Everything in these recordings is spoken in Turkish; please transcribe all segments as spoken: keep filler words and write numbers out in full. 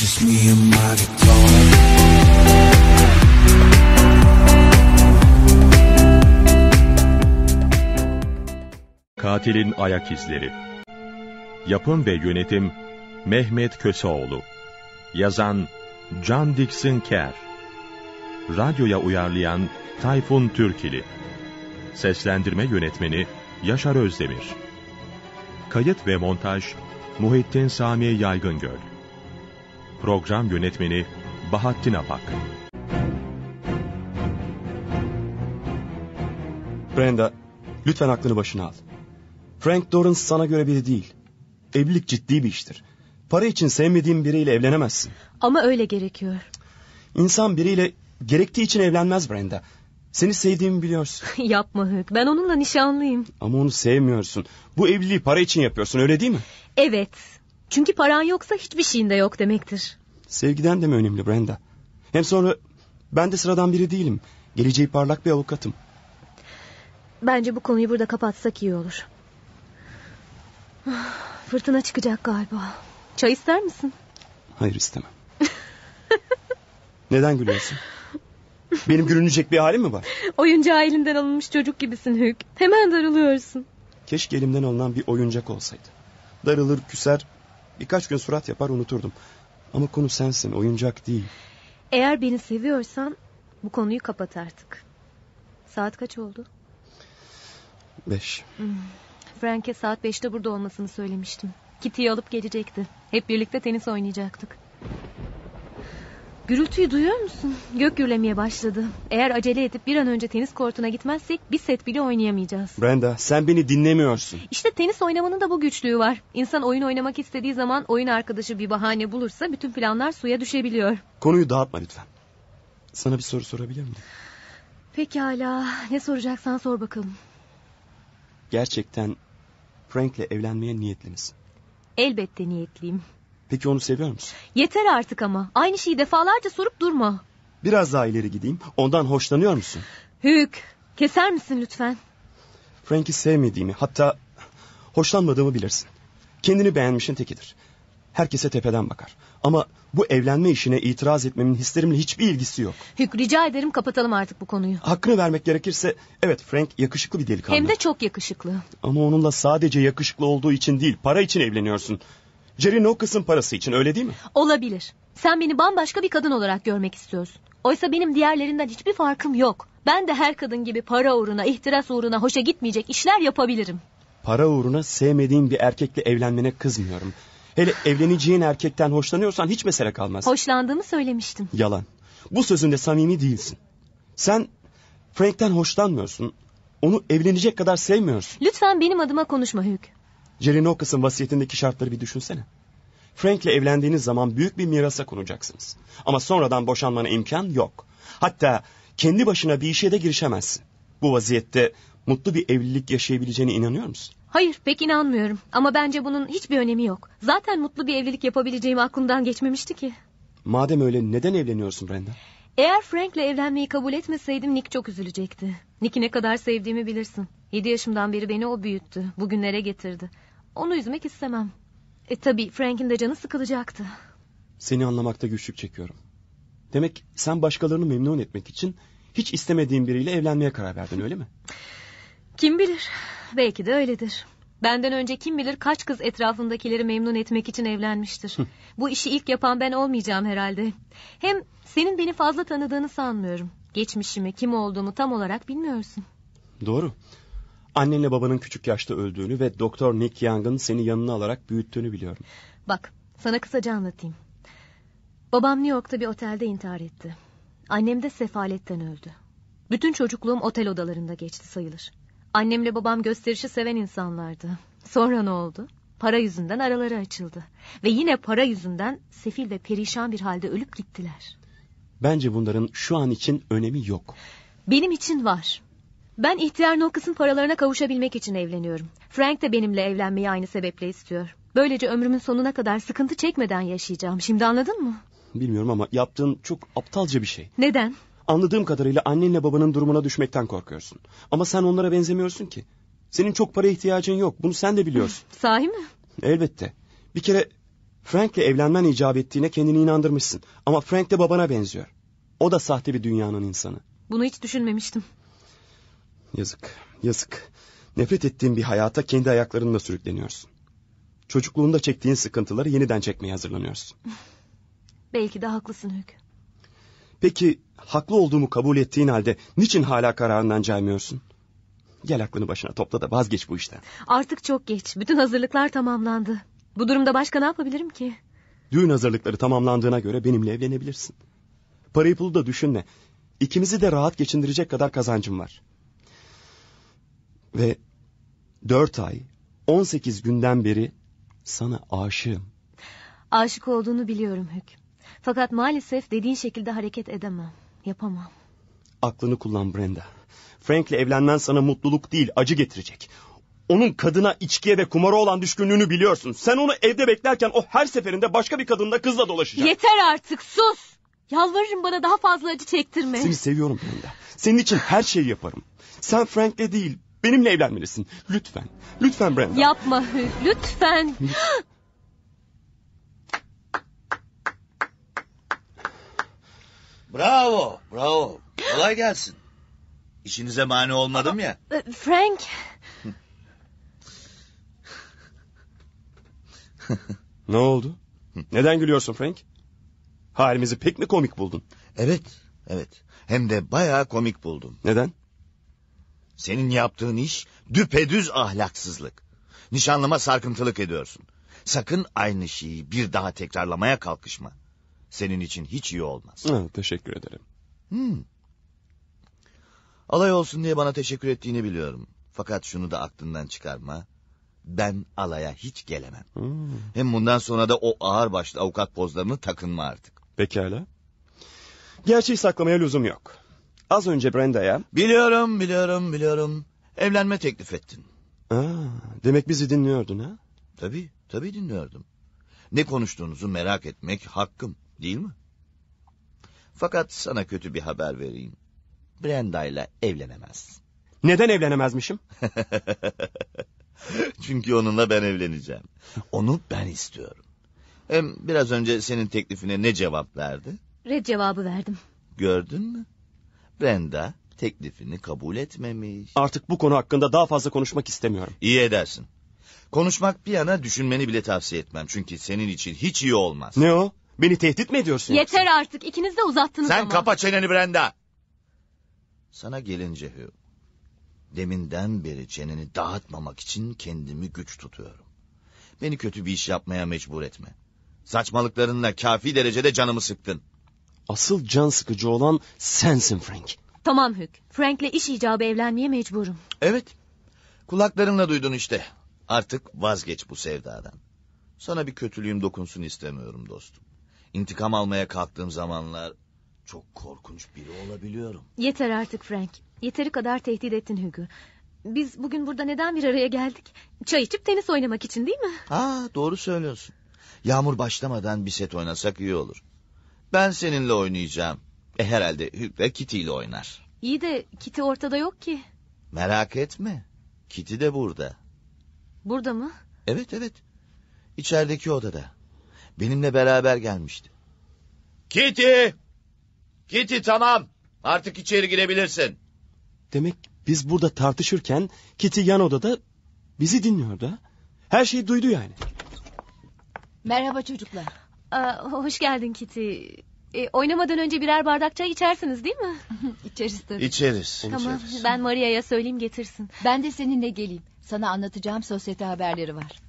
just me and my guitar. Katilin Ayak İzleri. Yapım ve yönetim Mehmet Köseoğlu. Yazan Can Dixon Kerr. Radyoya uyarlayan Tayfun Türkili. Seslendirme yönetmeni Yaşar Özdemir. Kayıt ve montaj Muhittin Sami Yaygıngöl. Program yönetmeni Bahattin Apak. Brenda, lütfen aklını başına al. Frank Dorrance sana göre biri değil. Evlilik ciddi bir iştir. Para için sevmediğin biriyle evlenemezsin. Ama öyle gerekiyor. İnsan biriyle gerektiği için evlenmez Brenda. Seni sevdiğimi biliyorsun. Yapma Hük, ben onunla nişanlıyım. Ama onu sevmiyorsun. Bu evliliği para için yapıyorsun, öyle değil mi? Evet. Çünkü paran yoksa hiçbir şeyin de yok demektir. Sevgiden de mi önemli Brenda? Hem sonra ben de sıradan biri değilim. Geleceği parlak bir avukatım. Bence bu konuyu burada kapatsak iyi olur. Fırtına çıkacak galiba. Çay ister misin? Hayır, istemem. Neden gülüyorsun? Benim gülünecek bir halim mi var? Oyuncağı elinden alınmış çocuk gibisin Hük. Hemen darılıyorsun. Keşke elimden alınan bir oyuncak olsaydı. Darılır, küser, birkaç gün surat yapar unuturdum. Ama konu sensin, oyuncak değil. Eğer beni seviyorsan bu konuyu kapat artık. Saat kaç oldu? Beş. Hmm. Frank'e saat beşte burada olmasını söylemiştim. Kitty'yi alıp gelecekti. Hep birlikte tenis oynayacaktık. Gürültüyü duyuyor musun? Gök gürlemeye başladı. Eğer acele edip bir an önce tenis kortuna gitmezsek bir set bile oynayamayacağız. Brenda, sen beni dinlemiyorsun. İşte tenis oynamanın da bu güçlüğü var. İnsan oyun oynamak istediği zaman oyun arkadaşı bir bahane bulursa bütün planlar suya düşebiliyor. Konuyu dağıtma lütfen. Sana bir soru sorabilir miyim? Pekala, ne soracaksan sor bakalım. Gerçekten Frank'le evlenmeye niyetli misin? Elbette niyetliyim. Peki onu seviyor musun? Yeter artık ama. Aynı şeyi defalarca sorup durma. Biraz daha ileri gideyim. Ondan hoşlanıyor musun? Hük, keser misin lütfen? Frank'i sevmediğimi, hatta hoşlanmadığımı bilirsin. Kendini beğenmişin tekidir. Herkese tepeden bakar. Ama bu evlenme işine itiraz etmemin hislerimle hiçbir ilgisi yok. Hük, rica ederim kapatalım artık bu konuyu. Hakkını vermek gerekirse evet, Frank yakışıklı bir delikanlı. Hem de çok yakışıklı. Ama onunla sadece yakışıklı olduğu için değil, para için evleniyorsun. Jerry Nokas'ın parası için, öyle değil mi? Olabilir. Sen beni bambaşka bir kadın olarak görmek istiyorsun. Oysa benim diğerlerinden hiçbir farkım yok. Ben de her kadın gibi para uğruna, ihtiras uğruna hoşa gitmeyecek işler yapabilirim. Para uğruna sevmediğin bir erkekle evlenmene kızmıyorum. Hele evleneceğin erkekten hoşlanıyorsan hiç mesele kalmaz. Hoşlandığımı söylemiştim. Yalan. Bu sözünde samimi değilsin. Sen Frank'ten hoşlanmıyorsun. Onu evlenecek kadar sevmiyorsun. Lütfen benim adıma konuşma Hük. Jerry Nokas'ın vasiyetindeki şartları bir düşünsene. Frank'le evlendiğiniz zaman büyük bir mirasa konacaksınız. Ama sonradan boşanmana imkan yok. Hatta kendi başına bir işe de girişemezsin. Bu vaziyette mutlu bir evlilik yaşayabileceğine inanıyor musun? Hayır, pek inanmıyorum. Ama bence bunun hiçbir önemi yok. Zaten mutlu bir evlilik yapabileceğim aklımdan geçmemişti ki. Madem öyle neden evleniyorsun Brenda? Eğer Frank'le evlenmeyi kabul etmeseydim Nick çok üzülecekti. Nick'i ne kadar sevdiğimi bilirsin. Yedi yaşımdan beri beni o büyüttü. Bugünlere getirdi. Onu üzmek istemem. E tabii Frank'in de canı sıkılacaktı. Seni anlamakta güçlük çekiyorum. Demek sen başkalarını memnun etmek için hiç istemediğin biriyle evlenmeye karar verdin, öyle mi? Kim bilir? Belki de öyledir. Benden önce kim bilir kaç kız etrafındakileri memnun etmek için evlenmiştir. Bu işi ilk yapan ben olmayacağım herhalde. Hem senin beni fazla tanıdığını sanmıyorum. Geçmişimi, kim olduğumu tam olarak bilmiyorsun. Doğru. Annenle babanın küçük yaşta öldüğünü ve Doktor Nick Young'ın seni yanına alarak büyüttüğünü biliyorum. Bak, sana kısaca anlatayım. Babam New York'ta bir otelde intihar etti. Annem de sefaletten öldü. Bütün çocukluğum otel odalarında geçti sayılır. Annemle babam gösterişi seven insanlardı. Sonra ne oldu? Para yüzünden araları açıldı. Ve yine para yüzünden sefil ve perişan bir halde ölüp gittiler. Bence bunların şu an için önemi yok. Benim için var. Ben ihtiyar Nokas'ın paralarına kavuşabilmek için evleniyorum. Frank de benimle evlenmeyi aynı sebeple istiyor. Böylece ömrümün sonuna kadar sıkıntı çekmeden yaşayacağım. Şimdi anladın mı? Bilmiyorum ama yaptığın çok aptalca bir şey. Neden? Anladığım kadarıyla annenle babanın durumuna düşmekten korkuyorsun. Ama sen onlara benzemiyorsun ki. Senin çok para ihtiyacın yok. Bunu sen de biliyorsun. Sahi mi? Elbette. Bir kere Frank'le evlenmen icap ettiğine kendini inandırmışsın. Ama Frank de babana benziyor. O da sahte bir dünyanın insanı. Bunu hiç düşünmemiştim. Yazık, yazık. Nefret ettiğin bir hayata kendi ayaklarınla sürükleniyorsun. Çocukluğunda çektiğin sıkıntıları yeniden çekmeye hazırlanıyorsun. Belki de haklısın Hugh. Peki haklı olduğumu kabul ettiğin halde niçin hala kararından caymıyorsun? Gel aklını başına topla da vazgeç bu işten. Artık çok geç. Bütün hazırlıklar tamamlandı. Bu durumda başka ne yapabilirim ki? Düğün hazırlıkları tamamlandığına göre benimle evlenebilirsin. Parayı pulu da düşünme. İkimizi de rahat geçindirecek kadar kazancım var. Ve dört ay, on sekiz günden beri sana aşığım. Aşık olduğunu biliyorum Hugh. Fakat maalesef dediğin şekilde hareket edemem. Yapamam. Aklını kullan Brenda. Frank'le evlenmen sana mutluluk değil, acı getirecek. Onun kadına, içkiye ve kumara olan düşkünlüğünü biliyorsun. Sen onu evde beklerken o her seferinde başka bir kadınla, kızla dolaşacak. Yeter artık, sus! Yalvarırım, bana daha fazla acı çektirme. Seni seviyorum Brenda. Senin için her şeyi yaparım. Sen Frank'le değil, benimle evlenmelisin. Lütfen, lütfen Brenda. Yapma Hugh, lütfen. Bravo, bravo. Kolay gelsin. İşinize mani olmadım ya. Frank. Ne oldu? Neden gülüyorsun Frank? Halimizi pek mi komik buldun? Evet, evet. Hem de bayağı komik buldum. Neden? Senin yaptığın iş düpedüz ahlaksızlık. Nişanlıma sarkıntılık ediyorsun. Sakın aynı şeyi bir daha tekrarlamaya kalkışma. Senin için hiç iyi olmaz. Ha, teşekkür ederim. Hmm. Alay olsun diye bana teşekkür ettiğini biliyorum. Fakat şunu da aklından çıkarma. Ben alaya hiç gelemem. Hmm. Hem bundan sonra da o ağırbaşlı avukat pozlarını takınma artık. Pekala. Gerçeği saklamaya lüzum yok. Az önce Brenda'ya... Biliyorum, biliyorum, biliyorum. Evlenme teklif ettin. Aa, demek bizi dinliyordun ha? Tabii, tabii dinliyordum. Ne konuştuğunuzu merak etmek hakkım, değil mi? Fakat sana kötü bir haber vereyim. Brenda'yla evlenemezsin. Neden evlenemezmişim? Çünkü onunla ben evleneceğim. Onu ben istiyorum. Hem biraz önce senin teklifine ne cevap verdi? Red cevabı verdim. Gördün mü? Brenda teklifini kabul etmemiş. Artık bu konu hakkında daha fazla konuşmak istemiyorum. İyi edersin. Konuşmak bir yana düşünmeni bile tavsiye etmem. Çünkü senin için hiç iyi olmaz. Ne o? Beni tehdit mi ediyorsun? Yeter yoksa? artık, ikiniz de uzattınız Sen ama. kapa çeneni Brenda. Sana gelince Hugh. Deminden beri çeneni dağıtmamak için kendimi güç tutuyorum. Beni kötü bir iş yapmaya mecbur etme. Saçmalıklarınla kafi derecede canımı sıktın. Asıl can sıkıcı olan sensin Frank. Tamam Hugh, Frank'le iş icabı evlenmeye mecburum. Evet. Kulaklarınla duydun işte. Artık vazgeç bu sevdadan. Sana bir kötülüğüm dokunsun istemiyorum dostum. İntikam almaya kalktığım zamanlar çok korkunç biri olabiliyorum. Yeter artık Frank. Yeteri kadar tehdit ettin Hugh'u. Biz bugün burada neden bir araya geldik? Çay içip tenis oynamak için değil mi? Ha, doğru söylüyorsun. Yağmur başlamadan bir set oynasak iyi olur. Ben seninle oynayacağım. E herhalde Hugh de Kitty ile oynar. İyi de Kitty ortada yok ki. Merak etme. Kitty de burada. Burada mı? Evet evet. İçerideki odada. Benimle beraber gelmişti. Kitty! Kitty tamam. Artık içeri girebilirsin. Demek biz burada tartışırken Kitty yan odada bizi dinliyordu ha? Her şeyi duydu yani. Merhaba çocuklar. Aa, hoş geldin Kitty. E, oynamadan önce birer bardak çay içersiniz değil mi? İçeriz tabii. İçeriz. Tamam, içeriz. ben Maria'ya söyleyeyim getirsin. Ben de seninle geleyim. Sana anlatacağım sosyete haberleri var.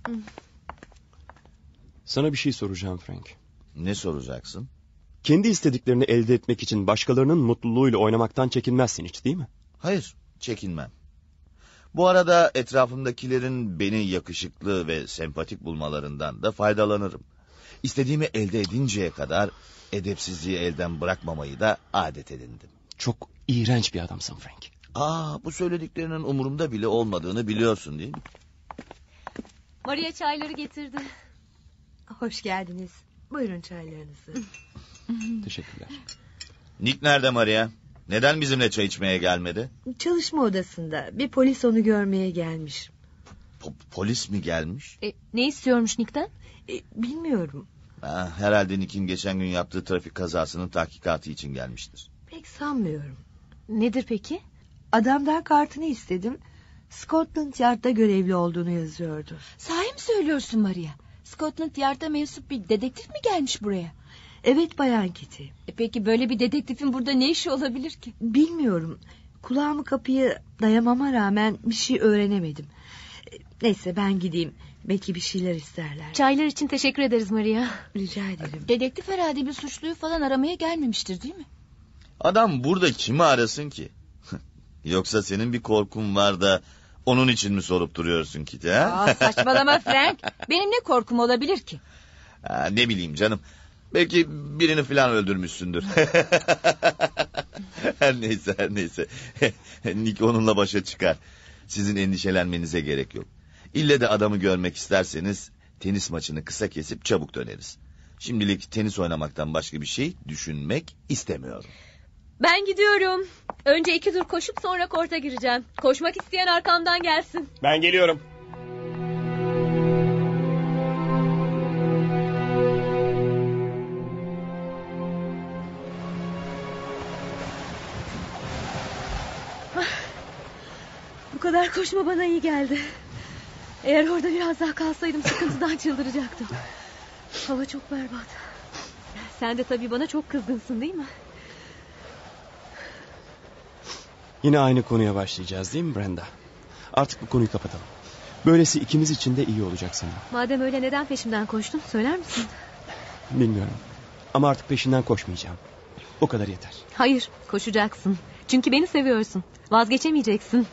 Sana bir şey soracağım Frank. Ne soracaksın? Kendi istediklerini elde etmek için başkalarının mutluluğuyla oynamaktan çekinmezsin hiç değil mi? Hayır, çekinmem. Bu arada etrafımdakilerin beni yakışıklı ve sempatik bulmalarından da faydalanırım. İstediğimi elde edinceye kadar edepsizliği elden bırakmamayı da adet edindim. Çok iğrenç bir adamsın Frank. Aa, bu söylediklerinin umurumda bile olmadığını biliyorsun değil mi? Maria çayları getirdi. Hoş geldiniz. Buyurun çaylarınızı. Teşekkürler. Nick nerede Maria? Neden bizimle çay içmeye gelmedi? Çalışma odasında. Bir polis onu görmeye gelmiş. Po- polis mi gelmiş? E, ne istiyormuş Nick'ten? E, bilmiyorum. Ha, herhalde Nick'in geçen gün yaptığı trafik kazasının tahkikatı için gelmiştir. Pek sanmıyorum. Nedir peki? Adamdan kartını istedim. Scotland Yard'da görevli olduğunu yazıyordu. Sahi mi söylüyorsun Maria? Scotland Yard'a mensup bir dedektif mi gelmiş buraya? Evet Bayan Kitty. E peki böyle bir dedektifin burada ne işi olabilir ki? Bilmiyorum. Kulağımı kapıyı dayamama rağmen bir şey öğrenemedim. E, Neyse ben gideyim. Belki bir şeyler isterler. Çaylar için teşekkür ederiz Maria. Rica ederim. Dedektif herhalde bir suçluyu falan aramaya gelmemiştir değil mi? Adam burada kimi arasın ki? Yoksa senin bir korkun var da onun için mi sorup duruyorsun Kitty? Ha? Aa, saçmalama Frank. Benim ne korkum olabilir ki? Ha, ne bileyim canım. Belki birini falan öldürmüşsündür. Her neyse her neyse. Nick onunla başa çıkar. Sizin endişelenmenize gerek yok. İlle de adamı görmek isterseniz tenis maçını kısa kesip çabuk döneriz. Şimdilik tenis oynamaktan başka bir şey düşünmek istemiyorum. Ben gidiyorum. Önce iki tur koşup sonra korta gireceğim. Koşmak isteyen arkamdan gelsin. Ben geliyorum. Bu kadar koşma bana iyi geldi. Eğer orada biraz daha kalsaydım sıkıntıdan çıldıracaktım. Hava çok berbat. Sen de tabii bana çok kızgınsın değil mi? Yine aynı konuya başlayacağız değil mi Brenda? Artık bu konuyu kapatalım. Böylesi ikimiz için de iyi olacak sanırım. Madem öyle neden peşimden koştun söyler misin? Bilmiyorum. Ama artık peşinden koşmayacağım. O kadar yeter. Hayır, koşacaksın. Çünkü beni seviyorsun. Vazgeçemeyeceksin.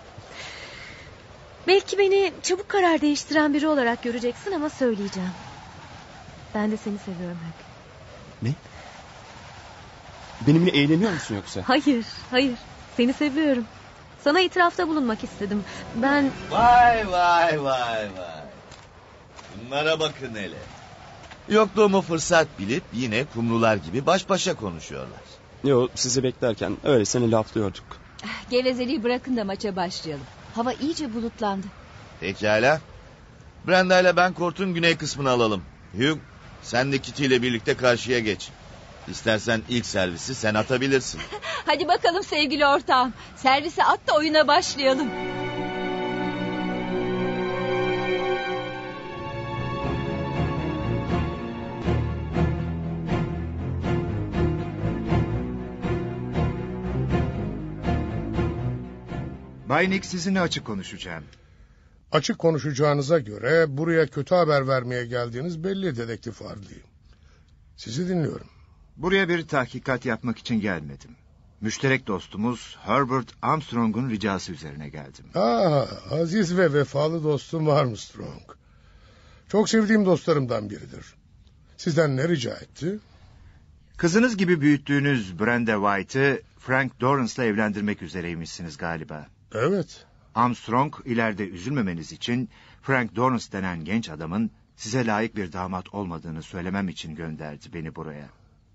Belki beni çabuk karar değiştiren biri olarak göreceksin ama söyleyeceğim. Ben de seni seviyorum Hank. Ne? Benimle eğleniyor musun yoksa? Hayır, hayır. Seni seviyorum. Sana itirafta bulunmak istedim. Ben... Vay vay vay vay. Bunlara bakın hele. Yokluğumu fırsat bilip yine kumrular gibi baş başa konuşuyorlar. Yo, sizi beklerken öylesine laflıyorduk. Gevezeliği bırakın da maça başlayalım. Hava iyice bulutlandı. Pekala. Brenda ile ben kortun güney kısmını alalım. Hugh, sen de Kitty ile birlikte karşıya geç. İstersen ilk servisi sen atabilirsin. Hadi bakalım sevgili ortağım. Servisi at da oyuna başlayalım. Bay Nick sizinle açık konuşacağım. Açık konuşacağınıza göre buraya kötü haber vermeye geldiğiniz belli dedektif Harley. Sizi dinliyorum. Buraya bir tahkikat yapmak için gelmedim. Müşterek dostumuz Herbert Armstrong'un ricası üzerine geldim. Aa, aziz ve vefalı dostum Armstrong. Çok sevdiğim dostlarımdan biridir. Sizden ne rica etti? Kızınız gibi büyüttüğünüz Brenda White'ı Frank Dorrance'la evlendirmek üzereymişsiniz galiba. Evet. Armstrong ileride üzülmemeniz için Frank Dorrance denen genç adamın size layık bir damat olmadığını söylemem için gönderdi beni buraya.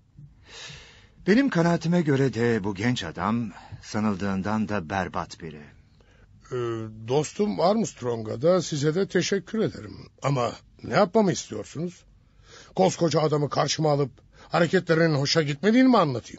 Benim kanaatime göre de bu genç adam sanıldığından da berbat biri. Ee, dostum Armstrong'a da size de teşekkür ederim. Ama ne yapmamı istiyorsunuz? Koskoca adamı karşıma alıp hareketlerinin hoşa gitmediğini mi anlatayım?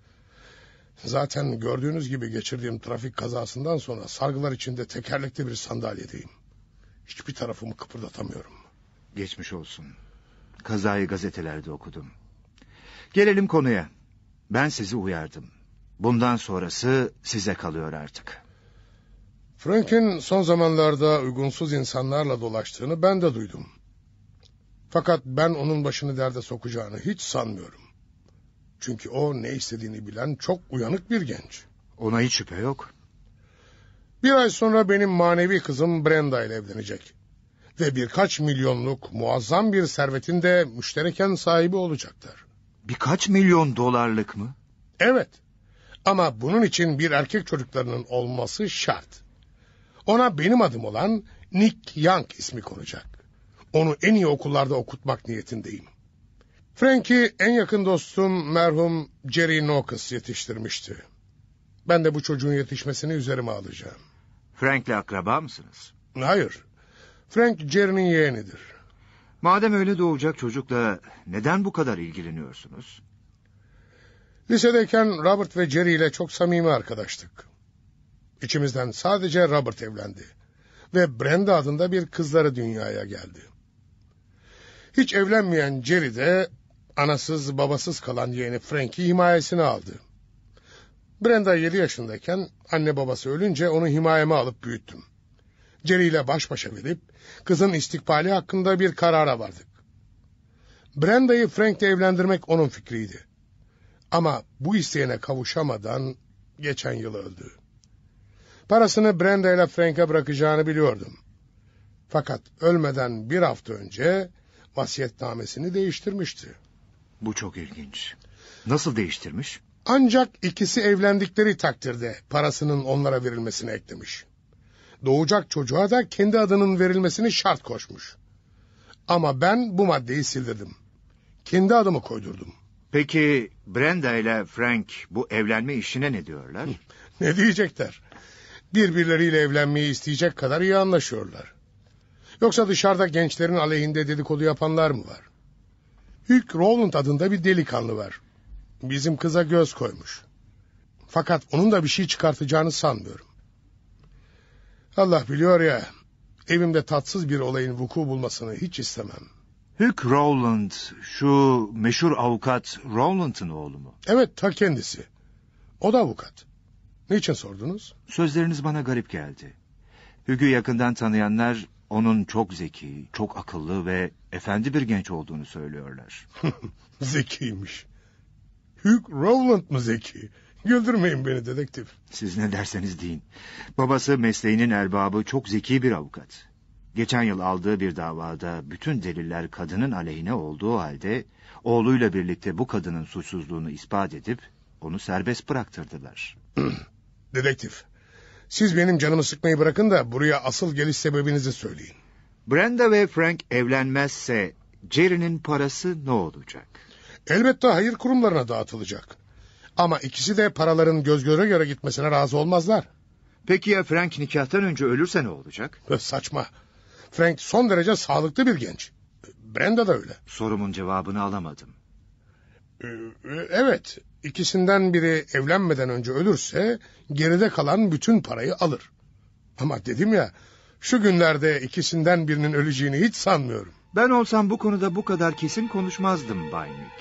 Zaten gördüğünüz gibi geçirdiğim trafik kazasından sonra sargılar içinde tekerlekli bir sandalyedeyim. Hiçbir tarafımı kıpırdatamıyorum. Geçmiş olsun. Kazayı gazetelerde okudum. Gelelim konuya. Ben sizi uyardım. Bundan sonrası size kalıyor artık. Frank'in son zamanlarda uygunsuz insanlarla dolaştığını ben de duydum. Fakat ben onun başını derde sokacağını hiç sanmıyorum. Çünkü o ne istediğini bilen çok uyanık bir genç. Ona hiç şüphe yok. Bir ay sonra benim manevi kızım Brenda ile evlenecek. Ve birkaç milyonluk muazzam bir servetin de müştereken sahibi olacaklar. Birkaç milyon dolarlık mı? Evet. Ama bunun için bir erkek çocuklarının olması şart. Ona benim adım olan Nick Young ismi konacak. Onu en iyi okullarda okutmak niyetindeyim. Frank'i en yakın dostum merhum Jerry Noakes yetiştirmişti. Ben de bu çocuğun yetişmesini üzerime alacağım. Frank'le akraba mısınız? Hayır. Frank Jerry'nin yeğenidir. Madem öyle doğacak çocukla neden bu kadar ilgileniyorsunuz? Lisedeyken Robert ve Jerry ile çok samimi arkadaştık. İçimizden sadece Robert evlendi. Ve Brenda adında bir kızları dünyaya geldi. Hiç evlenmeyen Jerry de anasız babasız kalan yeğeni Frank'i himayesine aldı. Brenda yedi yaşındayken anne babası ölünce onu himayeme alıp büyüttüm. Jerry ile baş başa verip kızın istikbali hakkında bir karara vardık. Brenda'yı Frank'le evlendirmek onun fikriydi. Ama bu isteğine kavuşamadan geçen yıl öldü. Parasını Brenda ile Frank'e bırakacağını biliyordum. Fakat ölmeden bir hafta önce vasiyetnamesini değiştirmişti. Bu çok ilginç. Nasıl değiştirmiş? Ancak ikisi evlendikleri takdirde parasının onlara verilmesini eklemiş. Doğacak çocuğa da kendi adının verilmesini şart koşmuş. Ama ben bu maddeyi sildirdim. Kendi adımı koydurdum. Peki Brenda ile Frank bu evlenme işine ne diyorlar? Ne diyecekler? Birbirleriyle evlenmeyi isteyecek kadar iyi anlaşıyorlar. Yoksa dışarıda gençlerin aleyhinde dedikodu yapanlar mı var? Hugh Rowland adında bir delikanlı var. Bizim kıza göz koymuş. Fakat onun da bir şey çıkartacağını sanmıyorum. Allah biliyor ya, evimde tatsız bir olayın vuku bulmasını hiç istemem. Hugh Rowland, şu meşhur avukat Rowland'ın oğlu mu? Evet, ta kendisi. O da avukat. Niçin sordunuz? Sözleriniz bana garip geldi. Hugh'u yakından tanıyanlar onun çok zeki, çok akıllı ve efendi bir genç olduğunu söylüyorlar. Zekiymiş. Hugh Rowland mı zeki? Güldürmeyin beni dedektif. Siz ne derseniz deyin. Babası mesleğinin erbabı, çok zeki bir avukat. Geçen yıl aldığı bir davada bütün deliller kadının aleyhine olduğu halde oğluyla birlikte bu kadının suçsuzluğunu ispat edip onu serbest bıraktırdılar. Dedektif, siz benim canımı sıkmayı bırakın da buraya asıl geliş sebebinizi söyleyin. Brenda ve Frank evlenmezse Jerry'nin parası ne olacak? Elbette hayır kurumlarına dağıtılacak. Ama ikisi de paraların göz göre göre gitmesine razı olmazlar. Peki ya Frank nikahtan önce ölürse ne olacak? Saçma. Frank son derece sağlıklı bir genç. Brenda da öyle. Sorumun cevabını alamadım. Evet, ikisinden biri evlenmeden önce ölürse geride kalan bütün parayı alır. Ama dedim ya, şu günlerde ikisinden birinin öleceğini hiç sanmıyorum. Ben olsam bu konuda bu kadar kesin konuşmazdım Bay Nick.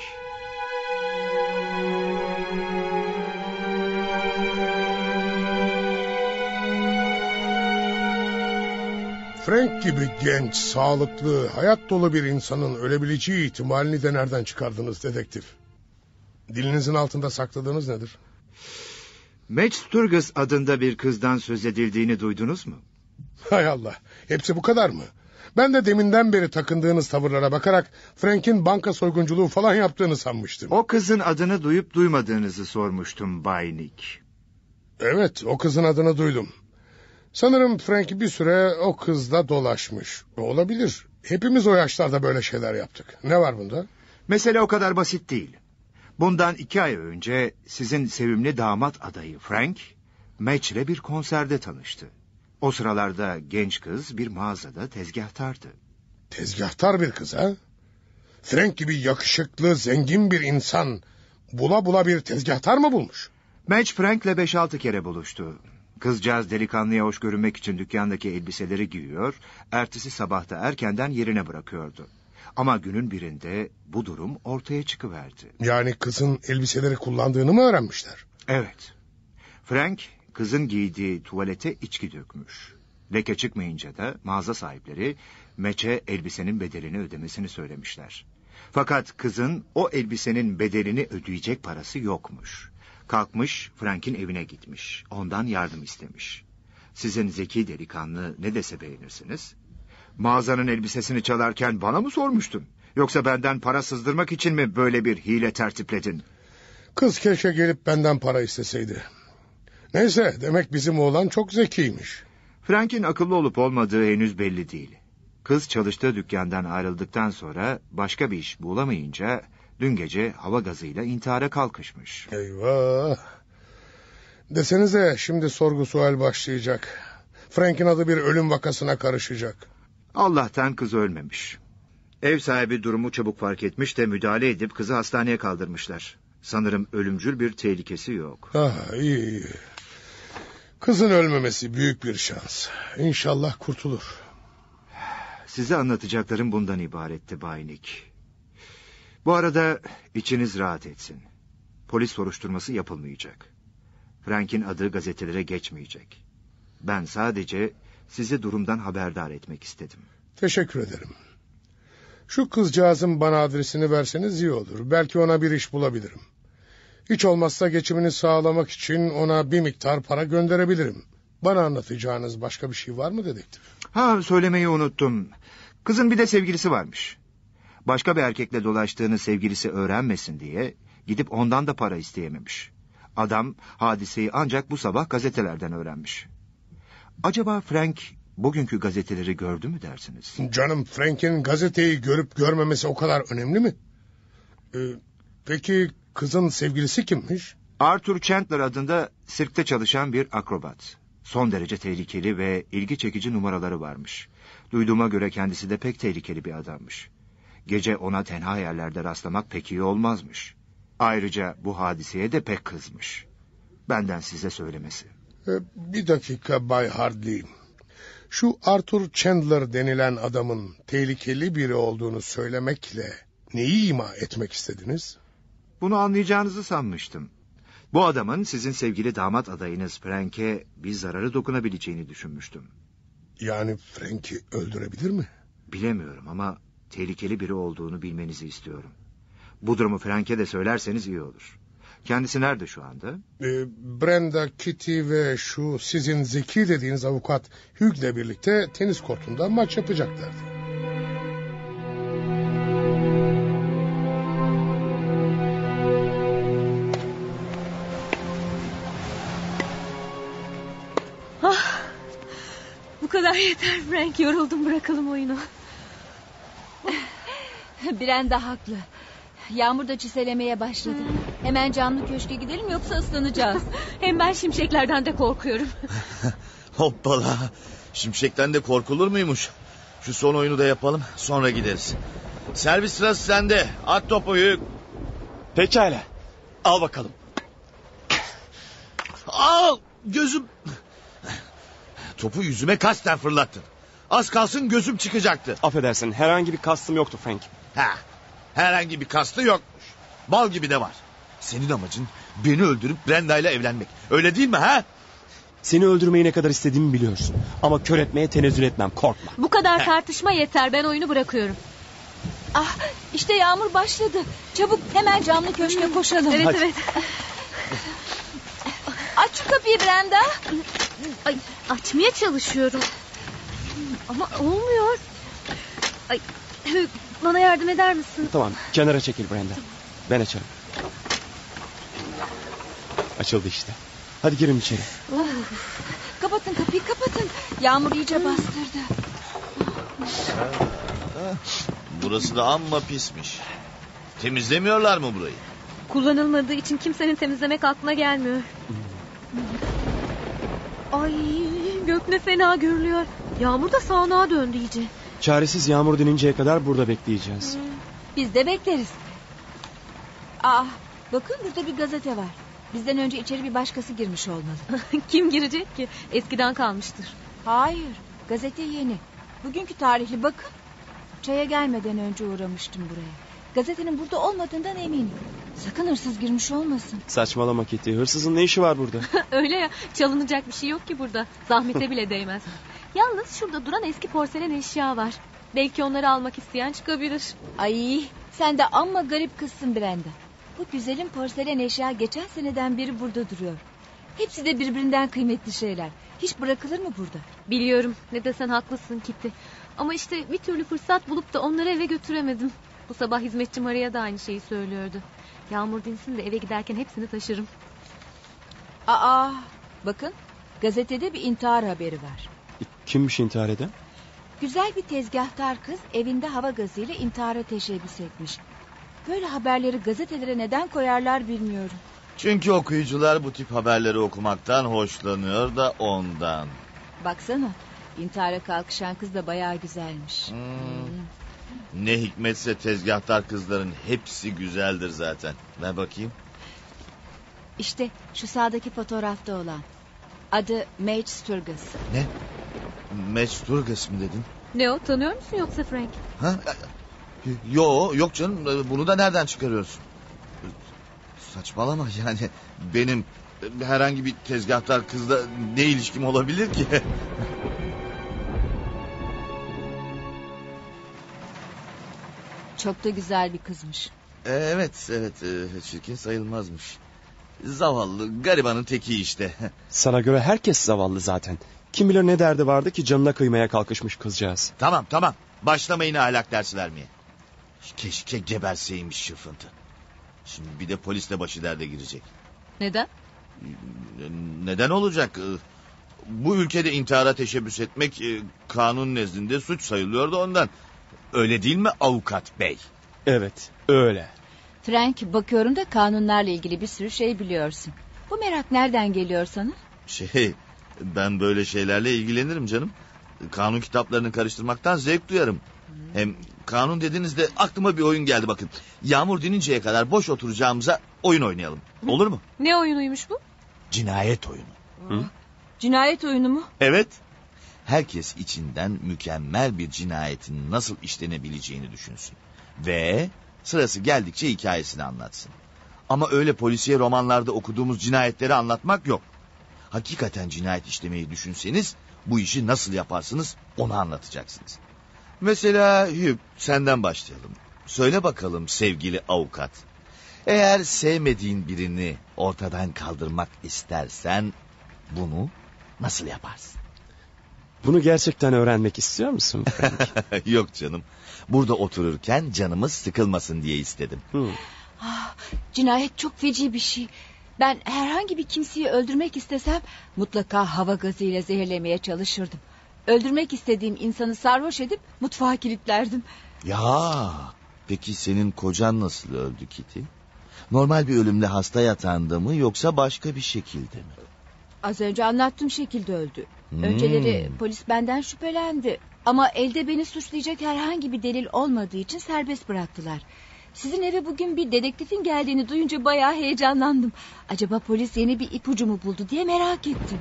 Frank gibi genç, sağlıklı, hayat dolu bir insanın ölebileceği ihtimalini de nereden çıkardınız dedektif? Dilinizin altında sakladığınız nedir? Madge Sturgis adında bir kızdan söz edildiğini duydunuz mu? Hay Allah, hepsi bu kadar mı? Ben de deminden beri takındığınız tavırlara bakarak Frank'in banka soygunculuğu falan yaptığını sanmıştım. O kızın adını duyup duymadığınızı sormuştum Bay Nick. Evet, o kızın adını duydum. Sanırım Frank bir süre o kızla dolaşmış. Olabilir. Hepimiz o yaşlarda böyle şeyler yaptık. Ne var bunda? Mesele o kadar basit değil. Bundan iki ay önce sizin sevimli damat adayı Frank, Madge ile bir konserde tanıştı. O sıralarda genç kız bir mağazada tezgahtardı. Tezgahtar bir kız ha? Frank gibi yakışıklı, zengin bir insan bula bula bir tezgahtar mı bulmuş? Madge Frank'le beş altı kere buluştu. Kızcağız delikanlıya hoş görünmek için dükkandaki elbiseleri giyiyor, ertesi sabahta erkenden yerine bırakıyordu. Ama günün birinde bu durum ortaya çıkıverdi. Yani kızın elbiseleri kullandığını mı öğrenmişler? Evet. Frank, kızın giydiği tuvalete içki dökmüş. Leke çıkmayınca da mağaza sahipleri Madge'e elbisenin bedelini ödemesini söylemişler. Fakat kızın o elbisenin bedelini ödeyecek parası yokmuş. Kalkmış Frank'in evine gitmiş. Ondan yardım istemiş. Sizin zeki delikanlı ne dese beğenirsiniz? Mağazanın elbisesini çalarken bana mı sormuştun? Yoksa benden para sızdırmak için mi böyle bir hile tertipledin? Kız keşke gelip benden para isteseydi. Neyse, demek bizim oğlan çok zekiymiş. Frank'in akıllı olup olmadığı henüz belli değil. Kız çalıştığı dükkandan ayrıldıktan sonra başka bir iş bulamayınca dün gece hava gazıyla intihara kalkışmış. Eyvah! Desenize şimdi sorgu sual başlayacak. Frank'in adı bir ölüm vakasına karışacak. Allah'tan kız ölmemiş. Ev sahibi durumu çabuk fark etmiş de müdahale edip kızı hastaneye kaldırmışlar. Sanırım ölümcül bir tehlikesi yok. Ah, iyi iyi. Kızın ölmemesi büyük bir şans. İnşallah kurtulur. Size anlatacaklarım bundan ibaretti Bay Nick. Bu arada içiniz rahat etsin. Polis soruşturması yapılmayacak. Frank'in adı gazetelere geçmeyecek. Ben sadece sizi durumdan haberdar etmek istedim. Teşekkür ederim. Şu kızcağızın bana adresini verseniz iyi olur. Belki ona bir iş bulabilirim. Hiç olmazsa geçimini sağlamak için ona bir miktar para gönderebilirim. Bana anlatacağınız başka bir şey var mı dedektif? Ha, söylemeyi unuttum. Kızın bir de sevgilisi varmış. Başka bir erkekle dolaştığını sevgilisi öğrenmesin diye gidip ondan da para isteyememiş. Adam hadiseyi ancak bu sabah gazetelerden öğrenmiş. Acaba Frank bugünkü gazeteleri gördü mü dersiniz? Canım, Frank'in gazeteyi görüp görmemesi o kadar önemli mi? Ee, peki kızın sevgilisi kimmiş? Arthur Chandler adında sirkte çalışan bir akrobat. Son derece tehlikeli ve ilgi çekici numaraları varmış. Duyduğuma göre kendisi de pek tehlikeli bir adammış. Gece ona tenha yerlerde rastlamak pek iyi olmazmış. Ayrıca bu hadiseye de pek kızmış. Benden size söylemesi. Ee, bir dakika Bay Hardley. Şu Arthur Chandler denilen adamın tehlikeli biri olduğunu söylemekle neyi ima etmek istediniz? Bunu anlayacağınızı sanmıştım. Bu adamın sizin sevgili damat adayınız Frank'e bir zararı dokunabileceğini düşünmüştüm. Yani Frank'i öldürebilir mi? Bilemiyorum ama tehlikeli biri olduğunu bilmenizi istiyorum. Bu durumu Frank'e de söylerseniz iyi olur. Kendisi nerede şu anda? Ee, Brenda, Kitty ve şu sizin Zeki dediğiniz avukat Hugh'le birlikte tenis kortunda maç yapacaklardı. Ah, bu kadar yeter Frank, yoruldum, bırakalım oyunu. Brenda haklı. Yağmur da çiselemeye başladı. Hemen camlı köşke gidelim yoksa ıslanacağız. Hem ben şimşeklerden de korkuyorum. Hoppala. Şimşekten de korkulur muymuş? Şu son oyunu da yapalım, sonra gideriz. Servis sırası sende. At topu Hugh. Pekala. Al bakalım. Al gözüm. Topu yüzüme kasten fırlattın. Az kalsın gözüm çıkacaktı. Affedersin, herhangi bir kastım yoktu Frank. Ha, herhangi bir kastı yokmuş. Bal gibi de var. Senin amacın beni öldürüp Brenda ile evlenmek. Öyle değil mi ha? Seni öldürmeyi ne kadar istediğimi biliyorsun. Ama kör etmeye tenezzül etmem, korkma. Bu kadar tartışma yeter, ben oyunu bırakıyorum. Ah, işte yağmur başladı. Çabuk hemen camlı köşke koşalım. Evet Hadi. evet. Aç şu kapıyı Brenda. Ay, açmaya çalışıyorum. Ama olmuyor. Ay, bana yardım eder misin? Tamam, kenara çekil Brenda. Ben açarım. Açıldı işte. Hadi girin içeri. Kapatın kapıyı, kapatın. Yağmur iyice bastırdı. Burası da amma pismiş. Temizlemiyorlar mı burayı? Kullanılmadığı için kimsenin temizlemek aklına gelmiyor. Ay, gök ne fena gürlüyor. Yağmur da sağanağa döndü iyice. Çaresiz yağmur dininceye kadar burada bekleyeceğiz. Biz de bekleriz. Ah, bakın burada bir gazete var. Bizden önce içeri bir başkası girmiş olmalı. Kim girecek ki? Eskiden kalmıştır. Hayır, gazete yeni. Bugünkü tarihli bakın. Çaya gelmeden önce uğramıştım buraya. Gazetenin burada olmadığından eminim. Sakın hırsız girmiş olmasın. Saçmalama Kitty. Hırsızın ne işi var burada? Öyle ya, çalınacak bir şey yok ki burada. Zahmete bile değmez. Yalnız şurada duran eski porselen eşya var. Belki onları almak isteyen çıkabilir. Ay, sen de amma garip kızsın Brenda. Bu güzelim porselen eşya geçen seneden beri burada duruyor. Hepsi de birbirinden kıymetli şeyler. Hiç bırakılır mı burada? Biliyorum, ne desen haklısın Kitty. Ama işte bir türlü fırsat bulup da onları eve götüremedim. Bu sabah hizmetçi Maria da aynı şeyi söylüyordu. Yağmur dinsin de eve giderken hepsini taşırım. Aa, bakın gazetede bir intihar haberi var. Kimmiş intihar eden? Güzel bir tezgahtar kız evinde hava gazıyla intihara teşebbüs etmiş. Böyle haberleri gazetelere neden koyarlar bilmiyorum. Çünkü okuyucular bu tip haberleri okumaktan hoşlanıyor da ondan. Baksana, intihara kalkışan kız da bayağı güzelmiş. Hmm. Hmm. Ne hikmetse tezgahtar kızların hepsi güzeldir zaten. Ver bakayım. İşte şu sağdaki fotoğrafta olan. Adı Madge Sturgis. Ne? Madge Sturgis mi dedin? Ne o, tanıyor musun yoksa Frank? Ha? Yo, yok canım. Bunu da nereden çıkarıyorsun? Saçmalama yani. Benim herhangi bir tezgahtar kızla ne ilişkim olabilir ki? Çok da güzel bir kızmış. Evet, evet. Çirkin sayılmazmış. Zavallı, garibanın teki işte. Sana göre herkes zavallı zaten. Kim bilir ne derdi vardı ki canına kıymaya kalkışmış kızcağız. Tamam, tamam. Başlamayın ahlak dersi vermeye. Keşke geberseymiş şırfıntı. Şimdi bir de polisle başı derde girecek. Neden? Neden olacak? Bu ülkede intihara teşebbüs etmek kanun nezdinde suç sayılıyordu ondan. Öyle değil mi avukat bey? Evet, öyle. Frank, bakıyorum da kanunlarla ilgili bir sürü şey biliyorsun. Bu merak nereden geliyor sana? Şey, ben böyle şeylerle ilgilenirim canım. Kanun kitaplarını karıştırmaktan zevk duyarım. Hem kanun dediğinizde aklıma bir oyun geldi bakın. Yağmur dininceye kadar boş oturacağımıza oyun oynayalım. Olur mu? Ne oyunuymuş bu? Cinayet oyunu. Hı? Cinayet oyunu mu? Evet. Herkes içinden mükemmel bir cinayetin nasıl işlenebileceğini düşünsün. Ve sırası geldikçe hikayesini anlatsın. Ama öyle polisiye romanlarda okuduğumuz cinayetleri anlatmak yok. Hakikaten cinayet işlemeyi düşünseniz bu işi nasıl yaparsınız onu anlatacaksınız. Mesela Hugh, senden başlayalım. Söyle bakalım sevgili avukat. Eğer sevmediğin birini ortadan kaldırmak istersen bunu nasıl yaparsın? Bunu gerçekten öğrenmek istiyor musun Frank? Yok canım. Burada otururken canımız sıkılmasın diye istedim. Hmm. Ah, cinayet çok feci bir şey. Ben herhangi bir kimseyi öldürmek istesem mutlaka hava gazıyla zehirlemeye çalışırdım. Öldürmek istediğim insanı sarhoş edip mutfağa kilitlerdim. Ya, peki senin kocan nasıl öldü Kitty? Normal bir ölümle hasta yatağında mı yoksa başka bir şekilde mi? Az önce anlattığım şekilde öldü. Hmm. Önceleri polis benden şüphelendi. Ama elde beni suçlayacak herhangi bir delil olmadığı için serbest bıraktılar. Sizin eve bugün bir dedektifin geldiğini duyunca bayağı heyecanlandım. Acaba polis yeni bir ipucu mu buldu diye merak ettim.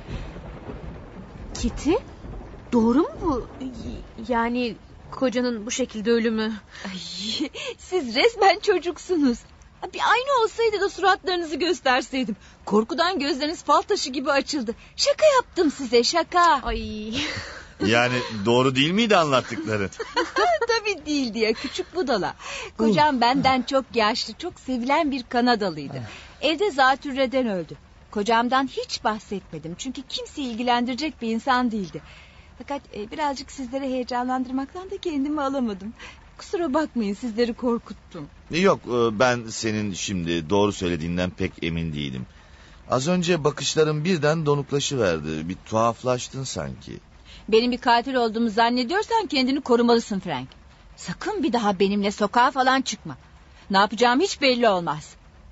Kitty? Doğru mu bu? Yani kocanın bu şekilde ölümü? Ay, siz resmen çocuksunuz. Bir ayna olsaydı da suratlarınızı gösterseydim. Korkudan gözleriniz fal taşı gibi açıldı. Şaka yaptım size, şaka. Ay. Yani doğru değil miydi anlattıkları? Tabii değil diye küçük budala. Kocam benden çok yaşlı, çok sevilen bir Kanadalıydı. Evde zatürreden öldü. Kocamdan hiç bahsetmedim. Çünkü kimseyi ilgilendirecek bir insan değildi. Fakat e, birazcık sizleri heyecanlandırmaktan da kendimi alamadım. Kusura bakmayın, sizleri korkuttum. Yok, ben senin şimdi doğru söylediğinden pek emin değilim. Az önce bakışların birden donuklaşıverdi. Bir tuhaflaştın sanki. Benim bir katil olduğumu zannediyorsan kendini korumalısın Frank. Sakın bir daha benimle sokağa falan çıkma. Ne yapacağım hiç belli olmaz.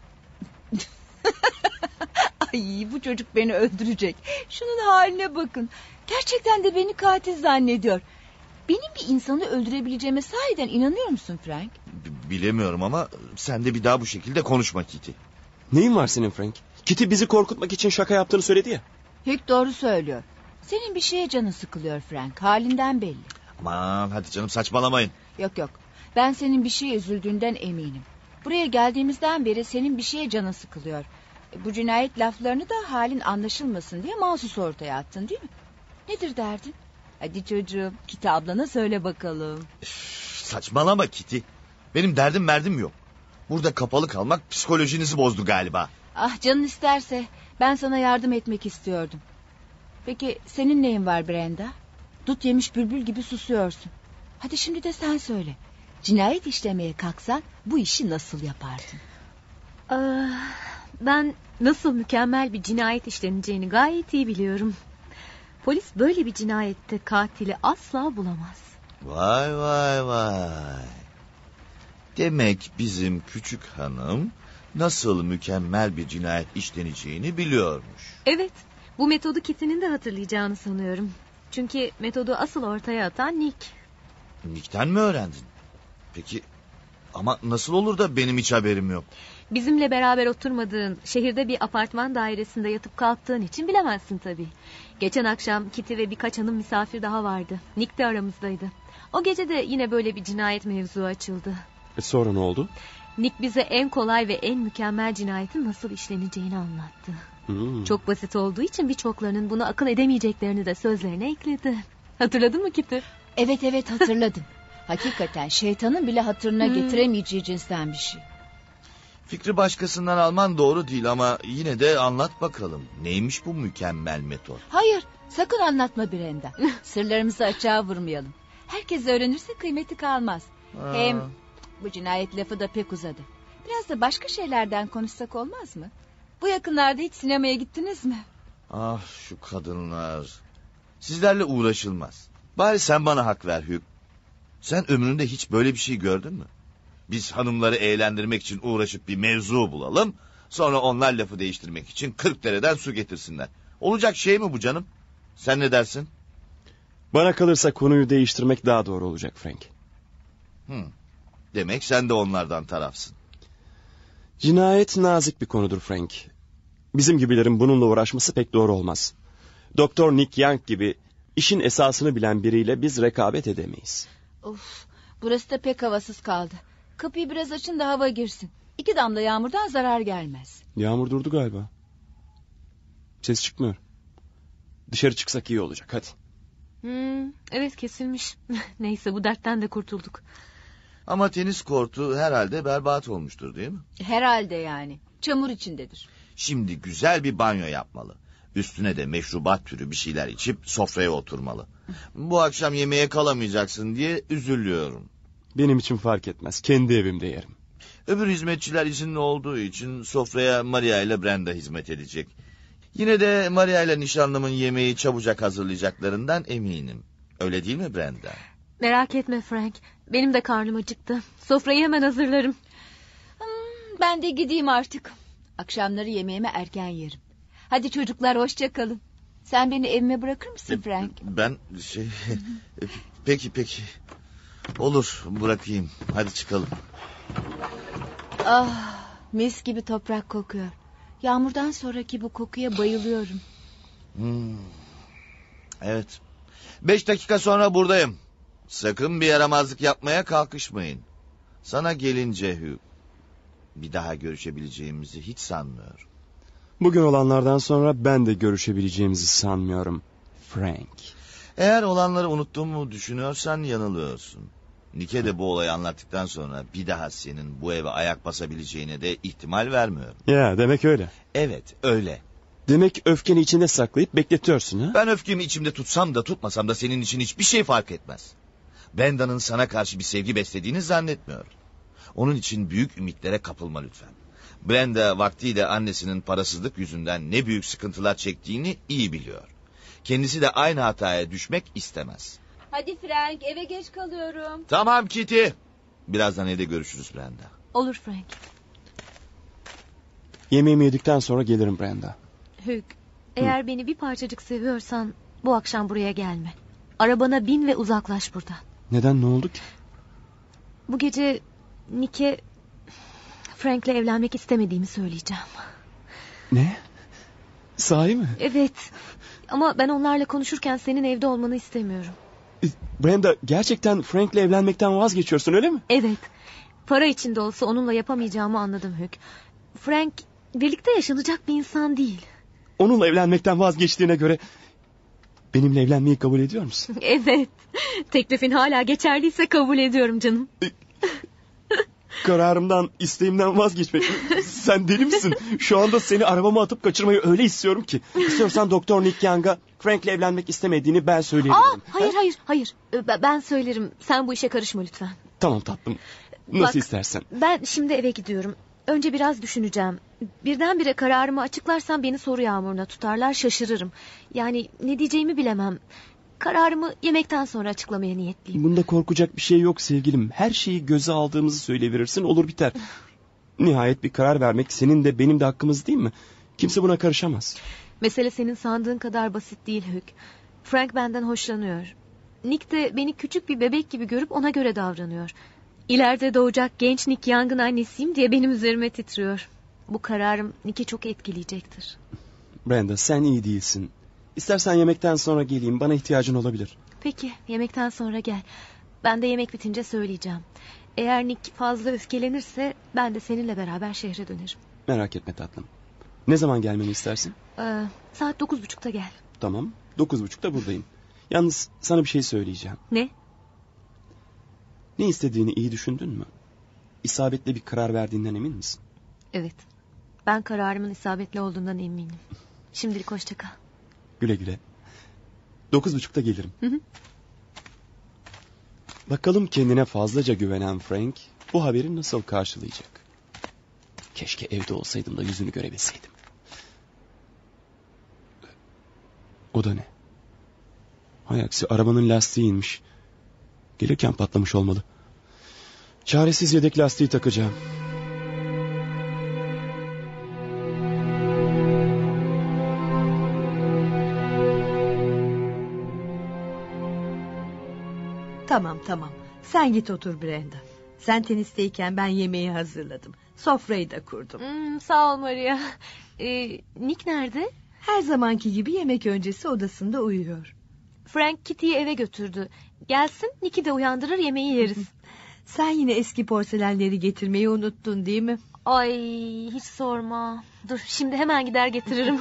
Ay, bu çocuk beni öldürecek. Şunun haline bakın. Gerçekten de beni katil zannediyor. Benim bir insanı öldürebileceğime sahiden inanıyor musun Frank? B- bilemiyorum ama sen de bir daha bu şekilde konuşma Kitty. Neyin var senin Frank? Kitty bizi korkutmak için şaka yaptığını söyledi ya. Hugh doğru söylüyor. Senin bir şeye canın sıkılıyor Frank. Halinden belli. Aman hadi canım saçmalamayın. Yok yok. Ben senin bir şeye üzüldüğünden eminim. Buraya geldiğimizden beri senin bir şeye canın sıkılıyor. Bu cinayet laflarını da halin anlaşılmasın diye mahsus ortaya attın değil mi? Nedir derdin? Hadi çocuğum, Kitty ablana söyle bakalım. Üf, saçmalama Kitty. Benim derdim merdim yok. Burada kapalı kalmak psikolojinizi bozdu galiba. Ah canın isterse ben sana yardım etmek istiyordum. Peki senin neyin var Brenda? Dut yemiş bülbül gibi susuyorsun. Hadi şimdi de sen söyle. Cinayet işlemeye kalksan bu işi nasıl yapardın? Aa, ben nasıl mükemmel bir cinayet işleneceğini gayet iyi biliyorum. Polis böyle bir cinayette katili asla bulamaz. Vay vay vay. Demek bizim küçük hanım nasıl mükemmel bir cinayet işleneceğini biliyormuş. Evet, bu metodu Kitty'nin de hatırlayacağını sanıyorum. Çünkü metodu asıl ortaya atan Nick. Nick'ten mi öğrendin? Peki ama nasıl olur da benim hiç haberim yok? Bizimle beraber oturmadığın, şehirde bir apartman dairesinde yatıp kalktığın için bilemezsin tabii. Geçen akşam Kitty ve birkaç hanım misafir daha vardı. Nick de aramızdaydı. O gece de yine böyle bir cinayet mevzu açıldı. E sonra ne oldu? Nick bize en kolay ve en mükemmel cinayetin nasıl işleneceğini anlattı. Hmm. Çok basit olduğu için birçoklarının bunu akıl edemeyeceklerini de sözlerine ekledi. Hatırladın mı Kitty? Evet evet hatırladım. Hakikaten şeytanın bile hatırına hmm. getiremeyeceği cinsten bir şey. Fikri başkasından alman doğru değil ama yine de anlat bakalım. Neymiş bu mükemmel metot? Hayır, sakın anlatma Brenda. Sırlarımızı açığa vurmayalım. Herkes öğrenirse kıymeti kalmaz. Aa. Hem bu cinayet lafı da pek uzadı. Biraz da başka şeylerden konuşsak olmaz mı? Bu yakınlarda hiç sinemaya gittiniz mi? Ah şu kadınlar. Sizlerle uğraşılmaz. Bari sen bana hak ver Hugh. Sen ömründe hiç böyle bir şey gördün mü? Biz hanımları eğlendirmek için uğraşıp bir mevzu bulalım. Sonra onlar lafı değiştirmek için kırk dereden su getirsinler. Olacak şey mi bu canım? Sen ne dersin? Bana kalırsa konuyu değiştirmek daha doğru olacak Frank. Hmm. Demek sen de onlardan tarafsın. Cinayet nazik bir konudur Frank. Bizim gibilerin bununla uğraşması pek doğru olmaz. Doktor Nick Young gibi işin esasını bilen biriyle biz rekabet edemeyiz. Of, burası da pek havasız kaldı. Kapıyı biraz açın da hava girsin. İki damla yağmurdan zarar gelmez. Yağmur durdu galiba. Ses çıkmıyor. Dışarı çıksak iyi olacak, hadi. Hmm, evet kesilmiş. Neyse bu dertten de kurtulduk. Ama tenis kortu herhalde berbat olmuştur değil mi? Herhalde yani. Çamur içindedir. Şimdi güzel bir banyo yapmalı. Üstüne de meşrubat türü bir şeyler içip sofraya oturmalı. Bu akşam yemeğe kalamayacaksın diye üzülüyorum. Benim için fark etmez. Kendi evimde yerim. Öbür hizmetçiler izinli olduğu için sofraya Maria ile Brenda hizmet edecek. Yine de Maria ile nişanlımın yemeği çabucak hazırlayacaklarından eminim. Öyle değil mi Brenda? Merak etme Frank. Benim de karnım acıktı. Sofrayı hemen hazırlarım. Hmm, ben de gideyim artık. Akşamları yemeğimi erken yerim. Hadi çocuklar hoşça kalın. Sen beni evime bırakır mısın Frank? Ben şey... peki peki. Olur bırakayım. Hadi çıkalım. Ah, mis gibi toprak kokuyor. Yağmurdan sonraki bu kokuya bayılıyorum. Hmm. Evet. Beş dakika sonra buradayım. Sakın bir yaramazlık yapmaya kalkışmayın. Sana gelince Hugh, bir daha görüşebileceğimizi hiç sanmıyorum. Bugün olanlardan sonra ben de görüşebileceğimizi sanmıyorum Frank. Eğer olanları unuttuğumu düşünüyorsan yanılıyorsun. Nick'e de bu olayı anlattıktan sonra bir daha senin bu eve ayak basabileceğine de ihtimal vermiyorum. Ya demek öyle. Evet öyle. Demek öfkeni içinde saklayıp bekletiyorsun ha? Ben öfkemi içimde tutsam da tutmasam da senin için hiçbir şey fark etmez. Brenda'nın sana karşı bir sevgi beslediğini zannetmiyorum. Onun için büyük ümitlere kapılma lütfen. Brenda vaktiyle annesinin parasızlık yüzünden ne büyük sıkıntılar çektiğini iyi biliyor. Kendisi de aynı hataya düşmek istemez. Hadi Frank, eve geç kalıyorum. Tamam Kitty. Birazdan evde görüşürüz Brenda. Olur Frank. Yemeğimi yedikten sonra gelirim Brenda. Hugh, eğer Hı. beni bir parçacık seviyorsan bu akşam buraya gelme. Arabana bin ve uzaklaş buradan. Neden, ne oldu ki? Bu gece Nick'e Frank'le evlenmek istemediğimi söyleyeceğim. Ne? Sahi mi? Evet. Ama ben onlarla konuşurken senin evde olmanı istemiyorum. Brenda, gerçekten Frank'le evlenmekten vazgeçiyorsun öyle mi? Evet. Para için de olsa onunla yapamayacağımı anladım Hugh. Frank birlikte yaşanacak bir insan değil. Onunla evlenmekten vazgeçtiğine göre benimle evlenmeyi kabul ediyor musun? Evet. Teklifin hala geçerliyse kabul ediyorum canım. Kararımdan, isteğimden vazgeçmek. Sen deli misin? Şu anda seni arabama atıp kaçırmayı öyle istiyorum ki. İstiyorsan Doktor Nick Young'a Frank'le evlenmek istemediğini ben söyleyebilirim. Aa, hayır ha? hayır hayır. Ben söylerim. Sen bu işe karışma lütfen. Tamam tatlım. Nasıl Bak, istersen. Ben şimdi eve gidiyorum. Önce biraz düşüneceğim. Birdenbire kararımı açıklarsam beni soru yağmuruna tutarlar, şaşırırım. Yani ne diyeceğimi bilemem. Kararımı yemekten sonra açıklamaya niyetliyim. Bunda korkacak bir şey yok sevgilim. Her şeyi göze aldığımızı söyleyiverirsin, olur biter. Nihayet bir karar vermek senin de benim de hakkımız değil mi? Kimse buna karışamaz. Mesele senin sandığın kadar basit değil Hugh. Frank benden hoşlanıyor. Nick de beni küçük bir bebek gibi görüp ona göre davranıyor. İleride doğacak genç Nick Young'ın annesiyim diye benim üzerime titriyor. Bu kararım Nick'i çok etkileyecektir. Brenda, sen iyi değilsin. İstersen yemekten sonra geleyim, bana ihtiyacın olabilir. Peki, yemekten sonra gel. Ben de yemek bitince söyleyeceğim. Eğer Nick fazla öfkelenirse ben de seninle beraber şehre dönerim. Merak etme tatlım. Ne zaman gelmemi istersin? Ee, saat dokuz buçukta gel. Tamam, dokuz buçukta buradayım. Yalnız sana bir şey söyleyeceğim. Ne? Ne istediğini iyi düşündün mü? İsabetli bir karar verdiğinden emin misin? Evet. Ben kararımın isabetli olduğundan eminim. Şimdilik hoşça kal. Güle güle. Dokuz buçukta gelirim. Hı hı. Bakalım kendine fazlaca güvenen Frank bu haberi nasıl karşılayacak? Keşke evde olsaydım da yüzünü görebilseydim. O da ne? Hay aksi, arabanın lastiği inmiş. Gelirken patlamış olmalı. Çaresiz yedek lastiği takacağım. Tamam tamam. Sen git otur Brenda. Sen tenisteyken ben yemeği hazırladım. Sofrayı da kurdum. Hmm, sağ ol Maria. Ee, Nick nerede? Her zamanki gibi yemek öncesi odasında uyuyor. Frank Kitty'yi eve götürdü. Gelsin, Nick'i de uyandırır, yemeği yeriz. Sen yine eski porselenleri getirmeyi unuttun değil mi? Ay, hiç sorma. Dur, şimdi hemen gider getiririm.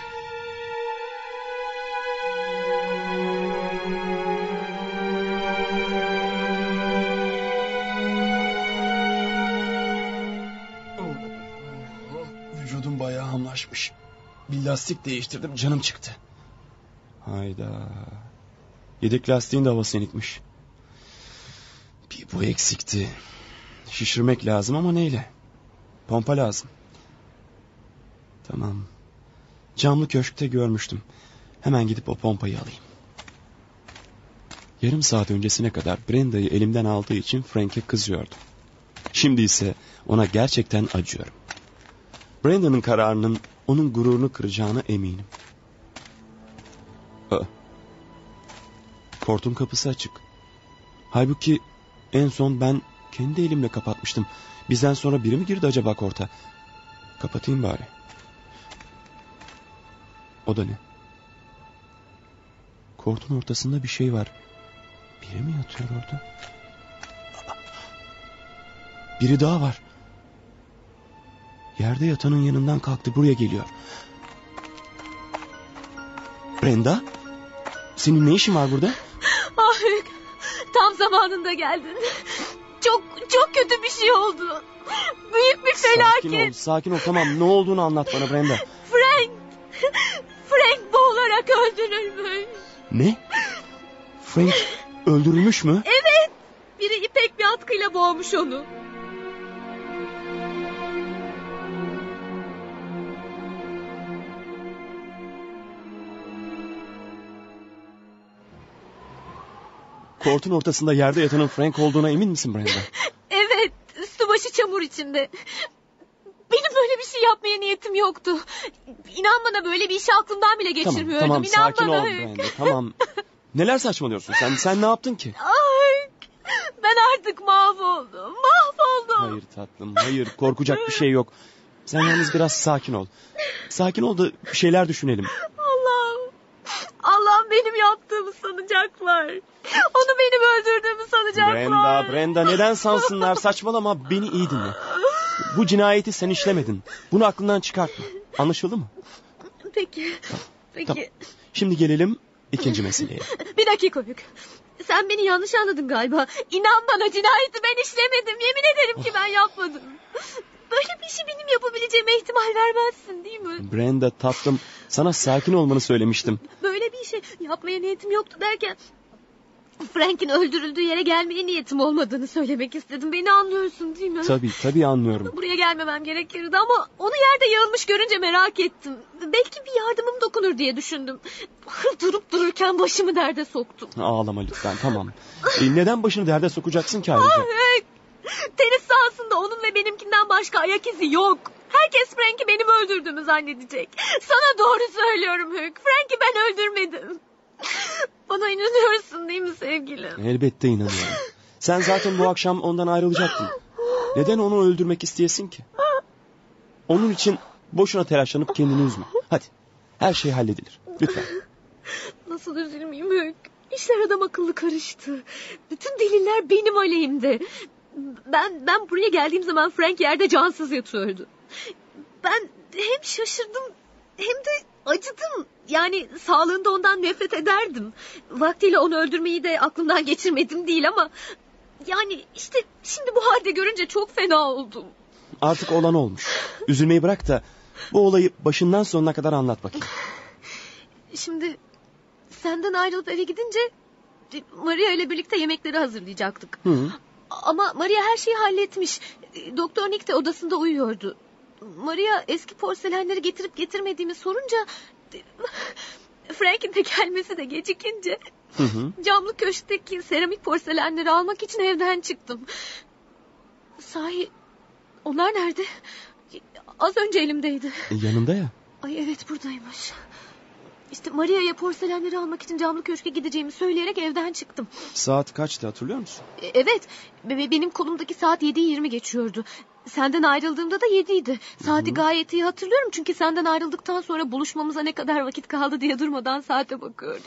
Vücudum bayağı hamlaşmış. Bir lastik değiştirdim, canım çıktı. Hayda. Yedek lastiğin de havası yenikmiş. Bir bu eksikti. Şişirmek lazım ama neyle? Pompa lazım. Tamam. Camlı köşkte görmüştüm. Hemen gidip o pompayı alayım. Yarım saat öncesine kadar Brenda'yı elimden aldığı için Frank'e kızıyordum. Şimdi ise ona gerçekten acıyorum. Brenda'nın kararının onun gururunu kıracağına eminim. Aa, Kortun kapısı açık. Halbuki en son ben kendi elimle kapatmıştım. Bizden sonra biri mi girdi acaba korta? Kapatayım bari. O da ne? Kortun ortasında bir şey var. Biri mi yatıyor orada? Biri daha var. Yerde yatanın yanından kalktı, buraya geliyor. Brenda? Senin ne işin var burada? Ah, tam zamanında geldin. Çok çok kötü bir şey oldu. Büyük bir felaket. Sakin ol, sakin ol. Tamam, ne olduğunu anlat bana Brenda. Frank, Frank boğularak öldürülmüş. Ne? Frank öldürülmüş mü? Evet, biri ipek bir atkıyla boğmuş onu. Kortun ortasında yerde yatanın Frank olduğuna emin misin Brenda? Evet, üstü başı çamur içinde. Benim böyle bir şey yapmaya niyetim yoktu. İnan bana, böyle bir işi aklımdan bile geçirmiyordum. Tamam, tamam, İnan sakin bana. ol Brenda, tamam. Neler saçmalıyorsun sen? Sen ne yaptın ki? Ay, ben artık mahvoldum, mahvoldum. Hayır tatlım, hayır. Korkacak bir şey yok. Sen yalnız biraz sakin ol. Sakin ol da bir şeyler düşünelim. Allah'ım, Allah'ım benim yaptığımı sanacaklar. Onu benim öldürdüğümü sanacaklar. Brenda, Brenda neden sansınlar? Saçmalama, beni iyi dinle. Bu cinayeti sen işlemedin. Bunu aklından çıkartma. Anlaşıldı mı? Peki, peki. Tamam. Şimdi gelelim ikinci meseleye. Bir dakika Hük. Sen beni yanlış anladın galiba. İnan bana, cinayeti ben işlemedim. Yemin ederim ki ben yapmadım. Böyle bir şey benim yapabileceğime ihtimal vermezsin değil mi? Brenda tatlım, sana sakin olmanı söylemiştim. Böyle bir şey yapmaya niyetim yoktu derken... Frank'in öldürüldüğü yere gelmeye niyetim olmadığını söylemek istedim. Beni anlıyorsun değil mi? Tabii tabii anlıyorum. Buraya gelmemem gerekirdi ama onu yerde yığılmış görünce merak ettim. Belki bir yardımım dokunur diye düşündüm. Durup dururken başımı derde soktum. Ağlama lütfen, tamam. E, neden başını derde sokacaksın ki ayrıca? Ah, tenis sahasında onun ve benimkinden başka ayak izi yok. Herkes Frank'i benim öldürdüğümü zannedecek. Sana doğru söylüyorum Hük. Frank'i ben öldürmedim. Bana inanıyorsun değil mi sevgilim? Elbette inanıyorum. Sen zaten bu akşam ondan ayrılacaktın. Neden onu öldürmek isteyesin ki? Onun için boşuna telaşlanıp kendini üzme. Hadi, her şey halledilir. Lütfen. Nasıl üzülmeyeyim Hök? İşler adam akıllı karıştı. Bütün deliller benim aleyhimde. Ben ben buraya geldiğim zaman Frank yerde cansız yatıyordu. Ben hem şaşırdım hem de acıdım. Yani sağlığında ondan nefret ederdim. Vaktiyle onu öldürmeyi de aklımdan geçirmedim değil ama... Yani işte şimdi bu halde görünce çok fena oldum. Artık olan olmuş. Üzülmeyi bırak da bu olayı başından sonuna kadar anlat bakayım. Şimdi senden ayrılıp eve gidince Maria ile birlikte yemekleri hazırlayacaktık. Hı hı. Ama Maria her şeyi halletmiş. Doktor Nick de odasında uyuyordu. Maria eski porselenleri getirip getirmediğimi sorunca... Frank'in de gelmesi de gecikince... Hı hı. Camlı köşkteki seramik porselenleri almak için evden çıktım. Sahi onlar nerede? Az önce elimdeydi. E, yanında ya. Ay evet buradaymış. İşte Maria'ya porselenleri almak için camlı köşke gideceğimi söyleyerek evden çıktım. Saat kaçtı hatırlıyor musun? E, evet be- benim kolumdaki saat yedi yirmi geçiyordu. Senden ayrıldığımda da yediydi. Saati Hı-hı. gayet iyi hatırlıyorum çünkü senden ayrıldıktan sonra buluşmamıza ne kadar vakit kaldı diye durmadan saate bakıyordum.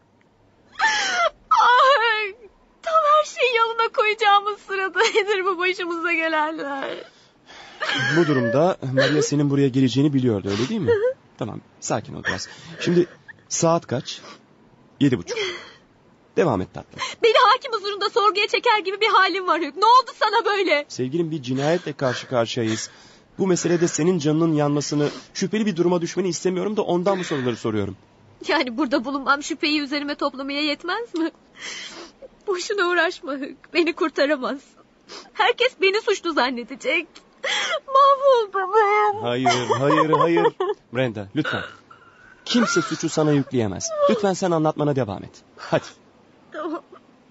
Ay, tam her şeyi yoluna koyacağımız sırada nedir bu başımıza gelenler? Bu durumda Maria senin buraya geleceğini biliyordu öyle değil mi? Tamam sakin ol biraz. Şimdi saat kaç? Yedi buçuk. Devam et tatlım. Beni hakim huzurunda sorguya çeker gibi bir halim var Hük. Ne oldu sana böyle? Sevgilim bir cinayetle karşı karşıyayız. Bu meselede senin canının yanmasını, şüpheli bir duruma düşmeni istemiyorum da ondan bu soruları soruyorum. Yani burada bulunmam şüpheyi üzerime toplamaya yetmez mi? Boşuna uğraşma Hük. Beni kurtaramazsın. Herkes beni suçlu zannedecek. Mahvoldum ben. Hayır, hayır, hayır. Brenda lütfen. Kimse suçu sana yükleyemez. Lütfen sen anlatmana devam et. Hadi. Tamam.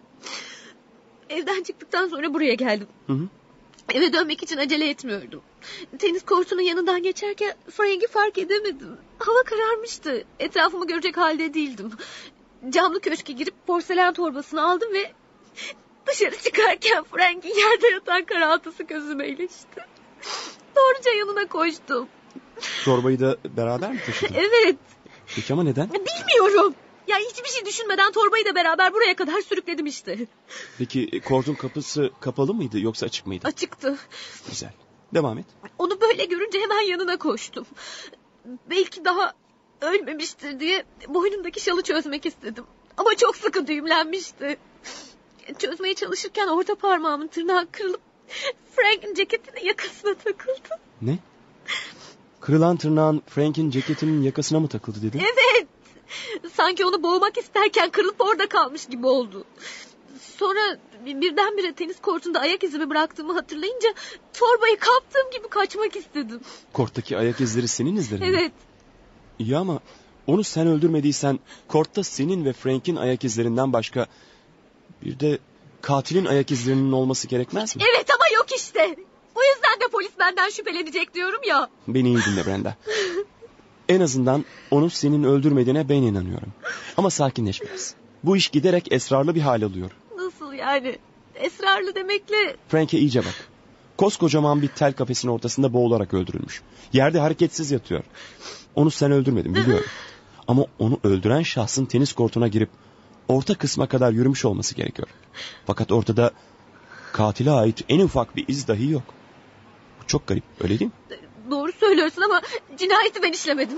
Evden çıktıktan sonra buraya geldim. Hı hı. Eve dönmek için acele etmiyordum. Tenis kortunun yanından geçerken Frank'i fark edemedim. Hava kararmıştı. Etrafımı görecek halde değildim. Camlı köşke girip porselen torbasını aldım ve... Dışarı çıkarken Frank'in yerde yatan karaltısı gözüme ilişti. Doğruca yanına koştum. Torbayı da beraber mi taşıdın? Evet. Peki ama neden? Bilmiyorum. Ya hiçbir şey düşünmeden torbayı da beraber buraya kadar sürükledim işte. Peki kortun kapısı kapalı mıydı yoksa açık mıydı? Açıktı. Güzel. Devam et. Onu böyle görünce hemen yanına koştum. Belki daha ölmemiştir diye boynundaki şalı çözmek istedim. Ama çok sıkı düğümlenmişti. Çözmeye çalışırken orta parmağımın tırnağı kırılıp Frank'in ceketinin yakasına takıldı. Ne? Kırılan tırnağın Frank'in ceketinin yakasına mı takıldı dedin? Evet. Sanki onu boğmak isterken kırılıp orada kalmış gibi oldu. Sonra birdenbire tenis kortunda ayak izimi bıraktığımı hatırlayınca torbayı kaptığım gibi kaçmak istedim. Korttaki ayak izleri senin izlerin mi? Evet. İyi ama onu sen öldürmediysen kortta senin ve Frank'in ayak izlerinden başka bir de katilin ayak izlerinin olması gerekmez mi? Evet ama yok işte. Bu yüzden de polis benden şüphelenecek diyorum ya. Beni iyi dinle Brenda. En azından onu senin öldürmediğine ben inanıyorum. Ama sakinleş biraz. Bu iş giderek esrarlı bir hal alıyor. Nasıl yani? Esrarlı demekle... Frank'e iyice bak. Koskocaman bir tel kafesin ortasında boğularak öldürülmüş. Yerde hareketsiz yatıyor. Onu sen öldürmedin biliyorum. Ama onu öldüren şahsın tenis kortuna girip orta kısma kadar yürümüş olması gerekiyor. Fakat ortada katile ait en ufak bir iz dahi yok. Bu çok garip, öyle değil mi? Doğru söylüyorsun ama cinayeti ben işlemedim.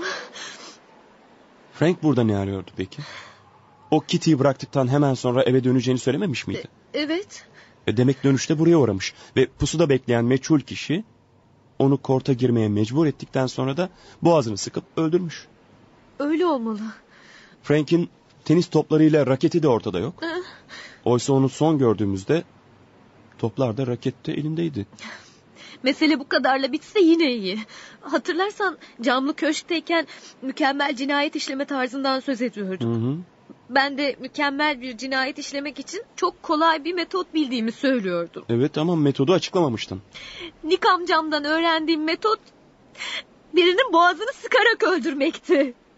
Frank burada ne arıyordu peki? O Kitty'yi bıraktıktan hemen sonra eve döneceğini söylememiş miydi? E, evet. E demek dönüşte buraya uğramış. Ve pusuda bekleyen meçhul kişi onu korta girmeye mecbur ettikten sonra da boğazını sıkıp öldürmüş. Öyle olmalı. Frank'in tenis toplarıyla raketi de ortada yok. Oysa onu son gördüğümüzde toplar da raket de elindeydi. Mesele bu kadarla bitse yine iyi. Hatırlarsan camlı köşkteyken mükemmel cinayet işleme tarzından söz ediyorduk. Hı hı. Ben de mükemmel bir cinayet işlemek için çok kolay bir metot bildiğimi söylüyordum. Evet ama metodu açıklamamıştın. Nick amcamdan öğrendiğim metot birinin boğazını sıkarak öldürmekti.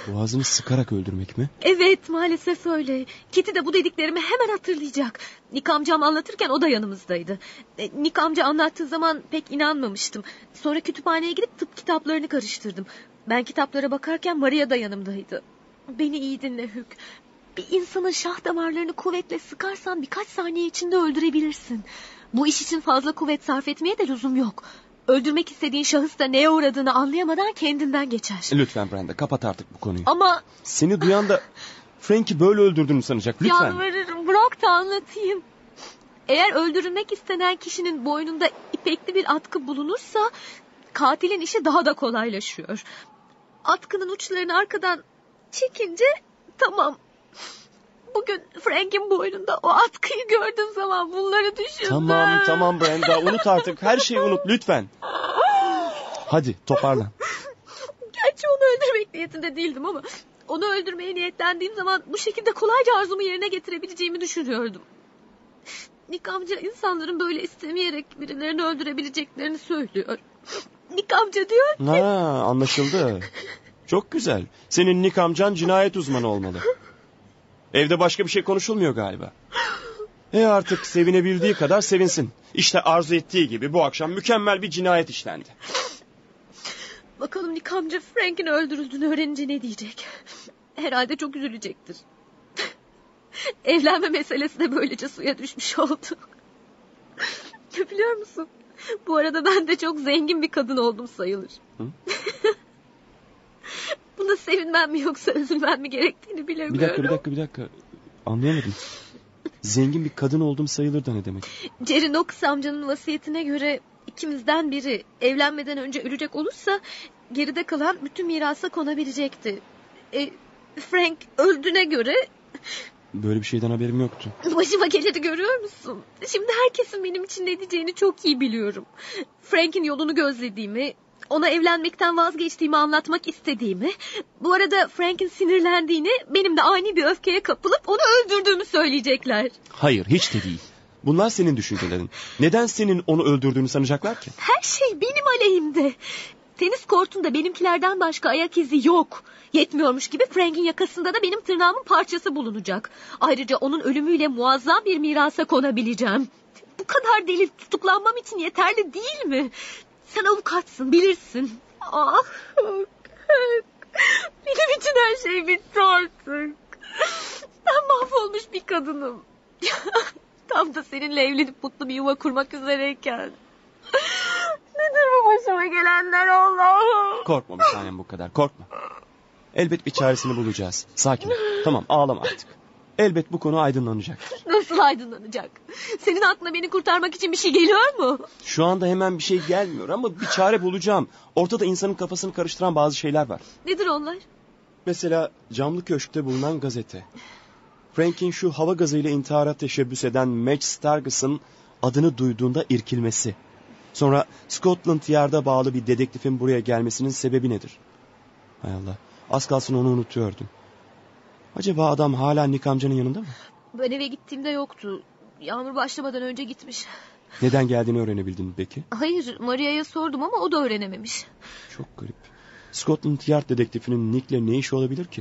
Boğazını sıkarak öldürmek mi? Evet, maalesef öyle. Kitty de bu dediklerimi hemen hatırlayacak. Nick amcam anlatırken o da yanımızdaydı. E, Nick amca anlattığı zaman pek inanmamıştım. Sonra kütüphaneye gidip tıp kitaplarını karıştırdım. Ben kitaplara bakarken Maria da yanımdaydı. Beni iyi dinle Hugh. Bir insanın şah damarlarını kuvvetle sıkarsan birkaç saniye içinde öldürebilirsin. Bu iş için fazla kuvvet sarf etmeye de lüzum yok. Öldürmek istediğin şahıs da neye uğradığını anlayamadan kendinden geçer. Lütfen Brenda, kapat artık bu konuyu. Ama... Seni duyan da Frank'i böyle öldürdüğünü sanacak, lütfen. Yalvarırım, bırak da anlatayım. Eğer öldürülmek istenen kişinin boynunda ipekli bir atkı bulunursa... katilin işi daha da kolaylaşıyor. Atkının uçlarını arkadan çekince tamam. Bugün Frank'in boynunda o atkıyı gördüğüm zaman bunları düşündüm. Tamam tamam Brenda, unut artık, her şeyi unut lütfen. Hadi toparlan. Gerçi onu öldürmek niyetinde değildim ama... onu öldürmeye niyetlendiğim zaman bu şekilde kolayca arzumu yerine getirebileceğimi düşünüyordum. Nick amca insanların böyle istemeyerek birilerini öldürebileceklerini söylüyor. Nick amca diyor ki... Ha, anlaşıldı. Çok güzel. Senin Nick amcan cinayet uzmanı olmalı. Evde başka bir şey konuşulmuyor galiba. E artık sevinebildiği kadar sevinsin. İşte arzu ettiği gibi bu akşam mükemmel bir cinayet işlendi. Bakalım Nick amca Frank'in öldürüldüğünü öğrenince ne diyecek? Herhalde çok üzülecektir. Evlenme meselesi de böylece suya düşmüş oldu. Biliyor musun? Bu arada ben de çok zengin bir kadın oldum sayılır. Hı? Buna sevinmem mi yoksa üzülmem mi gerektiğini bilemiyorum. Bir dakika bir dakika bir dakika. Anlayamadım. Zengin bir kadın oldum sayılır da ne demek? Jerry Knox amcanın vasiyetine göre ikimizden biri evlenmeden önce ölecek olursa geride kalan bütün mirasa konabilecekti. E, Frank öldüğüne göre... Böyle bir şeyden haberim yoktu. Başıma geleni görüyor musun? Şimdi herkesin benim için ne diyeceğini çok iyi biliyorum. Frank'in yolunu gözlediğimi, ona evlenmekten vazgeçtiğimi anlatmak istediğimi... bu arada Frank'in sinirlendiğini, benim de ani bir öfkeye kapılıp onu öldürdüğümü söyleyecekler. Hayır, hiç de değil. Bunlar senin düşüncelerin. Neden senin onu öldürdüğünü sanacaklar ki? Her şey benim aleyhimde. Tenis kortunda benimkilerden başka ayak izi yok. Yetmiyormuş gibi Frank'in yakasında da benim tırnağımın parçası bulunacak. Ayrıca onun ölümüyle muazzam bir mirasa konabileceğim. Bu kadar delil tutuklanmam için yeterli değil mi? Sen avukatsın, bilirsin. Ah, benim için her şey bitti artık. Ben mahvolmuş bir kadınım. Tam da seninle evlenip mutlu bir yuva kurmak üzereyken. Nedir bu başıma gelenler Allah'ım? Korkma bir tanem, bu kadar korkma. Elbet bir çaresini bulacağız. Sakin ol. Tamam, ağlama artık. Elbet bu konu aydınlanacak. Nasıl aydınlanacak? Senin aklına beni kurtarmak için bir şey geliyor mu? Şu anda hemen bir şey gelmiyor ama bir çare bulacağım. Ortada insanın kafasını karıştıran bazı şeyler var. Nedir onlar? Mesela camlı köşkte bulunan gazete. Frank'in şu hava gazıyla intihara teşebbüs eden Madge Stargus'ın adını duyduğunda irkilmesi. Sonra Scotland Yard'a bağlı bir dedektifin buraya gelmesinin sebebi nedir? Hay Allah, az kalsın onu unutuyordum. Acaba adam hala Nick amcanın yanında mı? Ben eve gittiğimde yoktu. Yağmur başlamadan önce gitmiş. Neden geldiğini öğrenebildin mi peki? Hayır, Maria'ya sordum ama o da öğrenememiş. Çok garip. Scotland Yard dedektifinin Nick'le ne işi olabilir ki?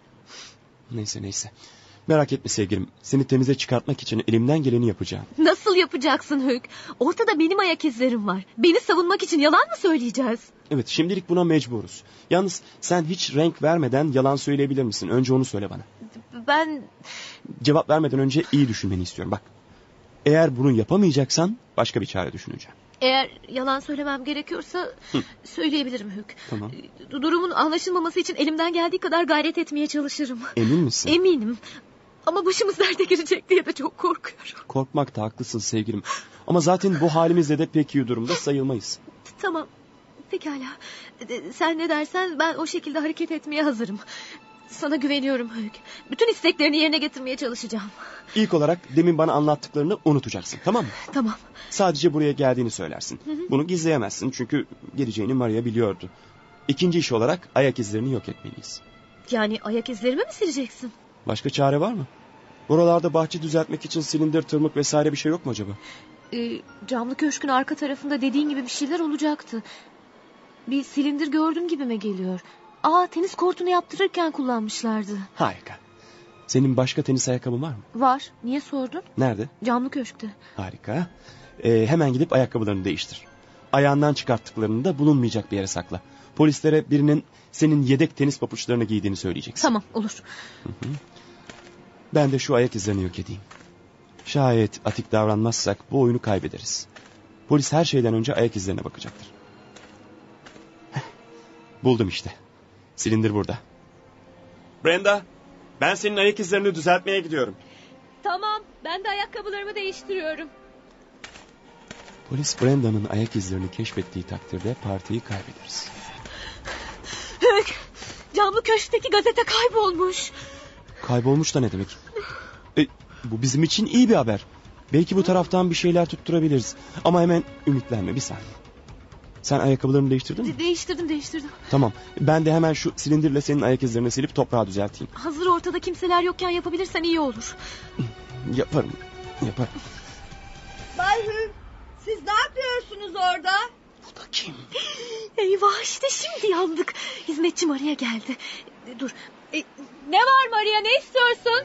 Neyse neyse. Merak etme sevgilim. Seni temize çıkartmak için elimden geleni yapacağım. Nasıl yapacaksın Hugh? Ortada benim ayak izlerim var. Beni savunmak için yalan mı söyleyeceğiz? Evet, şimdilik buna mecburuz. Yalnız sen hiç renk vermeden yalan söyleyebilir misin? Önce onu söyle bana. Ben... Cevap vermeden önce iyi düşünmeni istiyorum. Bak, eğer bunu yapamayacaksan başka bir çare düşüneceğim. Eğer yalan söylemem gerekiyorsa Hı. söyleyebilirim Hugh. Tamam. Durumun anlaşılmaması için elimden geldiği kadar gayret etmeye çalışırım. Emin misin? Eminim. Ama başımız derde girecek diye de çok korkuyorum. Korkmakta haklısın sevgilim. Ama zaten bu halimizle de pek iyi durumda sayılmayız. Tamam. Pekala. Sen ne dersen ben o şekilde hareket etmeye hazırım. Sana güveniyorum Hugh. Bütün isteklerini yerine getirmeye çalışacağım. İlk olarak demin bana anlattıklarını unutacaksın, tamam mı? Tamam. Sadece buraya geldiğini söylersin. Hı hı. Bunu gizleyemezsin çünkü geleceğini Maria biliyordu. İkinci iş olarak ayak izlerini yok etmeliyiz. Yani ayak izlerimi mi sileceksin? Başka çare var mı? Buralarda bahçe düzeltmek için silindir, tırmık vesaire bir şey yok mu acaba? Ee, camlı köşkün arka tarafında dediğin gibi bir şeyler olacaktı. Bir silindir gördüm gibime geliyor. Aa, tenis kortunu yaptırırken kullanmışlardı. Harika. Senin başka tenis ayakkabın var mı? Var. Niye sordun? Nerede? Camlı köşkte. Harika. Ee, hemen gidip ayakkabılarını değiştir. Ayağından çıkarttıklarını da bulunmayacak bir yere sakla. Polislere birinin senin yedek tenis papuçlarını giydiğini söyleyeceksin. Tamam, olur. Hı hı. Ben de şu ayak izlerini yok edeyim. Şayet atik davranmazsak bu oyunu kaybederiz. Polis her şeyden önce ayak izlerine bakacaktır. Heh, buldum işte. Silindir burada. Brenda, ben senin ayak izlerini düzeltmeye gidiyorum. Tamam, ben de ayakkabılarımı değiştiriyorum. Polis Brenda'nın ayak izlerini keşfettiği takdirde partiyi kaybederiz. Hök, camlı köşkteki gazete kaybolmuş. Kaybolmuş da ne demek? E, bu bizim için iyi bir haber. Belki bu taraftan bir şeyler tutturabiliriz. Ama hemen ümitlenme, bir saniye. Sen ayakkabılarını değiştirdin mi? De- değiştirdim değiştirdim. Tamam, ben de hemen şu silindirle senin ayak izlerini silip toprağa düzelteyim. Hazır ortada kimseler yokken yapabilirsen iyi olur. Yaparım, yaparım. Bay Hugh, siz ne yapıyorsunuz orada? Bu da kim? Eyvah, işte şimdi yandık. Hizmetçi Maria geldi. E, Dur. E, ne var Maria, ne istiyorsun?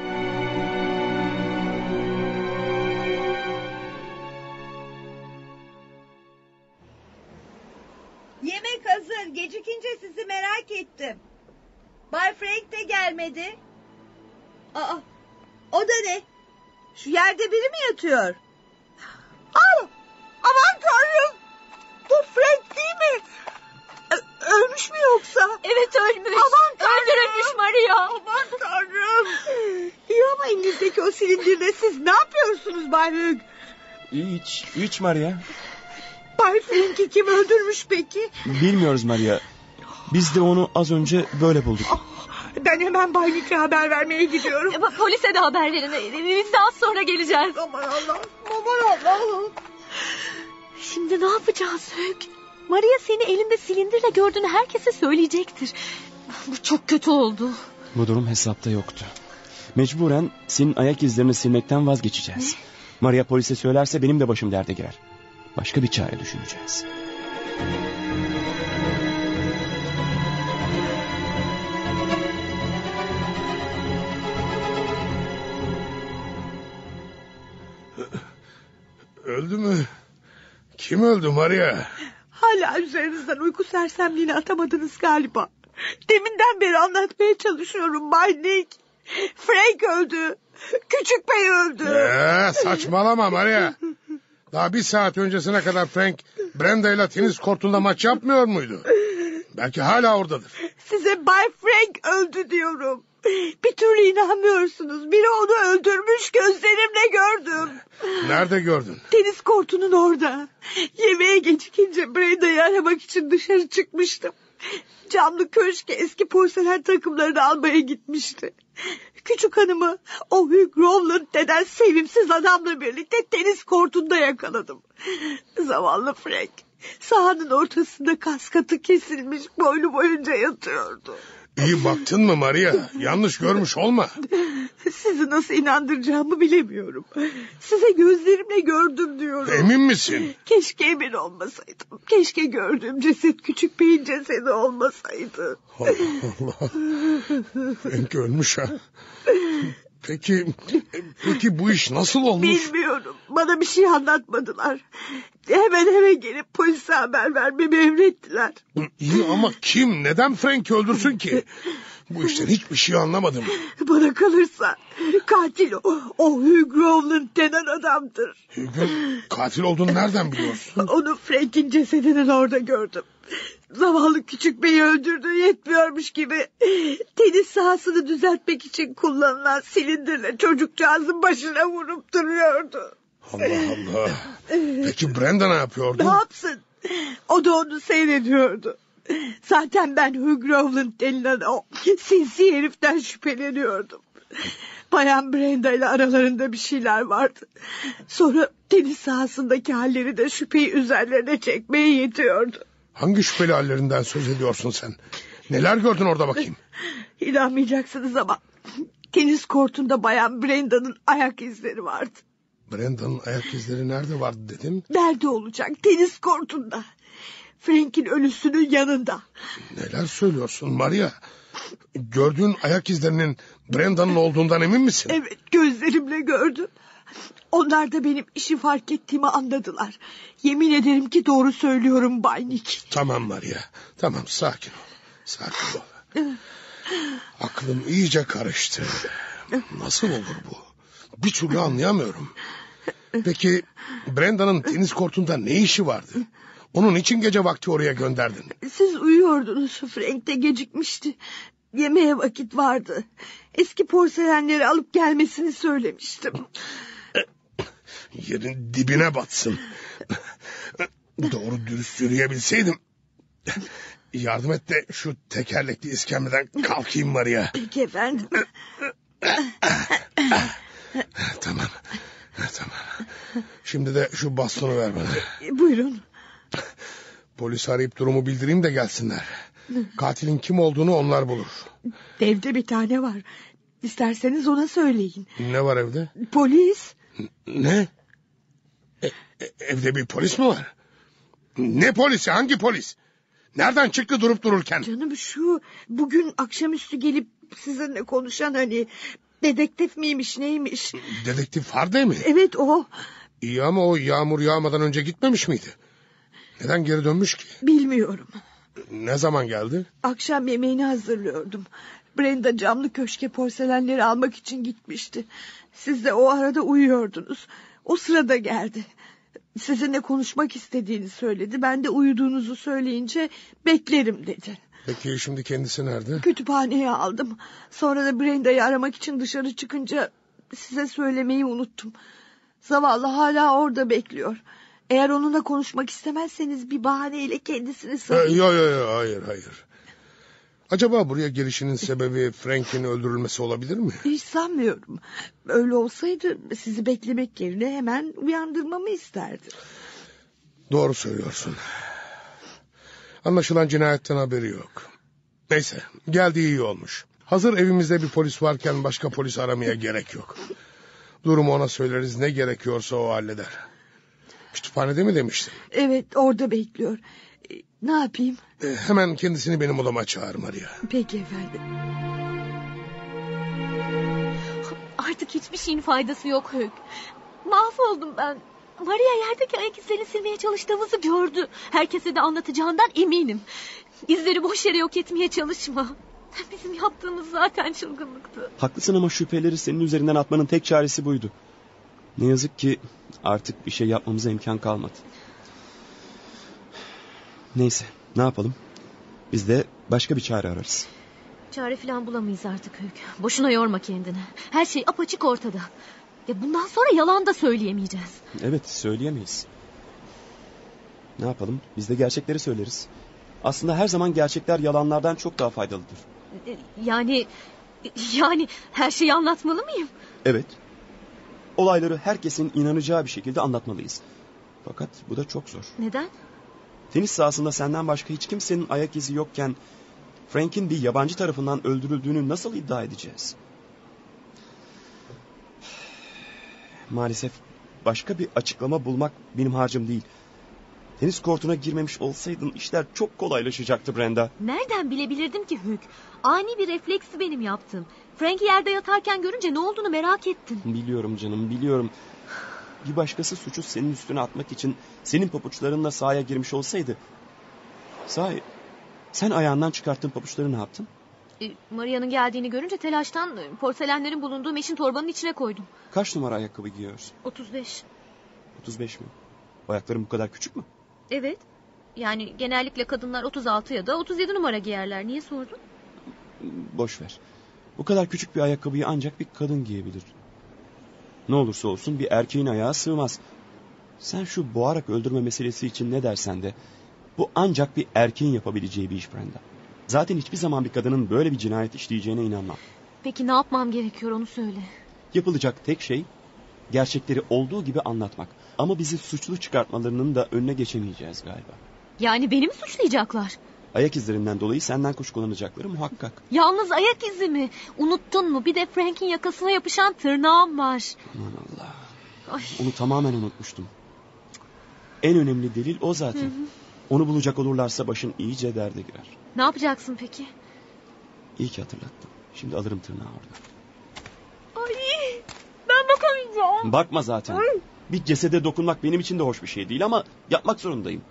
Yemek hazır. Gecikince sizi merak ettim. Bay Frank de gelmedi. Aa, o da ne? Şu yerde biri mi yatıyor? Aa, aman tanrım. Bu Frank değil mi? Ö- ölmüş mü yoksa? Evet, ölmüş. Aman tanrım. Öldürülmüş Maria. Aman tanrım. İyi ama elinizdeki o silindirle siz ne yapıyorsunuz Bay Hugh? Hiç, hiç Maria. Bay Frank'i kim öldürmüş peki? Bilmiyoruz Maria. Biz de onu az önce böyle bulduk. Ben hemen Bay Nick'e haber vermeye gidiyorum. E, Polise de haber verin. E, Biz de az sonra geleceğiz. Aman Allah'ım, aman Allah'ım. Şimdi ne yapacağız Hök? Maria seni elinde silindirle gördüğünü herkese söyleyecektir. Bu çok kötü oldu. Bu durum hesapta yoktu. Mecburen senin ayak izlerini silmekten vazgeçeceğiz. Ne? Maria polise söylerse benim de başım derde girer. Başka bir çare düşüneceğiz. Öldü mü? Kim öldü Maria? Hala üzerinizden uyku sersemliğini atamadınız galiba. Deminden beri anlatmaya çalışıyorum Bay Nick. Frank öldü. Küçük Bey öldü. Ee, saçmalama Maria. Daha bir saat öncesine kadar Frank Brenda ile tenis kortunda maç yapmıyor muydu? Belki hala oradadır. Size Bay Frank öldü diyorum. Bir türlü inanmıyorsunuz. Biri onu öldürmüş, gözlerimle gördüm. Nerede gördün? Tenis kortunun orada. Yemeğe gecikince Brenda'yı aramak için dışarı çıkmıştım. Camlı köşke eski porselen takımlarını almaya gitmişti. Küçük hanımı o Hugh Rowland denen sevimsiz adamla birlikte tenis kortunda yakaladım. Zavallı Frank sahanın ortasında kaskatı kesilmiş, boylu boyunca yatıyordu. İyi baktın mı Maria? Yanlış görmüş olma. Sizi nasıl inandıracağımı bilemiyorum. Size gözlerimle gördüm diyorum. Emin misin? Keşke emin olmasaydım. Keşke gördüğüm ceset Küçük Bey'in cesedi olmasaydı. Allah Allah. Frank ölmüş ha. Peki, peki bu iş nasıl olmuş? Bilmiyorum. Bana bir şey anlatmadılar. Hemen eve gelip polise haber vermemi emrettiler. İyi ama kim? Neden Frank'i öldürsün ki? Bu işten hiçbir şey anlamadım. Bana kalırsa katil o. O Hugh Rowland denen adamdır. Hugh'un katil olduğunu nereden biliyorsun? Onu Frank'in cesedinin orada gördüm. Zavallı Küçük Bey'i öldürdüğü yetmiyormuş gibi tenis sahasını düzeltmek için kullanılan silindirle çocukcağızın başına vurup duruyordu. Allah Allah. Peki Brenda ne yapıyordu? Ne yapsın? O da onu seyrediyordu. Zaten ben Hugh Rowland denilen o sinsi heriften şüpheleniyordum. Bayan Brenda ile aralarında bir şeyler vardı. Sonra tenis sahasındaki halleri de şüpheyi üzerlerine çekmeye yetiyordu. Hangi şüpheli hallerinden söz ediyorsun sen? Neler gördün orada bakayım? İnanmayacaksınız ama tenis kortunda Bayan Brenda'nın ayak izleri vardı. Brenda'nın ayak izleri nerede vardı dedim? Nerede olacak? Tenis kortunda. Frank'in ölüsünün yanında. Neler söylüyorsun Maria? Gördüğün ayak izlerinin Brenda'nın olduğundan emin misin? Evet, gözlerimle gördüm. Onlar da benim işi fark ettiğimi anladılar. Yemin ederim ki doğru söylüyorum Bay Nick. Tamam Maria, tamam, sakin ol. Sakin ol. Aklım iyice karıştı. Nasıl olur bu? Bir türlü anlayamıyorum. Peki Brenda'nın tenis kortunda ne işi vardı? Onun için gece vakti oraya gönderdin. Siz uyuyordunuz. Frank de gecikmişti. Yemeğe vakit vardı. Eski porselenleri alıp gelmesini söylemiştim. Yerin dibine batsın. Doğru dürüst yürüyebilseydim. Yardım et de şu tekerlekli iskemleden kalkayım Maria. Peki efendim. Tamam. Tamam. Şimdi de şu bastonu ver bana. Buyurun. Polisi arayıp durumu bildireyim de gelsinler. Katilin kim olduğunu onlar bulur. Evde bir tane var. İsterseniz ona söyleyin. Ne var evde? Polis. Ne? E, e, evde bir polis mi var? Ne polisi? Hangi polis? Nereden çıktı durup dururken? Canım şu bugün akşamüstü gelip sizinle konuşan hani dedektif miymiş neymiş? Dedektif Hardy mi? Evet o. İyi ama o yağmur yağmadan önce gitmemiş miydi? Neden geri dönmüş ki? Bilmiyorum. Ne zaman geldi? Akşam yemeğini hazırlıyordum. Brenda camlı köşke porselenleri almak için gitmişti. Siz de o arada uyuyordunuz. O sırada geldi. Sizinle konuşmak istediğini söyledi. Ben de uyuduğunuzu söyleyince beklerim dedi. Peki şimdi kendisi nerede? Kütüphaneye aldım. Sonra da Brenda'yı aramak için dışarı çıkınca size söylemeyi unuttum. Zavallı hala orada bekliyor. Eğer onunla konuşmak istemezseniz bir bahaneyle kendisini sarayım. Yok yok yo, hayır hayır. Acaba buraya gelişinin sebebi Frank'in öldürülmesi olabilir mi? Hiç sanmıyorum. Öyle olsaydı sizi beklemek yerine hemen uyandırmamı isterdi. Doğru söylüyorsun. Anlaşılan cinayetten haberi yok. Neyse, geldiği iyi olmuş. Hazır evimizde bir polis varken başka polis aramaya gerek yok. Durumu ona söyleriz, ne gerekiyorsa o halleder. Kütüphanede mi demiştin? Evet, orada bekliyor. E, ne yapayım? E, hemen kendisini benim odama çağır Maria. Peki efendim. Artık hiçbir şeyin faydası yok Hugh. Mahvoldum ben. Maria yerdeki ayak izlerini silmeye çalıştığımızı gördü. Herkese de anlatacağından eminim. İzleri boş yere yok etmeye çalışma. Bizim yaptığımız zaten çılgınlıktı. Haklısın ama şüpheleri senin üzerinden atmanın tek çaresi buydu. Ne yazık ki artık bir şey yapmamıza imkan kalmadı. Neyse, ne yapalım? Biz de başka bir çare ararız. Çare falan bulamayız artık Hugh. Boşuna yorma kendini. Her şey apaçık ortada. Ya bundan sonra yalan da söyleyemeyeceğiz. Evet, söyleyemeyiz. Ne yapalım? Biz de gerçekleri söyleriz. Aslında her zaman gerçekler yalanlardan çok daha faydalıdır. Yani yani her şeyi anlatmalı mıyım? Evet. Olayları herkesin inanacağı bir şekilde anlatmalıyız. Fakat bu da çok zor. Neden? Tenis sahasında senden başka hiç kimsenin ayak izi yokken Frank'in bir yabancı tarafından öldürüldüğünü nasıl iddia edeceğiz? Maalesef başka bir açıklama bulmak benim harcım değil. Tenis kortuna girmemiş olsaydın işler çok kolaylaşacaktı Brenda. Nereden bilebilirdim ki Hugh? Ani bir refleksi benim yaptığım. Frank'i yerde yatarken görünce ne olduğunu merak ettim. Biliyorum canım, biliyorum. Bir başkası suçu senin üstüne atmak için senin pabuçlarınla sahaya girmiş olsaydı... Sahi, sen ayağından çıkarttığın pabuçları ne yaptın? E, Maria'nın geldiğini görünce telaştan porselenlerin bulunduğu meşin torbanın içine koydum. Kaç numara ayakkabı giyiyorsun? otuz beş. otuz beş mi? Ayakların bu kadar küçük mü? Evet. Yani genellikle kadınlar otuz altı ya da otuz yedi numara giyerler. Niye sordun? Boş ver. Bu kadar küçük bir ayakkabıyı ancak bir kadın giyebilir. Ne olursa olsun bir erkeğin ayağı sığmaz. Sen şu boğarak öldürme meselesi için ne dersen de... bu ancak bir erkeğin yapabileceği bir iş Brenda. Zaten hiçbir zaman bir kadının böyle bir cinayet işleyeceğine inanmam. Peki ne yapmam gerekiyor, onu söyle. Yapılacak tek şey gerçekleri olduğu gibi anlatmak. Ama bizi suçlu çıkartmalarının da önüne geçemeyeceğiz galiba. Yani beni mi suçlayacaklar? Ayak izlerinden dolayı senden kuşkulanacakları muhakkak. Yalnız ayak izi mi? Unuttun mu? Bir de Frank'in yakasına yapışan tırnağım var. Aman Allah. Ay. Onu tamamen unutmuştum. En önemli delil o zaten. Hı hı. Onu bulacak olurlarsa başın iyice derde girer. Ne yapacaksın peki? İyi ki hatırlattın. Şimdi alırım tırnağı orada. Ay, ben bakamayacağım. Bakma zaten. Ay. Bir cesede dokunmak benim için de hoş bir şey değil ama yapmak zorundayım.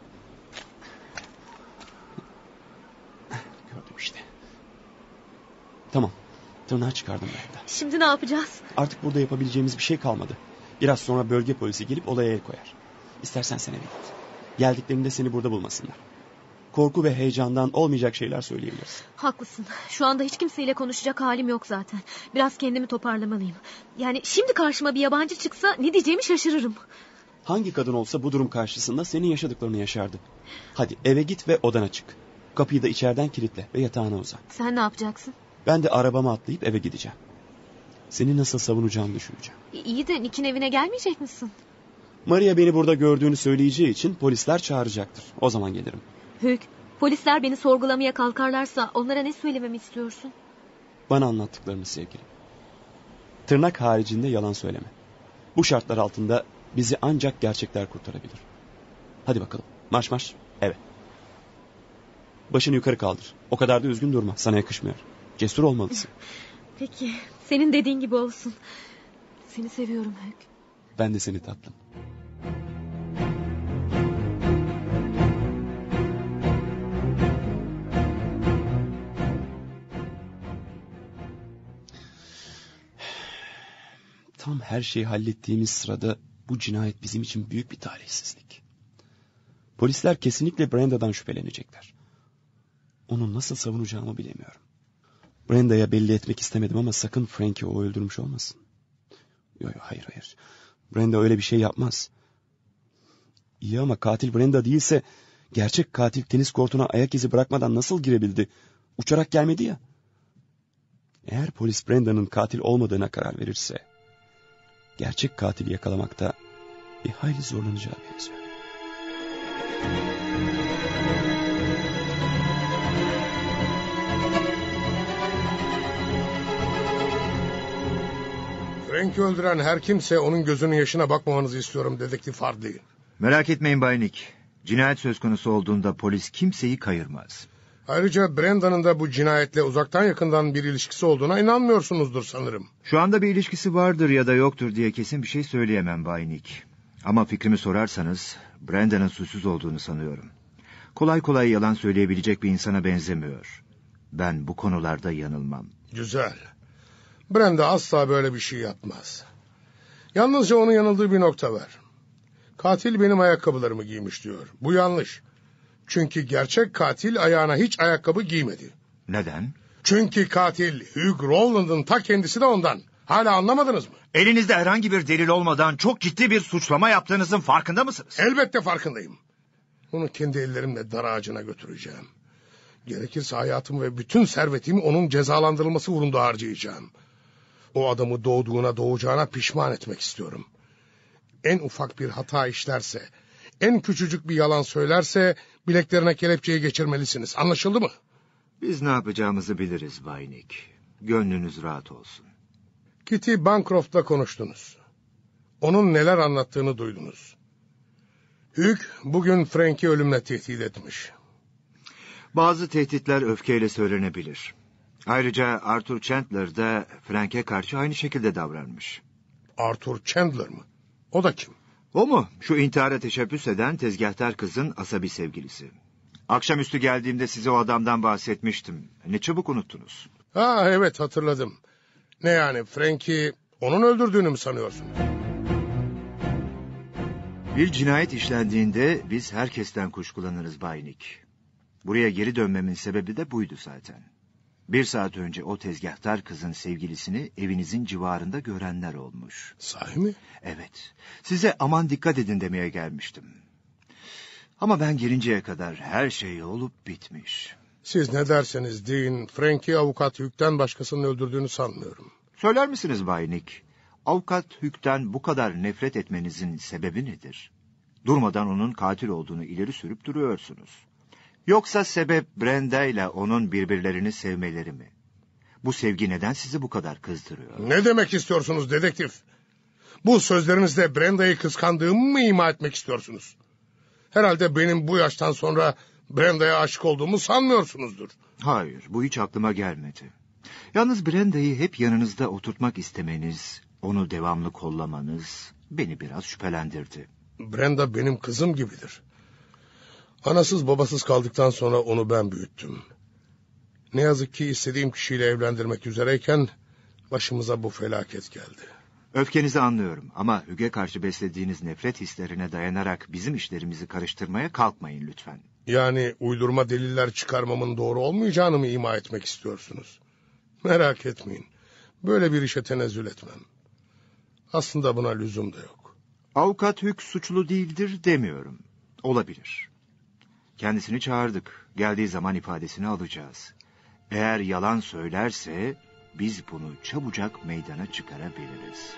Gördüm işte. Tamam. Tırnağı çıkardım ben de. Şimdi ne yapacağız? Artık burada yapabileceğimiz bir şey kalmadı. Biraz sonra bölge polisi gelip olaya el koyar. İstersen sen eve git. Geldiklerinde seni burada bulmasınlar. Korku ve heyecandan olmayacak şeyler söyleyebilirsin. Haklısın. Şu anda hiç kimseyle konuşacak halim yok zaten. Biraz kendimi toparlamalıyım. Yani şimdi karşıma bir yabancı çıksa ne diyeceğimi şaşırırım. Hangi kadın olsa bu durum karşısında senin yaşadıklarını yaşardı. Hadi eve git ve odana çık. Kapıyı da içeriden kilitle ve yatağına uzan. Sen ne yapacaksın? Ben de arabama atlayıp eve gideceğim. Seni nasıl savunacağımı düşüneceğim. İyi de Nick'in evine gelmeyecek misin? Maria beni burada gördüğünü söyleyeceği için polisler çağıracaktır. O zaman gelirim. Hugh, polisler beni sorgulamaya kalkarlarsa onlara ne söylememi istiyorsun? Bana anlattıklarını sevgilim. Tırnak haricinde yalan söyleme. Bu şartlar altında bizi ancak gerçekler kurtarabilir. Hadi bakalım, marş marş eve. Başını yukarı kaldır. O kadar da üzgün durma, sana yakışmıyor. Cesur olmalısın. Peki, senin dediğin gibi olsun. Seni seviyorum Hugh. Ben de seni tatlım. Tam her şeyi hallettiğimiz sırada bu cinayet bizim için büyük bir talihsizlik. Polisler kesinlikle Brenda'dan şüphelenecekler. Onu nasıl savunacağımı bilemiyorum. Brenda'ya belli etmek istemedim ama sakın Frank'i o öldürmüş olmasın. Yok yok hayır hayır. Brenda öyle bir şey yapmaz. İyi ama katil Brenda değilse gerçek katil tenis kortuna ayak izi bırakmadan nasıl girebildi? Uçarak gelmedi ya. Eğer polis Brenda'nın katil olmadığına karar verirse gerçek katili yakalamakta bir hayli zorlanacağı benziyor. Frank'i öldüren her kimse onun gözünün yaşına bakmamanızı istiyorum dedektif Hardy. Merak etmeyin Bay Nick. Cinayet söz konusu olduğunda polis kimseyi kayırmaz. Ayrıca Brenda'nın da bu cinayetle uzaktan yakından bir ilişkisi olduğuna inanmıyorsunuzdur sanırım. Şu anda bir ilişkisi vardır ya da yoktur diye kesin bir şey söyleyemem Bay Nick. Ama fikrimi sorarsanız Brenda'nın suçsuz olduğunu sanıyorum. Kolay kolay yalan söyleyebilecek bir insana benzemiyor. Ben bu konularda yanılmam. Güzel. Brenda asla böyle bir şey yapmaz. Yalnızca onun yanıldığı bir nokta var. Katil benim ayakkabılarımı giymiş diyor. Bu yanlış. Çünkü gerçek katil ayağına hiç ayakkabı giymedi. Neden? Çünkü katil Hugh Rowland'ın ta kendisi de ondan. Hala anlamadınız mı? Elinizde herhangi bir delil olmadan çok ciddi bir suçlama yaptığınızın farkında mısınız? Elbette farkındayım. Onu kendi ellerimle dar ağacına götüreceğim. Gerekirse hayatımı ve bütün servetimi onun cezalandırılması uğrunda harcayacağım. O adamı doğduğuna doğacağına pişman etmek istiyorum. En ufak bir hata işlerse, en küçücük bir yalan söylerse bileklerine kelepçeyi geçirmelisiniz. Anlaşıldı mı? Biz ne yapacağımızı biliriz Bay Nick. Gönlünüz rahat olsun. Kitty Bancroft'la konuştunuz. Onun neler anlattığını duydunuz. Hugh bugün Frank'i ölümle tehdit etmiş. Bazı tehditler öfkeyle söylenebilir. Ayrıca Arthur Chandler da Frank'e karşı aynı şekilde davranmış. Arthur Chandler mı? O da kim? O mu? Şu intihara teşebbüs eden tezgahtar kızın asabi sevgilisi. Akşamüstü geldiğimde size o adamdan bahsetmiştim. Ne çabuk unuttunuz. Ha evet hatırladım. Ne yani Frank'i onun öldürdüğünü mü sanıyorsunuz? Bir cinayet işlendiğinde biz herkesten kuşkulanırız Bay Nick. Buraya geri dönmemin sebebi de buydu zaten. Bir saat önce o tezgahtar kızın sevgilisini evinizin civarında görenler olmuş. Sahi mi? Evet. Size aman dikkat edin demeye gelmiştim. Ama ben gelinceye kadar her şey olup bitmiş. Siz ne derseniz deyin, Frank'i avukat Hugh'ten başkasının öldürdüğünü sanmıyorum. Söyler misiniz Bay Nick? Avukat Hugh'ten bu kadar nefret etmenizin sebebi nedir? Durmadan onun katil olduğunu ileri sürüp duruyorsunuz. Yoksa sebep Brenda ile onun birbirlerini sevmeleri mi? Bu sevgi neden sizi bu kadar kızdırıyor? Ne demek istiyorsunuz dedektif? Bu sözlerinizle Brenda'yı kıskandığımı mı ima etmek istiyorsunuz? Herhalde benim bu yaştan sonra Brenda'ya aşık olduğumu sanmıyorsunuzdur. Hayır, bu hiç aklıma gelmedi. Yalnız Brenda'yı hep yanınızda oturtmak istemeniz, onu devamlı kollamanız beni biraz şüphelendirdi. Brenda benim kızım gibidir. Anasız babasız kaldıktan sonra onu ben büyüttüm. Ne yazık ki istediğim kişiyle evlendirmek üzereyken başımıza bu felaket geldi. Öfkenizi anlıyorum ama Hug'e karşı beslediğiniz nefret hislerine dayanarak bizim işlerimizi karıştırmaya kalkmayın lütfen. Yani uydurma deliller çıkarmamın doğru olmayacağını mı ima etmek istiyorsunuz? Merak etmeyin. Böyle bir işe tenezzül etmem. Aslında buna lüzum da yok. Avukat Hug suçlu değildir demiyorum. Olabilir. Kendisini çağırdık. Geldiği zaman ifadesini alacağız. Eğer yalan söylerse biz bunu çabucak meydana çıkarabiliriz.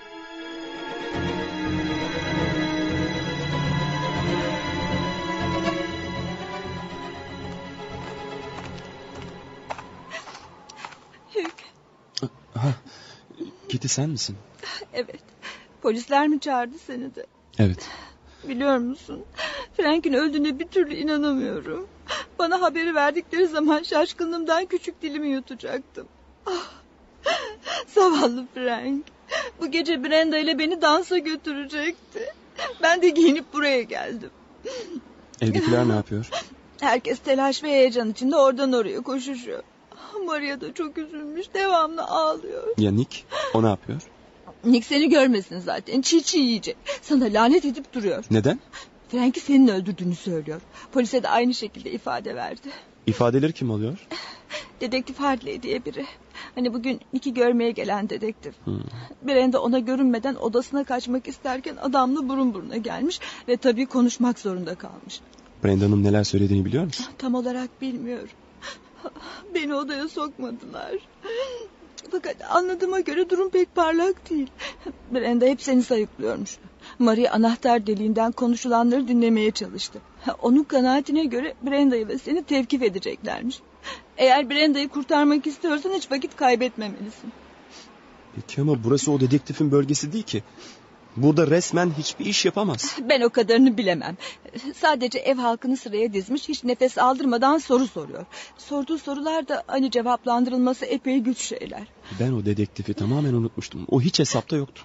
Hugh. Ha, Kitty sen misin? Evet. Polisler mi çağırdı seni de? Evet. Biliyor musun? Frank'in öldüğüne bir türlü inanamıyorum. Bana haberi verdikleri zaman şaşkınlığımdan küçük dilimi yutacaktım. Ah, zavallı Frank. Bu gece Brenda ile beni dansa götürecekti. Ben de giyinip buraya geldim. Evdekiler ne yapıyor? Herkes telaş ve heyecan içinde oradan oraya koşuşuyor. Maria da çok üzülmüş, devamlı ağlıyor. Ya Nick? O ne yapıyor? Nick seni görmesin zaten, çiğ çiğ yiyecek. Sana lanet edip duruyor. Neden? Frank'i senin öldürdüğünü söylüyor. Polise de aynı şekilde ifade verdi. İfadeleri kim alıyor? Dedektif Hartley diye biri. Hani bugün Nick'i görmeye gelen dedektif. Hmm. Brenda ona görünmeden odasına kaçmak isterken adamla burun buruna gelmiş ve tabii konuşmak zorunda kalmış. Brenda'nın neler söylediğini biliyor musun? Tam olarak bilmiyorum. Beni odaya sokmadılar. Fakat anladığıma göre durum pek parlak değil. Brenda hep seni sayıklıyormuş. Maria anahtar deliğinden konuşulanları dinlemeye çalıştı. Onun kanaatine göre Brenda'yı ve seni tevkif edeceklermiş. Eğer Brenda'yı kurtarmak istiyorsan hiç vakit kaybetmemelisin. Peki ama burası o dedektifin bölgesi değil ki. Burada resmen hiçbir iş yapamaz. Ben o kadarını bilemem. Sadece ev halkını sıraya dizmiş, hiç nefes aldırmadan soru soruyor. Sorduğu sorular da hani cevaplandırılması epey güç şeyler. Ben o dedektifi tamamen unutmuştum. O hiç hesapta yoktu.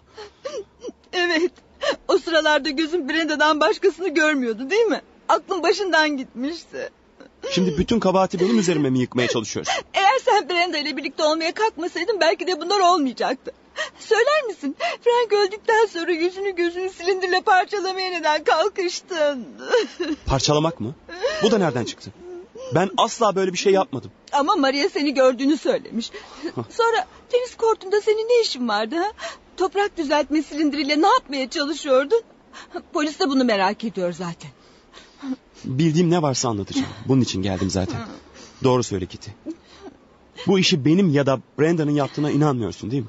Evet. O sıralarda gözüm Brenda'dan başkasını görmüyordu değil mi? Aklım başından gitmişti. Şimdi bütün kabahati benim üzerime mi yıkmaya çalışıyorsun? Eğer sen Brenda ile birlikte olmaya kalkmasaydın belki de bunlar olmayacaktı. Söyler misin? Frank öldükten sonra yüzünü gözünü silindirle parçalamaya neden kalkıştın? Parçalamak mı? Bu da nereden çıktı? Ben asla böyle bir şey yapmadım. Ama Maria seni gördüğünü söylemiş. Sonra tenis kortunda senin ne işin vardı? Ha? Toprak düzeltme silindiriyle ne yapmaya çalışıyordun? Polis de bunu merak ediyor zaten. Bildiğim ne varsa anlatacağım. Bunun için geldim zaten. Doğru söyle Kitty. Bu işi benim ya da Brenda'nın yaptığına inanmıyorsun değil mi?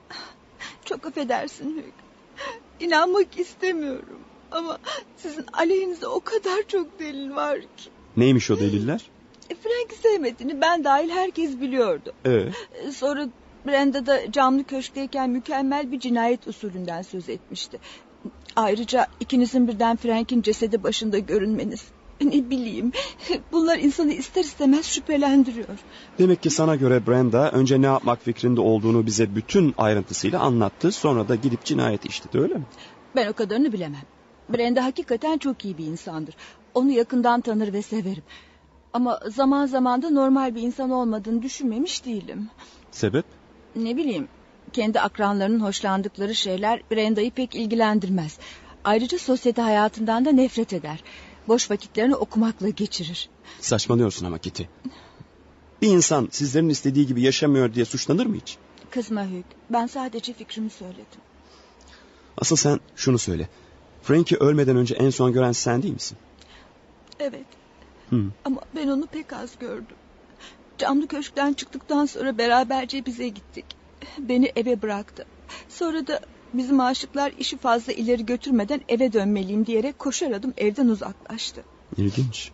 Çok affedersin Hugh. İnanmak istemiyorum. Ama sizin aleyhinize o kadar çok delil var ki. Neymiş o deliller? E, Frank'i sevmediğini ben dahil herkes biliyordu. Evet. E, sonra Brenda da camlı köşkteyken mükemmel bir cinayet usulünden söz etmişti. Ayrıca ikinizin birden Frank'in cesedi başında görünmeniz. Ne bileyim, bunlar insanı ister istemez şüphelendiriyor. Demek ki sana göre Brenda önce ne yapmak fikrinde olduğunu bize bütün ayrıntısıyla anlattı. Sonra da gidip cinayeti işledi, öyle mi? Ben o kadarını bilemem. Brenda hakikaten çok iyi bir insandır. Onu yakından tanır ve severim. Ama zaman zaman da normal bir insan olmadığını düşünmemiş değilim. Sebep? Ne bileyim, kendi akranlarının hoşlandıkları şeyler Brenda'yı pek ilgilendirmez. Ayrıca sosyete hayatından da nefret eder. Boş vakitlerini okumakla geçirir. Saçmalıyorsun ama Kitty. Bir insan sizlerin istediği gibi yaşamıyor diye suçlanır mı hiç? Kızma Hugh, ben sadece fikrimi söyledim. Asıl sen şunu söyle. Frank'i ölmeden önce en son gören sen değil misin? Evet. Hı. Ama ben onu pek az gördüm. Camlı köşkten çıktıktan sonra beraberce bize gittik. Beni eve bıraktı. Sonra da bizim aşıklar işi fazla ileri götürmeden eve dönmeliyim diyerek koşar adım evden uzaklaştı. İlginç.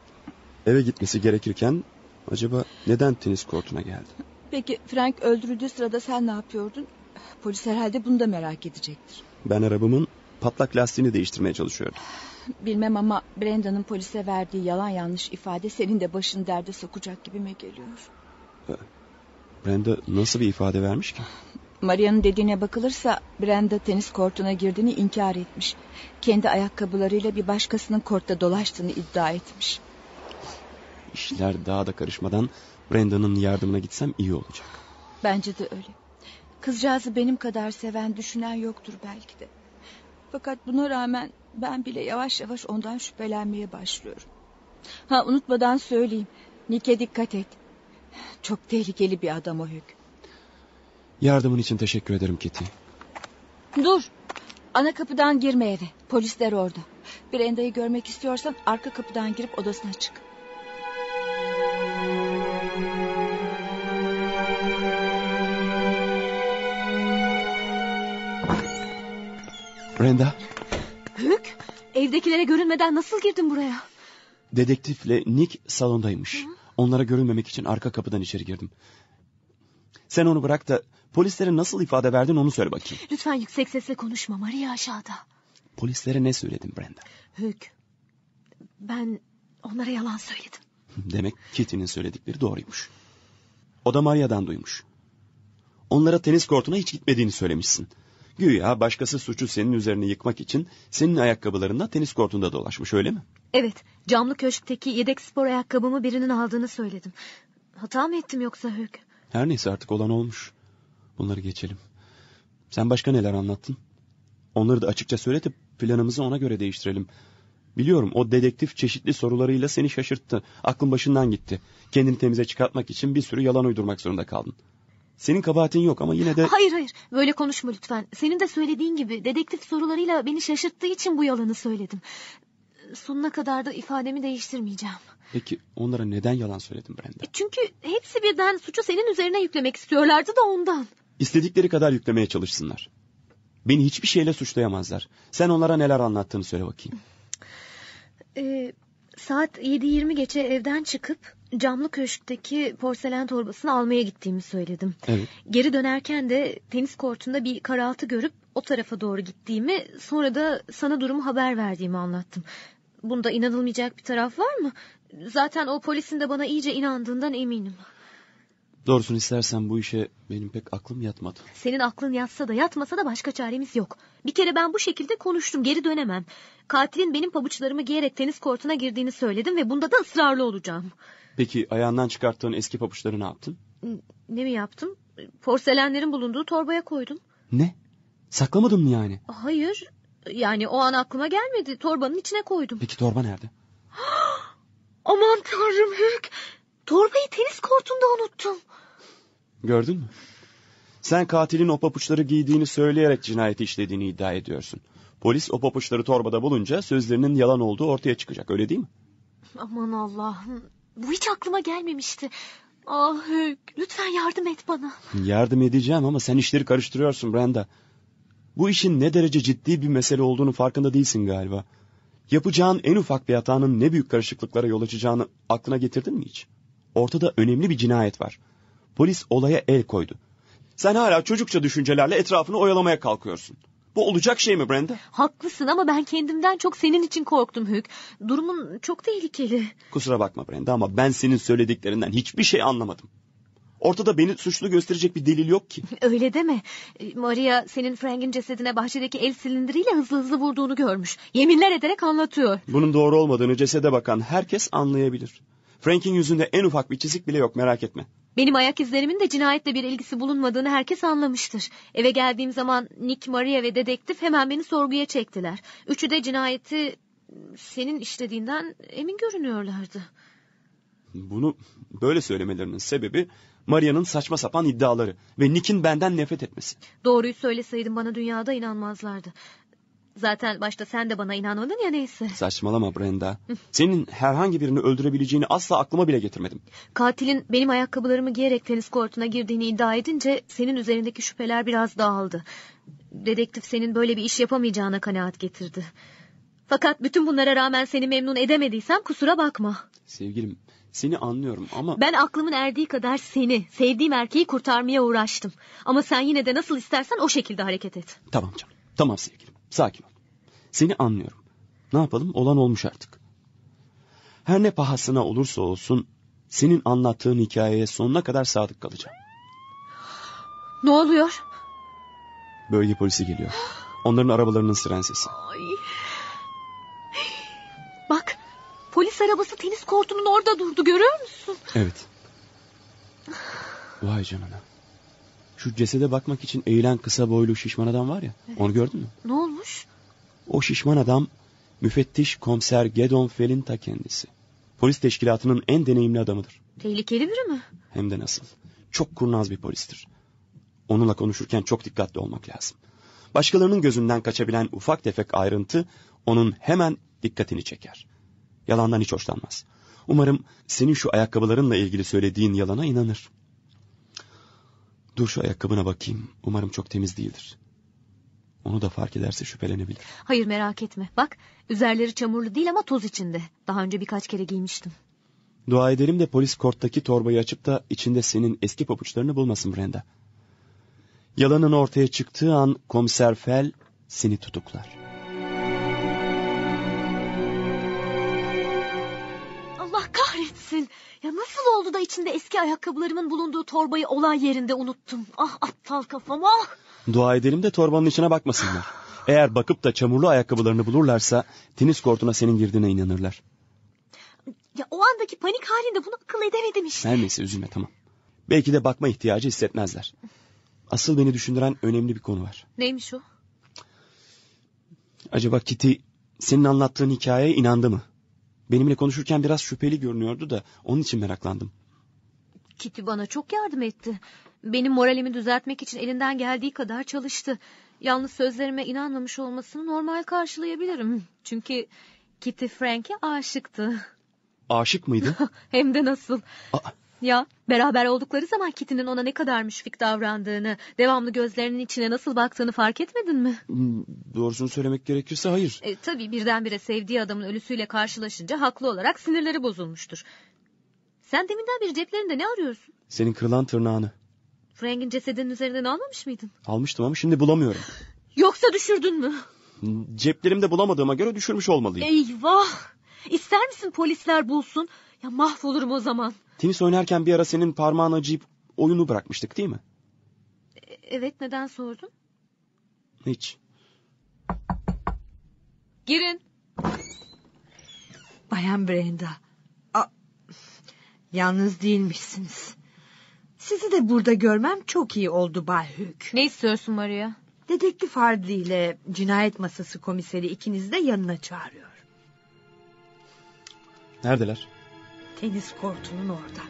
Eve gitmesi gerekirken acaba neden tenis kortuna geldi? Peki Frank öldürüldüğü sırada sen ne yapıyordun? Polis herhalde bunu da merak edecektir. Ben arabamın patlak lastiğini değiştirmeye çalışıyordum. Bilmem ama Brenda'nın polise verdiği yalan yanlış ifade senin de başını derde sokacak gibime geliyor. Brenda nasıl bir ifade vermiş ki? Maria'nın dediğine bakılırsa Brenda tenis kortuna girdiğini inkar etmiş. Kendi ayakkabılarıyla bir başkasının kortta dolaştığını iddia etmiş. İşler daha da karışmadan Brenda'nın yardımına gitsem iyi olacak. Bence de öyle. Kızcağızı benim kadar seven, düşünen yoktur belki de. Fakat buna rağmen ben bile yavaş yavaş ondan şüphelenmeye başlıyorum. Ha, unutmadan söyleyeyim. Nick'e dikkat et. Çok tehlikeli bir adam o Hugh. Yardımın için teşekkür ederim Kitty. Dur. Ana kapıdan girme eve. Polisler orada. Brenda'yı görmek istiyorsan arka kapıdan girip odasına çık. Brenda. Hugh, evdekilere görünmeden nasıl girdin buraya? Dedektifle Nick salondaymış. Hı? Onlara görünmemek için arka kapıdan içeri girdim. Sen onu bırak da polislere nasıl ifade verdin onu söyle bakayım. Lütfen yüksek sesle konuşma, Maria aşağıda. Polislere ne söyledin Brenda? Hugh, ben onlara yalan söyledim. Demek Kitty'nin söyledikleri doğruymuş. O da Maria'dan duymuş. Onlara tenis kortuna hiç gitmediğini söylemişsin. Güya başkası suçu senin üzerine yıkmak için senin ayakkabılarınla tenis kortunda dolaşmış, öyle mi? Evet, camlı köşkteki yedek spor ayakkabımı birinin aldığını söyledim. Hata mı ettim yoksa Hugh? Her neyse, artık olan olmuş. Bunları geçelim. Sen başka neler anlattın? Onları da açıkça söyle de planımızı ona göre değiştirelim. Biliyorum, o dedektif çeşitli sorularıyla seni şaşırttı. Aklın başından gitti. Kendini temize çıkartmak için bir sürü yalan uydurmak zorunda kaldın. Senin kabahatin yok ama yine de... Hayır hayır, böyle konuşma lütfen. Senin de söylediğin gibi dedektif sorularıyla beni şaşırttığı için bu yalanı söyledim. Sonuna kadar da ifademi değiştirmeyeceğim. Peki onlara neden yalan söyledin Brenda? Çünkü hepsi birden suçu senin üzerine yüklemek istiyorlardı da ondan. İstedikleri kadar yüklemeye çalışsınlar. Beni hiçbir şeyle suçlayamazlar. Sen onlara neler anlattığını söyle bakayım. Ee, saat yedi yirmi geçe evden çıkıp camlı köşkteki porselen torbasını almaya gittiğimi söyledim. Evet. Geri dönerken de tenis kortunda bir karaltı görüp o tarafa doğru gittiğimi, sonra da sana durumu haber verdiğimi anlattım. Bunda inanılmayacak bir taraf var mı? Zaten o polisin de bana iyice inandığından eminim. Doğrusunu istersen bu işe benim pek aklım yatmadı. Senin aklın yatsa da yatmasa da başka çaremiz yok. Bir kere ben bu şekilde konuştum, geri dönemem. Katilin benim pabuçlarımı giyerek tenis kortuna girdiğini söyledim ve bunda da ısrarlı olacağım. Peki ayağından çıkarttığın eski pabuçları ne yaptın? Ne mi yaptım? Porselenlerin bulunduğu torbaya koydum. Ne? Saklamadın mı yani? Hayır. Yani o an aklıma gelmedi. Torbanın içine koydum. Peki torba nerede? Aman tanrım Hugh. Torbayı tenis kortunda unuttum. Gördün mü? Sen katilin o pabuçları giydiğini söyleyerek cinayeti işlediğini iddia ediyorsun. Polis o pabuçları torbada bulunca sözlerinin yalan olduğu ortaya çıkacak, öyle değil mi? Aman Allah'ım. Bu hiç aklıma gelmemişti. Ah Hugh, lütfen yardım et bana. Yardım edeceğim ama sen işleri karıştırıyorsun Brenda. Bu işin ne derece ciddi bir mesele olduğunu farkında değilsin galiba. Yapacağın en ufak bir hatanın ne büyük karışıklıklara yol açacağını aklına getirdin mi hiç? Ortada önemli bir cinayet var. Polis olaya el koydu. Sen hala çocukça düşüncelerle etrafını oyalamaya kalkıyorsun. Bu olacak şey mi Brenda? Haklısın ama ben kendimden çok senin için korktum Hugh. Durumun çok tehlikeli. Kusura bakma Brenda ama ben senin söylediklerinden hiçbir şey anlamadım. Ortada beni suçlu gösterecek bir delil yok ki. Öyle deme. Maria senin Frank'in cesedine bahçedeki el silindiriyle hızlı hızlı vurduğunu görmüş. Yeminler ederek anlatıyor. Bunun doğru olmadığını cesede bakan herkes anlayabilir. Frank'in yüzünde en ufak bir çizik bile yok, merak etme. Benim ayak izlerimin de cinayetle bir ilgisi bulunmadığını herkes anlamıştır. Eve geldiğim zaman Nick, Maria ve dedektif hemen beni sorguya çektiler. Üçü de cinayeti senin işlediğinden emin görünüyorlardı. Bunu böyle söylemelerinin sebebi Maria'nın saçma sapan iddiaları ve Nick'in benden nefret etmesi. Doğruyu söyleseydim bana dünyada inanmazlardı. Zaten başta sen de bana inanmadın ya, neyse. Saçmalama Brenda. Senin herhangi birini öldürebileceğini asla aklıma bile getirmedim. Katilin benim ayakkabılarımı giyerek tenis kortuna girdiğini iddia edince senin üzerindeki şüpheler biraz dağıldı. Dedektif senin böyle bir iş yapamayacağına kanaat getirdi. Fakat bütün bunlara rağmen seni memnun edemediysem kusura bakma. Sevgilim, seni anlıyorum ama... Ben aklımın erdiği kadar seni, sevdiğim erkeği kurtarmaya uğraştım. Ama sen yine de nasıl istersen o şekilde hareket et. Tamam canım, tamam sevgilim. Sakin ol. Seni anlıyorum. Ne yapalım? Olan olmuş artık. Her ne pahasına olursa olsun senin anlattığın hikayeye sonuna kadar sadık kalacağım. Ne oluyor? Bölge polisi geliyor. Onların arabalarının siren sesi. Ay. Bak, polis arabası tenis kortunun orada durdu, görüyor musun? Evet. Vay canına. Şu cesede bakmak için eğilen kısa boylu şişman adam var ya. Evet. Onu gördün mü? Ne olmuş? O şişman adam müfettiş komiser Gedon Fell'in ta kendisi. Polis teşkilatının en deneyimli adamıdır. Tehlikeli biri mi? Hem de nasıl. Çok kurnaz bir polistir. Onunla konuşurken çok dikkatli olmak lazım. Başkalarının gözünden kaçabilen ufak tefek ayrıntı onun hemen dikkatini çeker. Yalandan hiç hoşlanmaz. Umarım senin şu ayakkabılarınla ilgili söylediğin yalana inanır. Dur şu ayakkabına bakayım. Umarım çok temiz değildir. Onu da fark ederse şüphelenebilir. Hayır, merak etme. Bak, üzerleri çamurlu değil ama toz içinde. Daha önce birkaç kere giymiştim. Dua edelim de polis korttaki torbayı açıp da içinde senin eski pabuçlarını bulmasın Brenda. Yalanın ortaya çıktığı an komiser Fell seni tutuklar. Allah kahretsin. Ya nasıl oldu da içinde eski ayakkabılarımın bulunduğu torbayı olay yerinde unuttum. Ah, aptal kafam, ah. Dua edelim de torbanın içine bakmasınlar. Eğer bakıp da çamurlu ayakkabılarını bulurlarsa tenis kortuna senin girdiğine inanırlar. Ya o andaki panik halinde bunu akıl edemedim işte. Her neyse, üzülme, tamam. Belki de bakma ihtiyacı hissetmezler. Asıl beni düşündüren önemli bir konu var. Neymiş o? Acaba Kitty senin anlattığın hikayeye inandı mı? Benimle konuşurken biraz şüpheli görünüyordu da onun için meraklandım. Kitty bana çok yardım etti. Benim moralimi düzeltmek için elinden geldiği kadar çalıştı. Yalnız sözlerime inanmamış olmasını normal karşılayabilirim. Çünkü Kitty Frank'e aşıktı. Aşık mıydı? Hem de nasıl. Aa. Ya beraber oldukları zaman Kitty'nin ona ne kadar müşfik davrandığını, devamlı gözlerinin içine nasıl baktığını fark etmedin mi? Doğrusunu söylemek gerekirse hayır. E, tabii birdenbire sevdiği adamın ölüsüyle karşılaşınca haklı olarak sinirleri bozulmuştur. Sen deminden beri ceplerinde ne arıyorsun? Senin kırılan tırnağını. Frank'in cesedinin üzerinden almamış mıydın? Almıştım ama şimdi bulamıyorum. Yoksa düşürdün mü? Ceplerimde bulamadığıma göre düşürmüş olmalıyım. Eyvah! İster misin polisler bulsun? Ya mahvolurum o zaman. Tenis oynarken bir ara senin parmağın acıyıp oyunu bırakmıştık değil mi? E, evet, neden sordun? Hiç. Girin. Bayan Brenda. A Yalnız değilmişsiniz. Sizi de burada görmem çok iyi oldu Bay Hugh. Ne istiyorsun Maria? Dedektif Hardy ile cinayet masası komiseri ikinizi de yanına çağırıyor. Neredeler? Tenis kortunun orada.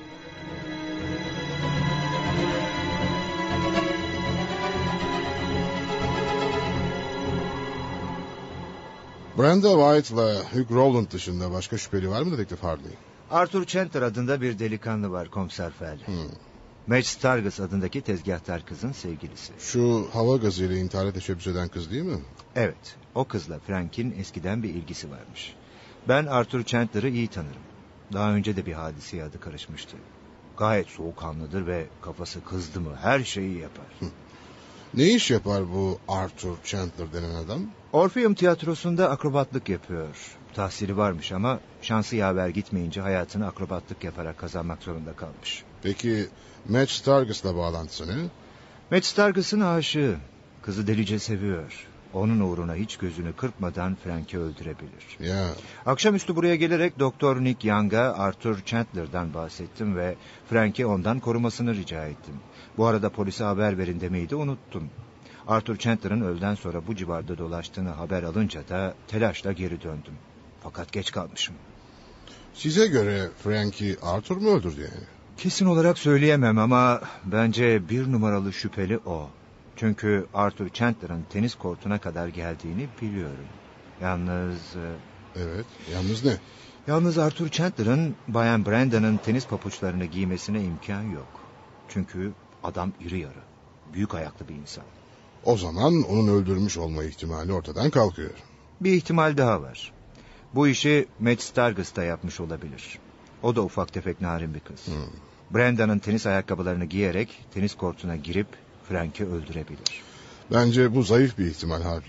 Brenda White'la Hugh Rowland dışında başka şüpheli var mı dedektif Hardy? Arthur Chandler adında bir delikanlı var komiser Fell. Hmm. Madge Stargus adındaki tezgahtar kızın sevgilisi. Şu hava gazıyla intihara teşebbüs eden kız değil mi? Evet, o kızla Frank'in eskiden bir ilgisi varmış. Ben Arthur Chandler'ı iyi tanırım. Daha önce de bir hadiseye adı karışmıştı. Gayet soğukkanlıdır ve kafası kızdı mı her şeyi yapar. Hı. Ne iş yapar bu Arthur Chandler denen adam? Orpheum tiyatrosunda akrobatlık yapıyor. Tahsili varmış ama şansı yaver gitmeyince hayatını akrobatlık yaparak kazanmak zorunda kalmış. Peki Madge Stargus'la bağlantısı ne? Madge Stargus'ın aşığı. Kızı delice seviyor. Onun uğruna hiç gözünü kırpmadan Frank'i öldürebilir. Ya. Akşamüstü buraya gelerek Doktor Nick Young'a Arthur Chandler'dan bahsettim ve Frank'i ondan korumasını rica ettim. Bu arada polise haber verin demeyi de unuttum. Arthur Chandler'ın öğleden sonra bu civarda dolaştığını haber alınca da telaşla geri döndüm. Fakat geç kalmışım. Size göre Frank'i Arthur mu öldürdü yani? Kesin olarak söyleyemem ama bence bir numaralı şüpheli o. Çünkü Arthur Chandler'ın tenis kortuna kadar geldiğini biliyorum. Yalnız... Evet, yalnız ne? Yalnız Arthur Chandler'ın Bayan Brenda'nın tenis papuçlarını giymesine imkan yok. Çünkü adam iri yarı, büyük ayaklı bir insan. O zaman onun öldürmüş olma ihtimali ortadan kalkıyor. Bir ihtimal daha var. Bu işi Madge Stargus da yapmış olabilir. O da ufak tefek narin bir kız. Hmm. Brenda'nın tenis ayakkabılarını giyerek tenis kortuna girip Frank'i öldürebilir. Bence bu zayıf bir ihtimal Hartley.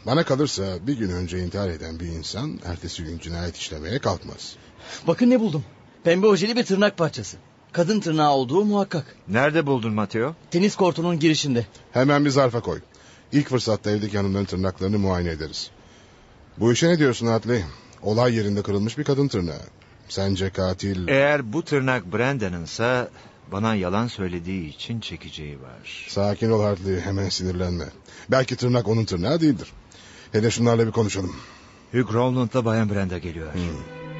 Bana kalırsa bir gün önce intihar eden bir insan ertesi gün cinayet işlemeye kalkmaz. Bakın ne buldum. Pembe ojeli bir tırnak parçası. Kadın tırnağı olduğu muhakkak. Nerede buldun Mateo? Tenis kortunun girişinde. Hemen bir zarfa koy. İlk fırsatta evdeki hanımların tırnaklarını muayene ederiz. Bu işe ne diyorsun Hadley? Olay yerinde kırılmış bir kadın tırnağı. Sence katil... Eğer bu tırnak Brandon'ınsa bana yalan söylediği için çekeceği var. Sakin ol Hadley, hemen sinirlenme. Belki tırnak onun tırnağı değildir. Hele şunlarla bir konuşalım. Hugh Rowland'la Bayan Brenda geliyor. Hmm.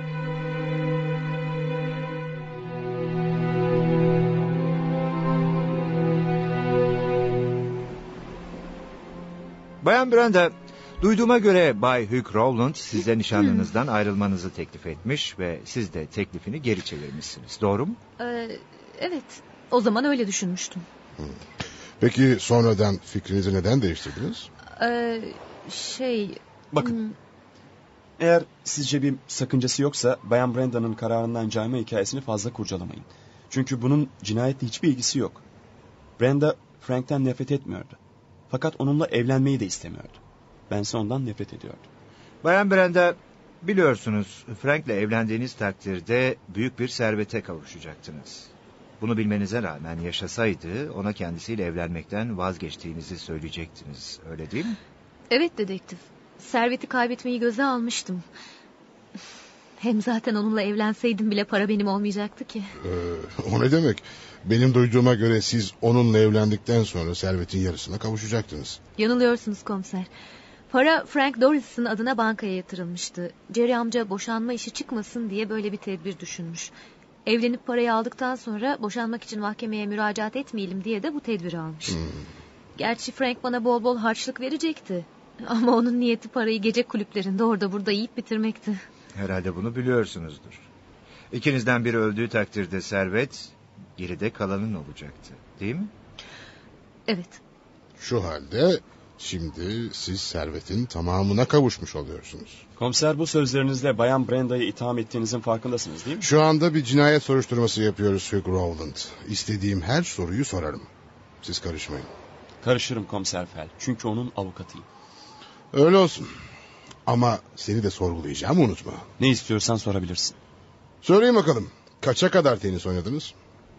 Bayan Brenda, duyduğuma göre Bay Hugh Rowland size nişanlınızdan ayrılmanızı teklif etmiş ve siz de teklifini geri çevirmişsiniz. Doğru mu? Ee, evet, o zaman öyle düşünmüştüm. Peki sonradan fikrinizi neden değiştirdiniz? Ee, şey... Bakın, hmm, eğer sizce bir sakıncası yoksa Bayan Brenda'nın kararından cayma hikayesini fazla kurcalamayın. Çünkü bunun cinayetle hiçbir ilgisi yok. Brenda Frank'ten nefret etmiyordu. Fakat onunla evlenmeyi de istemiyordu. Bense ondan nefret ediyordum. Bayan Brenda, biliyorsunuz Frank'le evlendiğiniz takdirde büyük bir servete kavuşacaktınız. Bunu bilmenize rağmen yaşasaydı ona kendisiyle evlenmekten vazgeçtiğinizi söyleyecektiniz. Öyle değil mi? Evet dedektif. Serveti kaybetmeyi göze almıştım. Hem zaten onunla evlenseydim bile para benim olmayacaktı ki. Ee, o ne demek? Benim duyduğuma göre siz onunla evlendikten sonra servetin yarısına kavuşacaktınız. Yanılıyorsunuz komiser. Para Frank Dorris'in adına bankaya yatırılmıştı. Jerry amca boşanma işi çıkmasın diye böyle bir tedbir düşünmüş. Evlenip parayı aldıktan sonra boşanmak için mahkemeye müracaat etmeyelim diye de bu tedbiri almış. Hmm. Gerçi Frank bana bol bol harçlık verecekti. Ama onun niyeti parayı gece kulüplerinde orada burada yiyip bitirmekti. Herhalde bunu biliyorsunuzdur. İkinizden biri öldüğü takdirde servet geride kalanın olacaktı, değil mi? Evet. Şu halde şimdi siz servetin tamamına kavuşmuş oluyorsunuz. Komiser, bu sözlerinizle Bayan Brenda'yı itham ettiğinizin farkındasınız değil mi? Şu anda bir cinayet soruşturması yapıyoruz Hugh Rowland. İstediğim her soruyu sorarım. Siz karışmayın. Karışırım Komiser Fell. Çünkü onun avukatıyım. Öyle olsun. Ama seni de sorgulayacağım, unutma. Ne istiyorsan sorabilirsin. Söyleyin bakalım. Kaça kadar tenis oynadınız?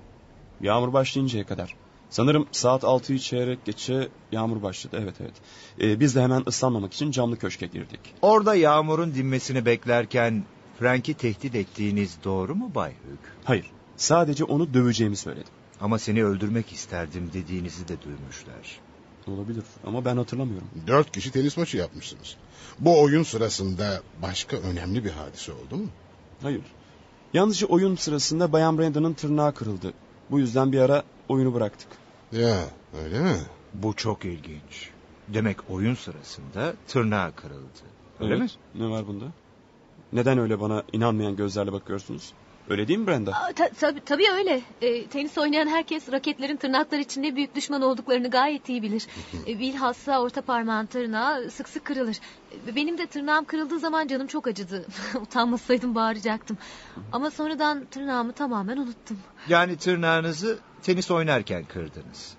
Yağmur başlayıncaya kadar. Sanırım saat altıyı çeyrek geçe yağmur başladı. Evet evet. Ee, biz de hemen ıslanmamak için camlı köşke girdik. Orada yağmurun dinmesini beklerken Frank'i tehdit ettiğiniz doğru mu Bay Hugh? Hayır. Sadece onu döveceğimi söyledim. Ama seni öldürmek isterdim dediğinizi de duymuşlar. Olabilir ama ben hatırlamıyorum. Dört kişi tenis maçı yapmışsınız. Bu oyun sırasında başka önemli bir hadise oldu mu? Hayır. Yalnızca oyun sırasında Bayan Brenda'nın tırnağı kırıldı. Bu yüzden bir ara oyunu bıraktık. Ya öyle mi? Bu çok ilginç. Demek oyun sırasında tırnağı kırıldı. Öyle evet, mi? Ne var bunda? Neden öyle bana inanmayan gözlerle bakıyorsunuz? Öyle değil mi Brenda? Aa, ta- tabii, tabii öyle. E, tenis oynayan herkes raketlerin tırnaklar için ne büyük düşman olduklarını gayet iyi bilir. E, bilhassa orta parmağın tırnağı sık sık kırılır. E, benim de tırnağım kırıldığı zaman canım çok acıdı. Utanmasaydım bağıracaktım. Ama sonradan tırnağımı tamamen unuttum. Yani tırnağınızı tenis oynarken kırdınız.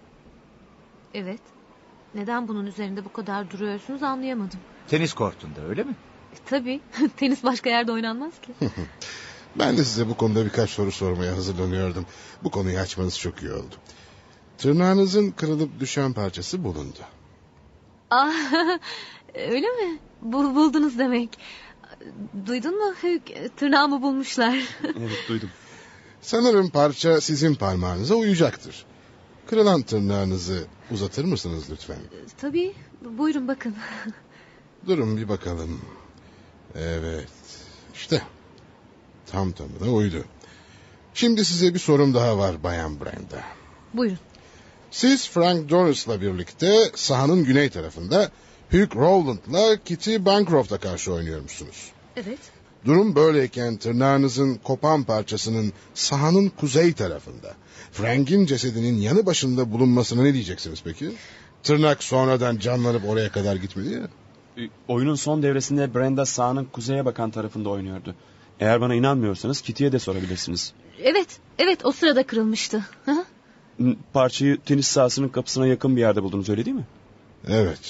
Evet. Neden bunun üzerinde bu kadar duruyorsunuz anlayamadım. Tenis kortunda öyle mi? E, tabii. Tenis başka yerde oynanmaz ki. Ben de size bu konuda birkaç soru sormaya hazırlanıyordum. Bu konuyu açmanız çok iyi oldu. Tırnağınızın kırılıp düşen parçası bulundu. Aa, öyle mi? Bu, buldunuz demek. Duydun mu? Tırnağımı bulmuşlar. Evet, duydum. Sanırım parça sizin parmağınıza uyacaktır. Kırılan tırnağınızı uzatır mısınız lütfen? Tabii. Buyurun bakın. Durun bir bakalım. Evet. İşte. Tam tamına uydu. Şimdi size bir sorum daha var Bayan Brenda. Buyurun. Siz Frank Dorris'la birlikte sahanın güney tarafında Hugh Rowland'la Kitty Bancroft'a karşı oynuyormuşsunuz. Evet. Durum böyleyken tırnağınızın kopan parçasının sahanın kuzey tarafında Frank'in cesedinin yanı başında bulunmasına ne diyeceksiniz peki? Tırnak sonradan canlanıp oraya kadar gitmedi ya. E, oyunun son devresinde Brenda sahanın kuzeye bakan tarafında oynuyordu. Eğer bana inanmıyorsanız Kitty'ye de sorabilirsiniz. Evet, evet o sırada kırılmıştı. Parçayı tenis sahasının kapısına yakın bir yerde buldunuz, öyle değil mi? Evet.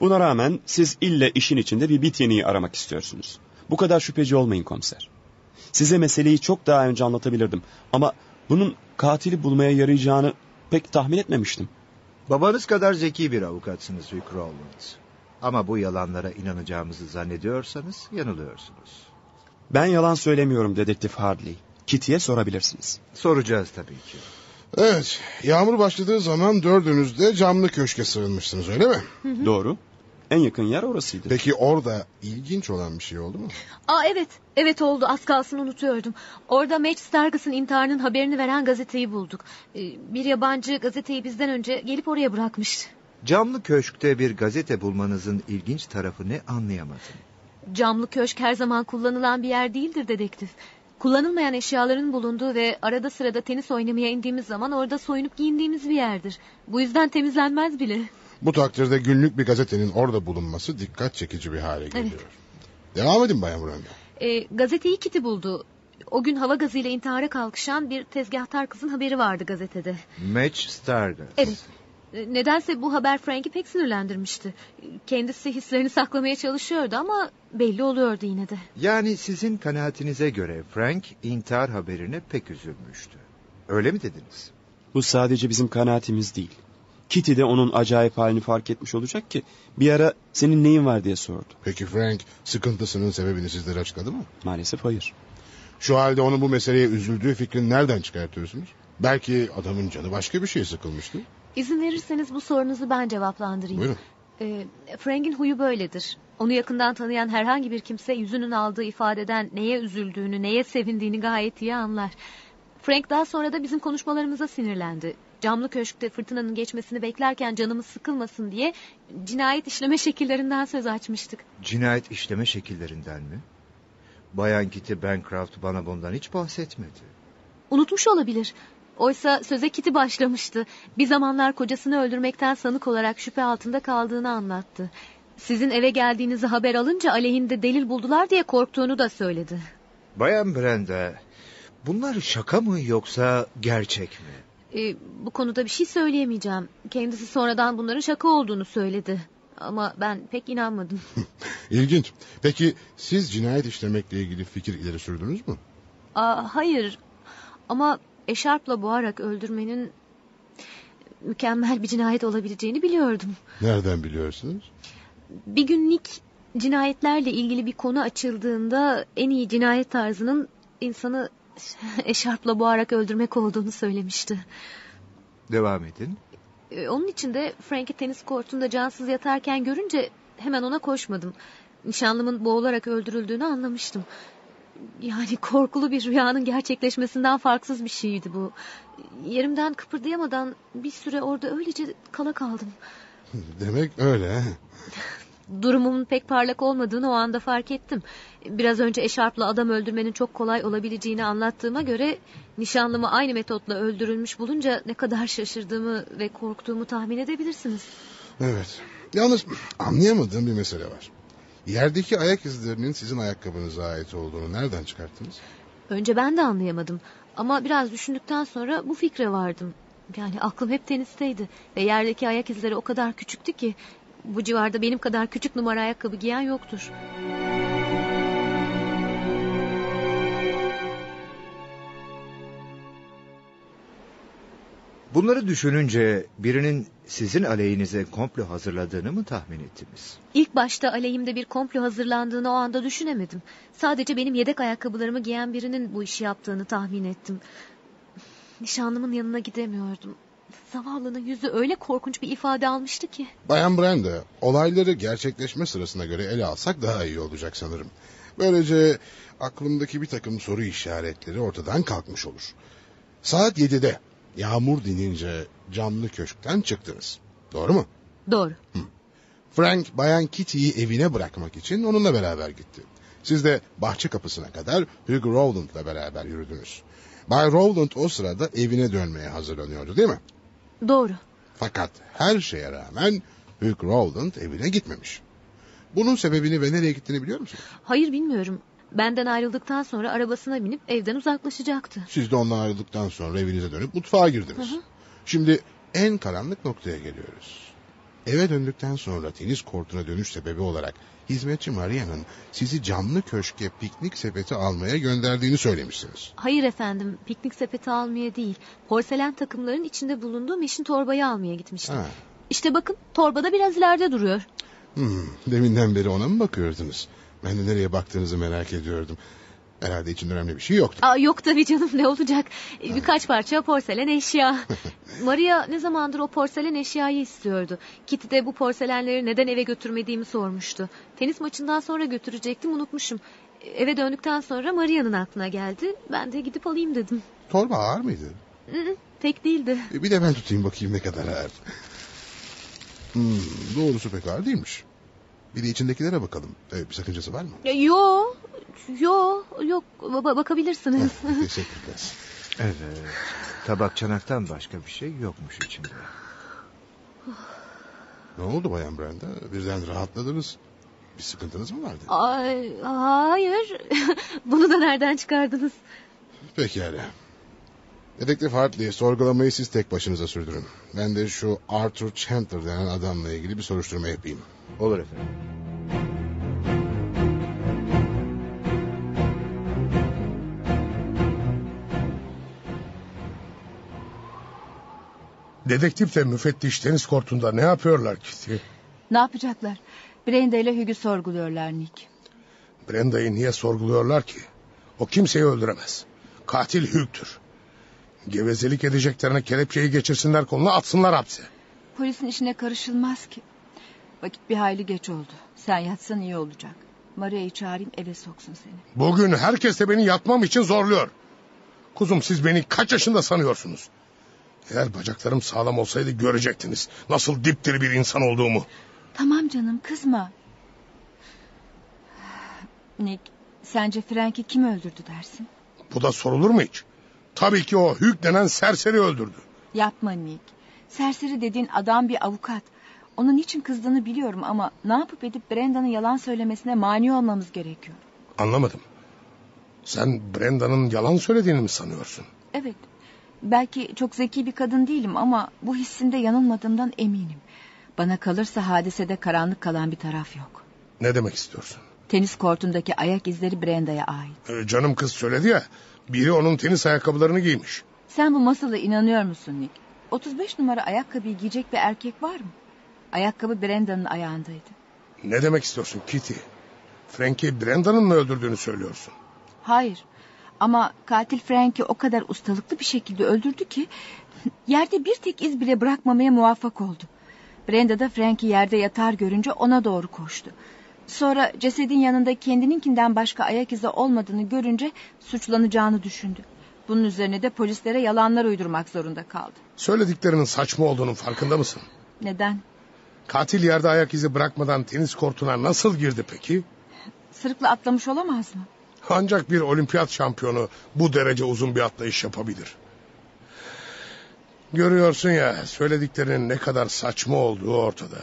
Buna rağmen siz ille işin içinde bir bit yeniği aramak istiyorsunuz. Bu kadar şüpheci olmayın komiser. Size meseleyi çok daha önce anlatabilirdim. Ama bunun katili bulmaya yarayacağını pek tahmin etmemiştim. Babanız kadar zeki bir avukatsınız Hugh Rowland. Ama bu yalanlara inanacağımızı zannediyorsanız yanılıyorsunuz. Ben yalan söylemiyorum Dedektif Hardley. Kitty'ye sorabilirsiniz. Soracağız tabii ki. Evet, yağmur başladığı zaman dördünüz de camlı köşke sığınmışsınız, öyle mi? Hı hı. Doğru. En yakın yer orasıydı. Peki orada ilginç olan bir şey oldu mu? Aa evet, evet oldu. Az kalsın unutuyordum. Orada Madge Stargus'ın intiharının haberini veren gazeteyi bulduk. Ee, bir yabancı gazeteyi bizden önce gelip oraya bırakmıştı. Camlı köşkte bir gazete bulmanızın ilginç tarafı ne anlayamadım. Camlı köşk her zaman kullanılan bir yer değildir dedektif. Kullanılmayan eşyaların bulunduğu ve arada sırada tenis oynamaya indiğimiz zaman orada soyunup giyindiğimiz bir yerdir. Bu yüzden temizlenmez bile. Bu takdirde günlük bir gazetenin orada bulunması dikkat çekici bir hale geliyor. Evet. Devam edin Bayan Brenda. E, gazeteyi Kitty buldu. O gün hava gazıyla intihara kalkışan bir tezgahtar kızın haberi vardı gazetede. Madge Stargus. Evet. Nedense bu haber Frank'i pek sinirlendirmişti. Kendisi hislerini saklamaya çalışıyordu ama belli oluyordu yine de. Yani sizin kanaatinize göre Frank intihar haberine pek üzülmüştü. Öyle mi dediniz? Bu sadece bizim kanaatimiz değil. Kitty de onun acayip halini fark etmiş olacak ki bir ara senin neyin var diye sordu. Peki Frank sıkıntısının sebebini sizlere açıkladı mı? Maalesef hayır. Şu halde onun bu meseleye üzüldüğü fikrini nereden çıkartıyorsunuz? Belki adamın canı başka bir şeye sıkılmıştı. İzin verirseniz bu sorunuzu ben cevaplandırayım. Buyurun. Ee, Frank'in huyu böyledir. Onu yakından tanıyan herhangi bir kimse yüzünün aldığı ifadeden neye üzüldüğünü, neye sevindiğini gayet iyi anlar. Frank daha sonra da bizim konuşmalarımıza sinirlendi. Camlı köşkte fırtınanın geçmesini beklerken canımız sıkılmasın diye cinayet işleme şekillerinden söz açmıştık. Cinayet işleme şekillerinden mi? Bayan Kitty Bancroft bana bundan hiç bahsetmedi. Unutmuş olabilir. Oysa söze Kitty başlamıştı. Bir zamanlar kocasını öldürmekten sanık olarak şüphe altında kaldığını anlattı. Sizin eve geldiğinizi haber alınca aleyhinde delil buldular diye korktuğunu da söyledi. Bayan Brenda, bunlar şaka mı yoksa gerçek mi? Ee, bu konuda bir şey söyleyemeyeceğim. Kendisi sonradan bunların şaka olduğunu söyledi. Ama ben pek inanmadım. İlginç. Peki siz cinayet işlemekle ilgili fikir ileri sürdünüz mü? Aa, hayır. Ama eşarpla boğarak öldürmenin mükemmel bir cinayet olabileceğini biliyordum. Nereden biliyorsunuz? Bir gün Nick cinayetlerle ilgili bir konu açıldığında en iyi cinayet tarzının insanı eşarpla boğarak öldürmek olduğunu söylemişti. Devam edin. Ee, onun için de Frank'i tenis kortunda cansız yatarken görünce hemen ona koşmadım. Nişanlımın boğularak öldürüldüğünü anlamıştım. Yani korkulu bir rüyanın gerçekleşmesinden farksız bir şeydi bu. Yerimden kıpırdayamadan bir süre orada öylece kala kaldım. Demek öyle. Durumumun pek parlak olmadığını o anda fark ettim. Biraz önce eşarpla adam öldürmenin çok kolay olabileceğini anlattığıma göre nişanlımı aynı metotla öldürülmüş bulunca ne kadar şaşırdığımı ve korktuğumu tahmin edebilirsiniz. Evet. Yalnız anlayamadığım bir mesele var. Yerdeki ayak izlerinin sizin ayakkabınıza ait olduğunu nereden çıkarttınız? Önce ben de anlayamadım. Ama biraz düşündükten sonra bu fikre vardım. Yani aklım hep tenisteydi. Ve yerdeki ayak izleri o kadar küçüktü ki bu civarda benim kadar küçük numara ayakkabı giyen yoktur. Bunları düşününce birinin sizin aleyhinize komplo hazırladığını mı tahmin ettiniz? İlk başta aleyhimde bir komplo hazırlandığını o anda düşünemedim. Sadece benim yedek ayakkabılarımı giyen birinin bu işi yaptığını tahmin ettim. Nişanlımın yanına gidemiyordum. Zavallının yüzü öyle korkunç bir ifade almıştı ki. Bayan Brenda, olayları gerçekleşme sırasına göre ele alsak daha iyi olacak sanırım. Böylece aklımdaki bir takım soru işaretleri ortadan kalkmış olur. Saat yedide yağmur dinince camlı köşkten çıktınız. Doğru mu? Doğru. Hı. Frank Bayan Kitty'yi evine bırakmak için onunla beraber gitti. Siz de bahçe kapısına kadar Hugh Rowland'la beraber yürüdünüz. Bay Rowland o sırada evine dönmeye hazırlanıyordu, değil mi? Doğru. Fakat her şeye rağmen Hugh Rowland evine gitmemiş. Bunun sebebini ve nereye gittiğini biliyor musunuz? Hayır, bilmiyorum. Benden ayrıldıktan sonra arabasına binip evden uzaklaşacaktı. Siz de ondan ayrıldıktan sonra evinize dönüp mutfağa girdiniz. Hı hı. Şimdi en karanlık noktaya geliyoruz. Eve döndükten sonra tenis kortuna dönüş sebebi olarak hizmetçi Maria'nın sizi camlı köşke piknik sepeti almaya gönderdiğini söylemişsiniz. Hayır efendim, piknik sepeti almaya değil, porselen takımların içinde bulunduğu meşin torbayı almaya gitmiştim. Ha. İşte bakın, torbada biraz ileride duruyor. Hmm, deminden beri ona mı bakıyordunuz? Ben de nereye baktığınızı merak ediyordum. Herhalde için önemli bir şey yoktu. Aa, yok tabii canım, ne olacak? Birkaç parça porselen eşya. Maria ne zamandır o porselen eşyayı istiyordu. Kitty de bu porselenleri neden eve götürmediğimi sormuştu. Tenis maçından sonra götürecektim, unutmuşum. Eve döndükten sonra Maria'nın aklına geldi. Ben de gidip alayım dedim. Torba ağır mıydı? Hı, pek değildi. Bir de ben tutayım bakayım ne kadar ağır. Hmm, doğrusu pek ağır değilmiş. Bir de içindekilere bakalım. Evet, bir sakıncası var mı? Yok. Yok. Yok. Ba- bakabilirsiniz. Teşekkürler. Evet. Tabak çanaktan başka bir şey yokmuş içinde. Ne oldu Bayan Brenda? Birden rahatladınız. Bir sıkıntınız mı vardı? Ay, hayır. Bunu da nereden çıkardınız? Pekala. Dedektif Hartley, sorgulamayı siz tek başınıza sürdürün. Ben de şu Arthur Chandler denen adamla ilgili bir soruşturma yapayım. Olur efendim. Dedektif ve müfettiş tenis kortunda ne yapıyorlar Kitty? Ne yapacaklar? Brenda ile Hugh'u sorguluyorlar Nick. Brenda'yı niye sorguluyorlar ki? O kimseyi öldüremez. Katil Hugh'tür. Gevezelik edeceklerine kelepçeyi geçirsinler, koluna atsınlar hapse. Polisin işine karışılmaz ki. Vakit bir hayli geç oldu. Sen yatsan iyi olacak. Maria'yı çağırayım, eve soksun seni. Bugün herkes de beni yatmam için zorluyor. Kuzum, siz beni kaç yaşında sanıyorsunuz? Eğer bacaklarım sağlam olsaydı görecektiniz nasıl dipdiri bir insan olduğumu. Tamam canım, kızma. Nick, sence Frank'i kim öldürdü dersin? Bu da sorulur mu hiç? Tabii ki o Hugh denen serseri öldürdü. Yapma Nick. Serseri dediğin adam bir avukat. Onun niçin kızdığını biliyorum ama ne yapıp edip Brenda'nın yalan söylemesine mani olmamız gerekiyor. Anlamadım. Sen Brenda'nın yalan söylediğini mi sanıyorsun? Evet. Belki çok zeki bir kadın değilim ama bu hissimde yanılmadığımdan eminim. Bana kalırsa hadisede karanlık kalan bir taraf yok. Ne demek istiyorsun? Tenis kortundaki ayak izleri Brenda'ya ait. Ee, canım kız söyledi ya, biri onun tenis ayakkabılarını giymiş. Sen bu masala inanıyor musun Nick? otuz beş numara ayakkabıyı giyecek bir erkek var mı? Ayakkabı Brenda'nın ayağındaydı. Ne demek istiyorsun Kitty? Frank'i Brenda'nın mı öldürdüğünü söylüyorsun? Hayır. Ama katil Frank'i o kadar ustalıklı bir şekilde öldürdü ki yerde bir tek iz bile bırakmamaya muvaffak oldu. Brenda da Frank'i yerde yatar görünce ona doğru koştu. Sonra cesedin yanında kendininkinden başka ayak izi olmadığını görünce suçlanacağını düşündü. Bunun üzerine de polislere yalanlar uydurmak zorunda kaldı. Söylediklerinin saçma olduğunun farkında mısın? Neden? Katil yerde ayak izi bırakmadan tenis kortuna nasıl girdi peki? Sırıkla atlamış olamaz mı? Ancak bir olimpiyat şampiyonu bu derece uzun bir atlayış yapabilir. Görüyorsun ya, söylediklerinin ne kadar saçma olduğu ortada.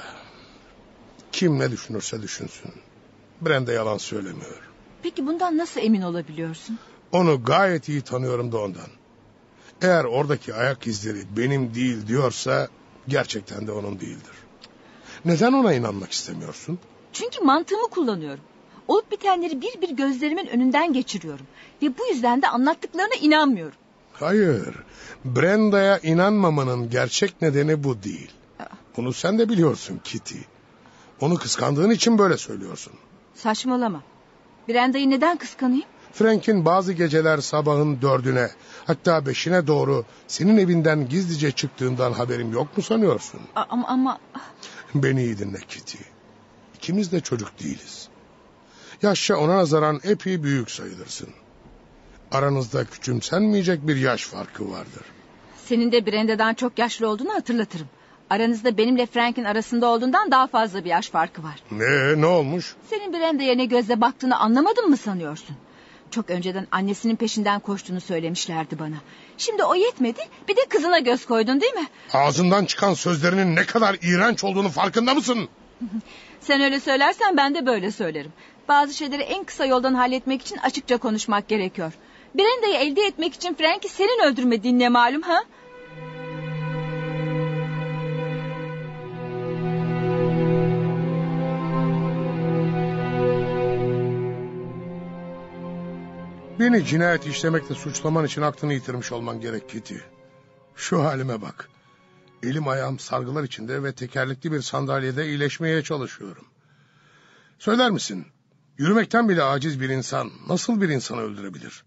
Kim ne düşünürse düşünsün. Brenda yalan söylemiyor. Peki bundan nasıl emin olabiliyorsun? Onu gayet iyi tanıyorum da ondan. Eğer oradaki ayak izleri benim değil diyorsa gerçekten de onun değildir. Neden ona inanmak istemiyorsun? Çünkü mantığımı kullanıyorum. Olup bitenleri bir bir gözlerimin önünden geçiriyorum. Ve bu yüzden de anlattıklarına inanmıyorum. Hayır. Brenda'ya inanmamanın gerçek nedeni bu değil. Bunu sen de biliyorsun Kitty. Onu kıskandığın için böyle söylüyorsun. Saçmalama. Brenda'yı neden kıskanayım? Frank'in bazı geceler sabahın dördüne, hatta beşine doğru senin evinden gizlice çıktığından haberim yok mu sanıyorsun? A- ama ama... Beni iyi dinle Kitty. İkimiz de çocuk değiliz. Yaşça ona nazaran epey büyük sayılırsın. Aranızda küçümsenmeyecek bir yaş farkı vardır. Senin de Brenda'dan çok yaşlı olduğunu hatırlatırım. Aranızda benimle Frank'in arasında olduğundan daha fazla bir yaş farkı var. Ne, ne olmuş? Senin Brenda'ya ne gözle baktığını anlamadın mı sanıyorsun? Çok önceden annesinin peşinden koştuğunu söylemişlerdi bana. Şimdi o yetmedi, bir de kızına göz koydun değil mi? Ağzından çıkan sözlerinin ne kadar iğrenç olduğunu farkında mısın? Sen öyle söylersen ben de böyle söylerim. Bazı şeyleri en kısa yoldan halletmek için açıkça konuşmak gerekiyor. Brenda'yı elde etmek için Frank'i senin öldürmediğin ne malum ha? Beni cinayet işlemekle suçlaman için aklını yitirmiş olman gerek Kitty. Şu halime bak. Elim ayağım sargılar içinde ve tekerlekli bir sandalyede iyileşmeye çalışıyorum. Söyler misin, yürümekten bile aciz bir insan nasıl bir insanı öldürebilir?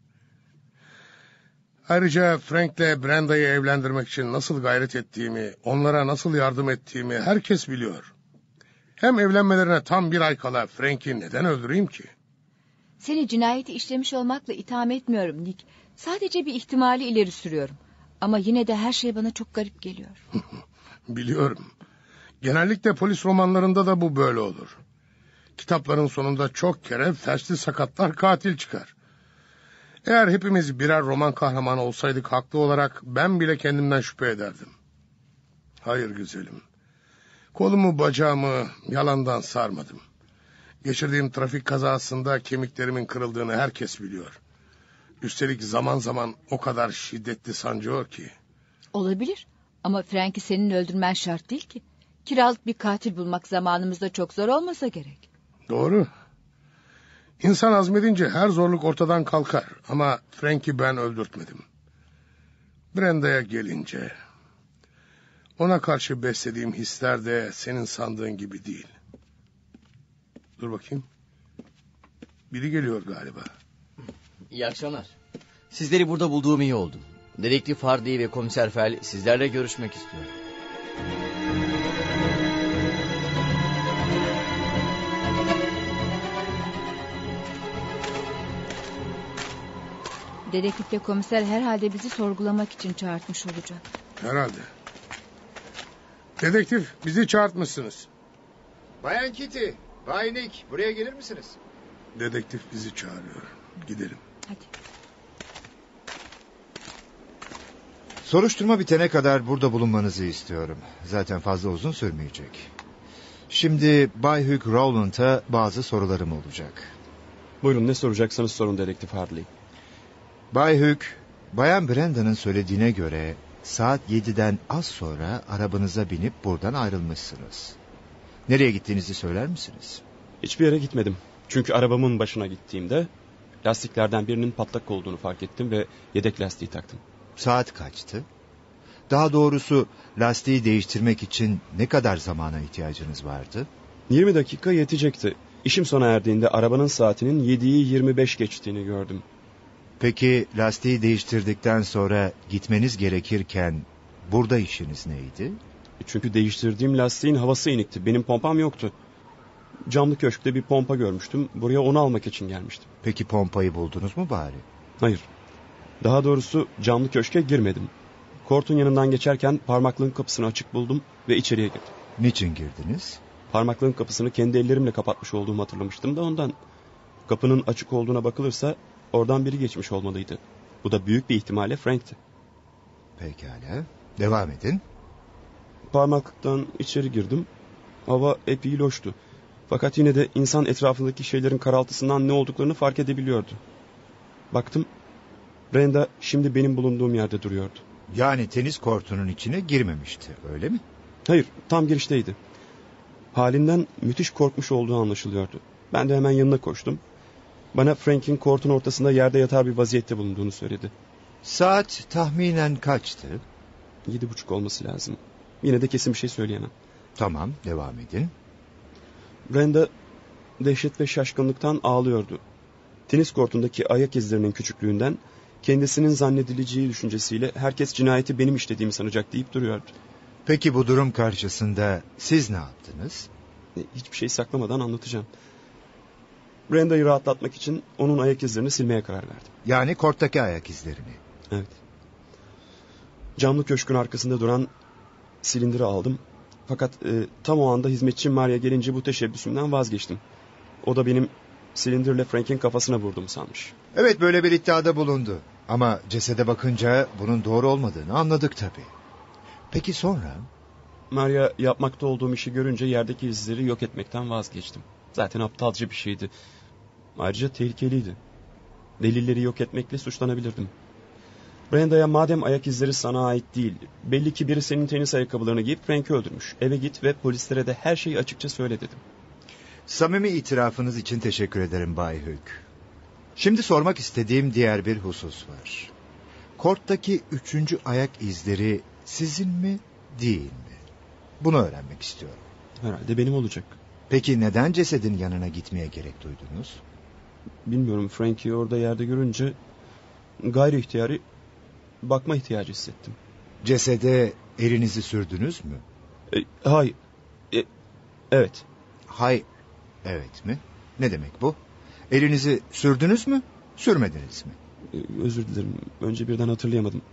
Ayrıca Frank'le Brenda'yı evlendirmek için nasıl gayret ettiğimi, onlara nasıl yardım ettiğimi herkes biliyor. Hem evlenmelerine tam bir ay kala Frank'i neden öldüreyim ki? Seni cinayeti işlemiş olmakla itham etmiyorum Nick. Sadece bir ihtimali ileri sürüyorum. Ama yine de her şey bana çok garip geliyor. Biliyorum. Genellikle polis romanlarında da bu böyle olur. Kitapların sonunda çok kere felçli sakatlar katil çıkar. Eğer hepimiz birer roman kahramanı olsaydık haklı olarak ben bile kendimden şüphe ederdim. Hayır güzelim. Kolumu bacağımı yalandan sarmadım. Geçirdiğim trafik kazasında kemiklerimin kırıldığını herkes biliyor. Üstelik zaman zaman o kadar şiddetli sancıyor ki. Olabilir ama Frank'i senin öldürmen şart değil ki. Kiralık bir katil bulmak zamanımızda çok zor olmasa gerek. Doğru. İnsan azmedince her zorluk ortadan kalkar ama Frank'i ben öldürtmedim. Brenda'ya gelince, ona karşı beslediğim hisler de senin sandığın gibi değil. Dur bakayım. Biri geliyor galiba. İyi akşamlar. Sizleri burada bulduğum iyi oldu. Dedektif Hardy ve Komiser Fel sizlerle görüşmek istiyor. Dedektifle komiser herhalde bizi sorgulamak için çağırtmış olacak. Herhalde. Dedektif, bizi çağırtmışsınız. Bayan Kitty, Bay Nick, buraya gelir misiniz? Dedektif bizi çağırıyor. Gidelim. Hadi. Soruşturma bitene kadar burada bulunmanızı istiyorum. Zaten fazla uzun sürmeyecek. Şimdi Bay Hugh Rowland'a bazı sorularım olacak. Buyurun, ne soracaksanız sorun Dedektif Harley. Bay Hugh, Bayan Brenda'nın söylediğine göre saat yediden az sonra arabanıza binip buradan ayrılmışsınız. Nereye gittiğinizi söyler misiniz? Hiçbir yere gitmedim. Çünkü arabamın başına gittiğimde lastiklerden birinin patlak olduğunu fark ettim ve yedek lastiği taktım. Saat kaçtı? Daha doğrusu lastiği değiştirmek için ne kadar zamana ihtiyacınız vardı? yirmi dakika yetecekti. İşim sona erdiğinde arabanın saatinin yediyi yirmi beş geçtiğini gördüm. Peki lastiği değiştirdikten sonra gitmeniz gerekirken burada işiniz neydi? Çünkü değiştirdiğim lastiğin havası inikti. Benim pompam yoktu. Camlı köşkte bir pompa görmüştüm. Buraya onu almak için gelmiştim. Peki pompayı buldunuz mu bari? Hayır. Daha doğrusu camlı köşke girmedim. Kortun yanından geçerken parmaklığın kapısını açık buldum ve içeriye girdim. Niçin girdiniz? Parmaklığın kapısını kendi ellerimle kapatmış olduğumu hatırlamıştım da ondan. Kapının açık olduğuna bakılırsa oradan biri geçmiş olmalıydı. Bu da büyük bir ihtimalle Frank'ti. Pekala. Devam edin. Parmaklıktan içeri girdim. Hava epey loştu. Fakat yine de insan etrafındaki şeylerin karaltısından ne olduklarını fark edebiliyordu. Baktım, Brenda şimdi benim bulunduğum yerde duruyordu. Yani tenis kortunun içine girmemişti, öyle mi? Hayır, tam girişteydi. Halinden müthiş korkmuş olduğu anlaşılıyordu. Ben de hemen yanına koştum. Bana Frank'in kortun ortasında yerde yatar bir vaziyette bulunduğunu söyledi. Saat tahminen kaçtı? Yedi buçuk olması lazım. Yine de kesin bir şey söyleyemem. Tamam, devam edin. Brenda dehşet ve şaşkınlıktan ağlıyordu. Tenis kortundaki ayak izlerinin küçüklüğünden kendisinin zannedileceği düşüncesiyle herkes cinayeti benim işlediğimi sanacak deyip duruyordu. Peki bu durum karşısında siz ne yaptınız? Hiçbir şey saklamadan anlatacağım. Brenda'yı rahatlatmak için onun ayak izlerini silmeye karar verdim. Yani korttaki ayak izlerini. Evet. Camlı köşkün arkasında duran silindiri aldım. Fakat e, tam o anda hizmetçim Maria gelince bu teşebbüsümden vazgeçtim. O da benim silindirle Frank'in kafasına vurdum sanmış. Evet, böyle bir iddiada bulundu. Ama cesede bakınca bunun doğru olmadığını anladık tabii. Peki sonra? Maria yapmakta olduğum işi görünce yerdeki izleri yok etmekten vazgeçtim. Zaten aptalca bir şeydi. Ayrıca tehlikeliydi. Delilleri yok etmekle suçlanabilirdim. Brenda'ya madem ayak izleri sana ait değil, belli ki biri senin tenis ayakkabılarını giyip Frank'i öldürmüş. Eve git ve polislere de her şeyi açıkça söyle dedim. Samimi itirafınız için teşekkür ederim Bay Hugh. Şimdi sormak istediğim diğer bir husus var. Korttaki üçüncü ayak izleri sizin mi, değil mi? Bunu öğrenmek istiyorum. Herhalde benim olacak. Peki neden cesedin yanına gitmeye gerek duydunuz? Bilmiyorum, Frankie'yi orada yerde görünce gayri ihtiyari bakma ihtiyacı hissettim. Cesede elinizi sürdünüz mü? E, hayır. E, evet. Hay, evet mi? Ne demek bu? Elinizi sürdünüz mü, sürmediniz mi? E, özür dilerim. Önce birden hatırlayamadım.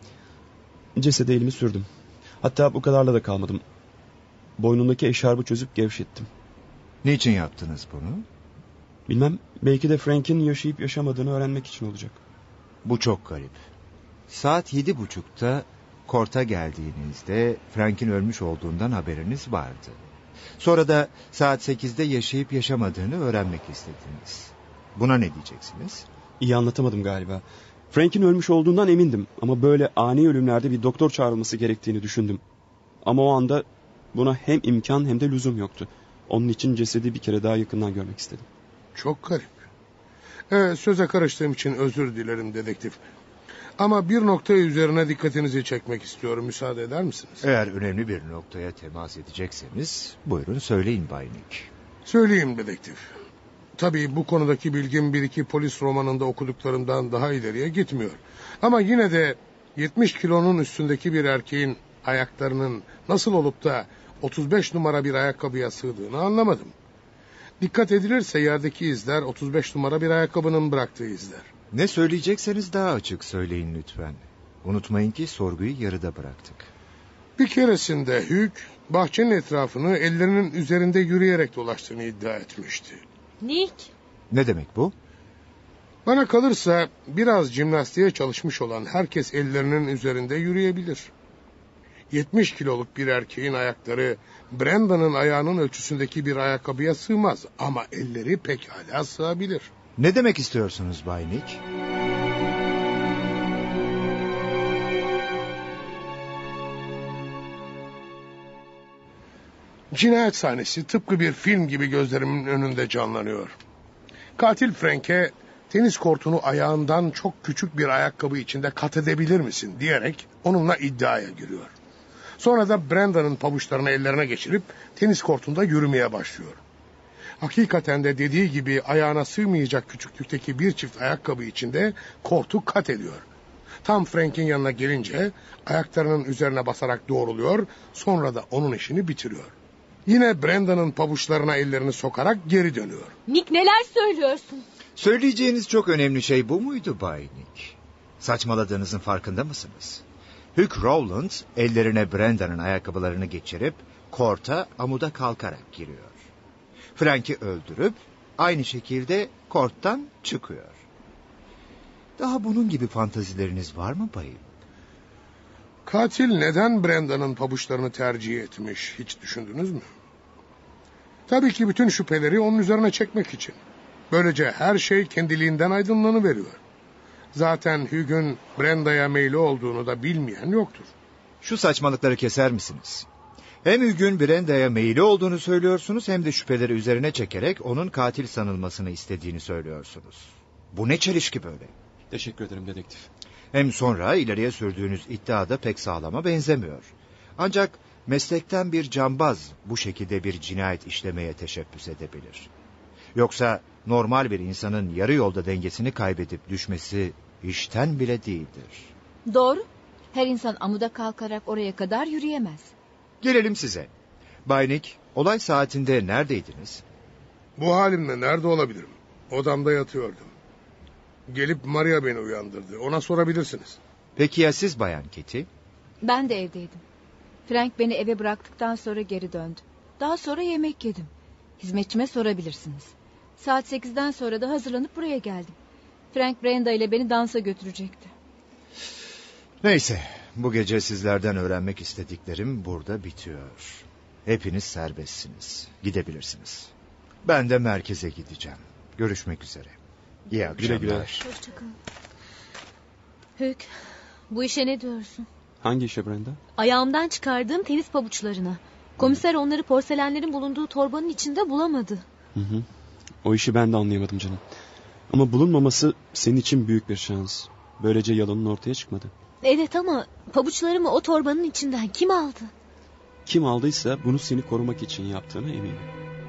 Cesede elimi sürdüm. Hatta bu kadarla da kalmadım. Boynundaki eşarbı çözüp gevşettim. Niçin yaptınız bunu? Bilmem, belki de Frank'in yaşayıp yaşamadığını öğrenmek için olacak. Bu çok garip. Saat yedi buçukta Kort'a geldiğinizde Frank'in ölmüş olduğundan haberiniz vardı. Sonra da saat sekizde yaşayıp yaşamadığını öğrenmek istediniz. Buna ne diyeceksiniz? İyi anlatamadım galiba. Frank'in ölmüş olduğundan emindim. Ama böyle ani ölümlerde bir doktor çağrılması gerektiğini düşündüm. Ama o anda buna hem imkan hem de lüzum yoktu. Onun için cesedi bir kere daha yakından görmek istedim. Çok garip. Evet, söze karıştığım için özür dilerim dedektif. Ama bir nokta üzerine dikkatinizi çekmek istiyorum. Müsaade eder misiniz? Eğer önemli bir noktaya temas edecekseniz buyurun söyleyin Bay Nick. Söyleyeyim dedektif. Tabii bu konudaki bilgim bir iki polis romanında okuduklarımdan daha ileriye gitmiyor. Ama yine de yetmiş kilonun üstündeki bir erkeğin ayaklarının nasıl olup da otuz beş numara bir ayakkabıya sığdığını anlamadım. Dikkat edilirse yerdeki izler otuz beş numara bir ayakkabının bıraktığı izler. Ne söyleyecekseniz daha açık söyleyin lütfen. Unutmayın ki sorguyu yarıda bıraktık. Bir keresinde Hugh bahçenin etrafını ellerinin üzerinde yürüyerek dolaştığını iddia etmişti. Nick. Ne demek bu? Bana kalırsa biraz jimnastiğe çalışmış olan herkes ellerinin üzerinde yürüyebilir. yetmiş kiloluk bir erkeğin ayakları Branda'nın ayağının ölçüsündeki bir ayakkabıya sığmaz. Ama elleri pekala sığabilir. Ne demek istiyorsunuz Bay Nick? Cinayet sahnesi tıpkı bir film gibi gözlerimin önünde canlanıyor. Katil Frank'e tenis kortunu ayağından çok küçük bir ayakkabı içinde kat edebilir misin diyerek onunla iddiaya giriyor. Sonra da Branda'nın pabuçlarını ellerine geçirip tenis kortunda yürümeye başlıyor. Hakikaten de dediği gibi ayağına sığmayacak küçüklükteki bir çift ayakkabı içinde kortu kat ediyor. Tam Frank'in yanına gelince ayaklarının üzerine basarak doğruluyor, sonra da onun işini bitiriyor. Yine Branda'nın pabuçlarına ellerini sokarak geri dönüyor. Nick, neler söylüyorsun? Söyleyeceğiniz çok önemli şey bu muydu Bay Nick? Saçmaladığınızın farkında mısınız? Hugh Rowland ellerine Branda'nın ayakkabılarını geçirip korta amuda kalkarak giriyor. Frank'i öldürüp aynı şekilde korttan çıkıyor. Daha bunun gibi fantazileriniz var mı bayım? Katil neden Branda'nın pabuçlarını tercih etmiş hiç düşündünüz mü? Tabii ki bütün şüpheleri onun üzerine çekmek için. Böylece her şey kendiliğinden aydınlanıveriyor. Zaten Hugh'un Branda'ya meyli olduğunu da bilmeyen yoktur. Şu saçmalıkları keser misiniz? Hem Hugh'un Branda'ya meyli olduğunu söylüyorsunuz hem de şüpheleri üzerine çekerek onun katil sanılmasını istediğini söylüyorsunuz. Bu ne çelişki böyle? Teşekkür ederim dedektif. Hem sonra ileriye sürdüğünüz iddia da pek sağlama benzemiyor. Ancak meslekten bir cambaz bu şekilde bir cinayet işlemeye teşebbüs edebilir. Yoksa normal bir insanın yarı yolda dengesini kaybedip düşmesi işten bile değildir. Doğru. Her insan amuda kalkarak oraya kadar yürüyemez. Gelelim size. Bay Nick, olay saatinde neredeydiniz? Bu halimle nerede olabilirim? Odamda yatıyordum. Gelip Maria beni uyandırdı. Ona sorabilirsiniz. Peki ya siz Bayan Kitty? Ben de evdeydim. Frank beni eve bıraktıktan sonra geri döndü. Daha sonra yemek yedim. Hizmetçime sorabilirsiniz. Saat sekizden sonra da hazırlanıp buraya geldim. Frank Brenda ile beni dansa götürecekti. Neyse, bu gece sizlerden öğrenmek istediklerim burada bitiyor. Hepiniz serbestsiniz. Gidebilirsiniz. Ben de merkeze gideceğim. Görüşmek üzere. İyi akşamlar. Güle güle. Hoşçakalın. Hugh, bu işe ne diyorsun? Hangi işe Brenda? Ayağımdan çıkardığım tenis pabuçlarına. Komiser onları porselenlerin bulunduğu torbanın içinde bulamadı. Hı hı. O işi ben de anlayamadım canım. Ama bulunmaması senin için büyük bir şans. Böylece yalanın ortaya çıkmadı. Evet ama pabuçlarımı o torbanın içinden kim aldı? Kim aldıysa bunu seni korumak için yaptığına eminim.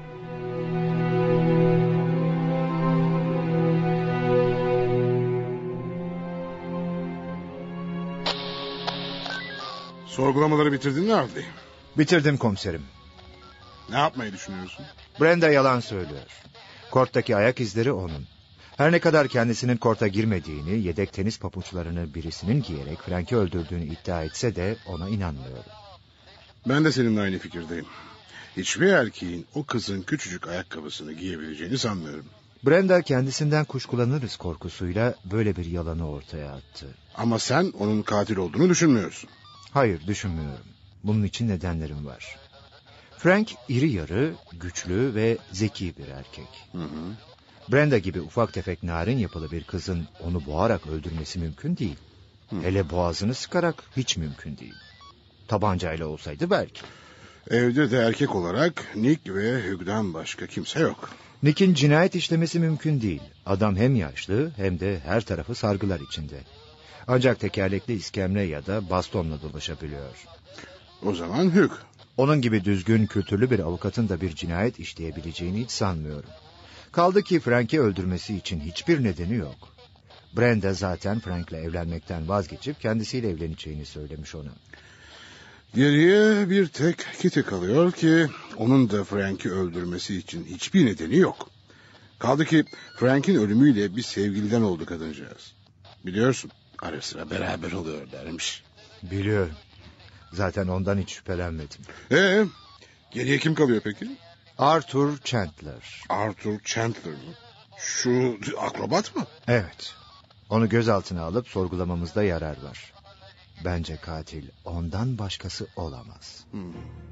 Sorgulamaları bitirdin mi Hardy? Bitirdim komiserim. Ne yapmayı düşünüyorsun? Brenda yalan söylüyor. Korttaki ayak izleri onun. Her ne kadar kendisinin korta girmediğini, yedek tenis papuçlarını birisinin giyerek Frank'i öldürdüğünü iddia etse de ona inanmıyorum. Ben de seninle aynı fikirdeyim. Hiçbir erkeğin o kızın küçücük ayakkabısını giyebileceğini sanmıyorum. Brenda kendisinden kuşkulanırız korkusuyla böyle bir yalanı ortaya attı. Ama sen onun katil olduğunu düşünmüyorsun. Hayır, düşünmüyorum. Bunun için nedenlerim var. Frank iri yarı, güçlü ve zeki bir erkek. Hı hı. Brenda gibi ufak tefek narin yapılı bir kızın onu boğarak öldürmesi mümkün değil. Hı. Hele boğazını sıkarak hiç mümkün değil. Tabancayla olsaydı belki. Evde de erkek olarak Nick ve Hugh'dan başka kimse yok. Nick'in cinayet işlemesi mümkün değil. Adam hem yaşlı hem de her tarafı sargılar içinde. Ancak tekerlekli iskemle ya da bastonla dolaşabiliyor. O zaman Hugh. Onun gibi düzgün, kültürlü bir avukatın da bir cinayet işleyebileceğini hiç sanmıyorum. Kaldı ki Frank'i öldürmesi için hiçbir nedeni yok. Brenda zaten Frank'le evlenmekten vazgeçip kendisiyle evleneceğini söylemiş ona. Geriye bir tek Kitty kalıyor ki onun da Frank'i öldürmesi için hiçbir nedeni yok. Kaldı ki Frank'in ölümüyle bir sevgiliden oldu kadıncağız. Biliyorsun, ara sıra beraber oluyor dermiş. Biliyorum. Zaten ondan hiç şüphelenmedim. Ee, geriye kim kalıyor peki? Arthur Chandler. Arthur Chandler mı? Şu akrobat mı? Evet. Onu gözaltına alıp sorgulamamızda yarar var. Bence katil ondan başkası olamaz. Hmm.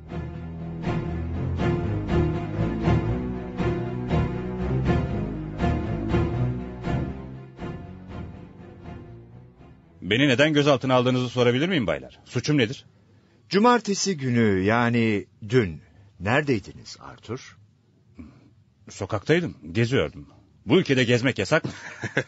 Beni neden gözaltına aldığınızı sorabilir miyim baylar? Suçum nedir? Cumartesi günü, yani dün neredeydiniz Arthur? Sokaktaydım, geziyordum. Bu ülkede gezmek yasak mı?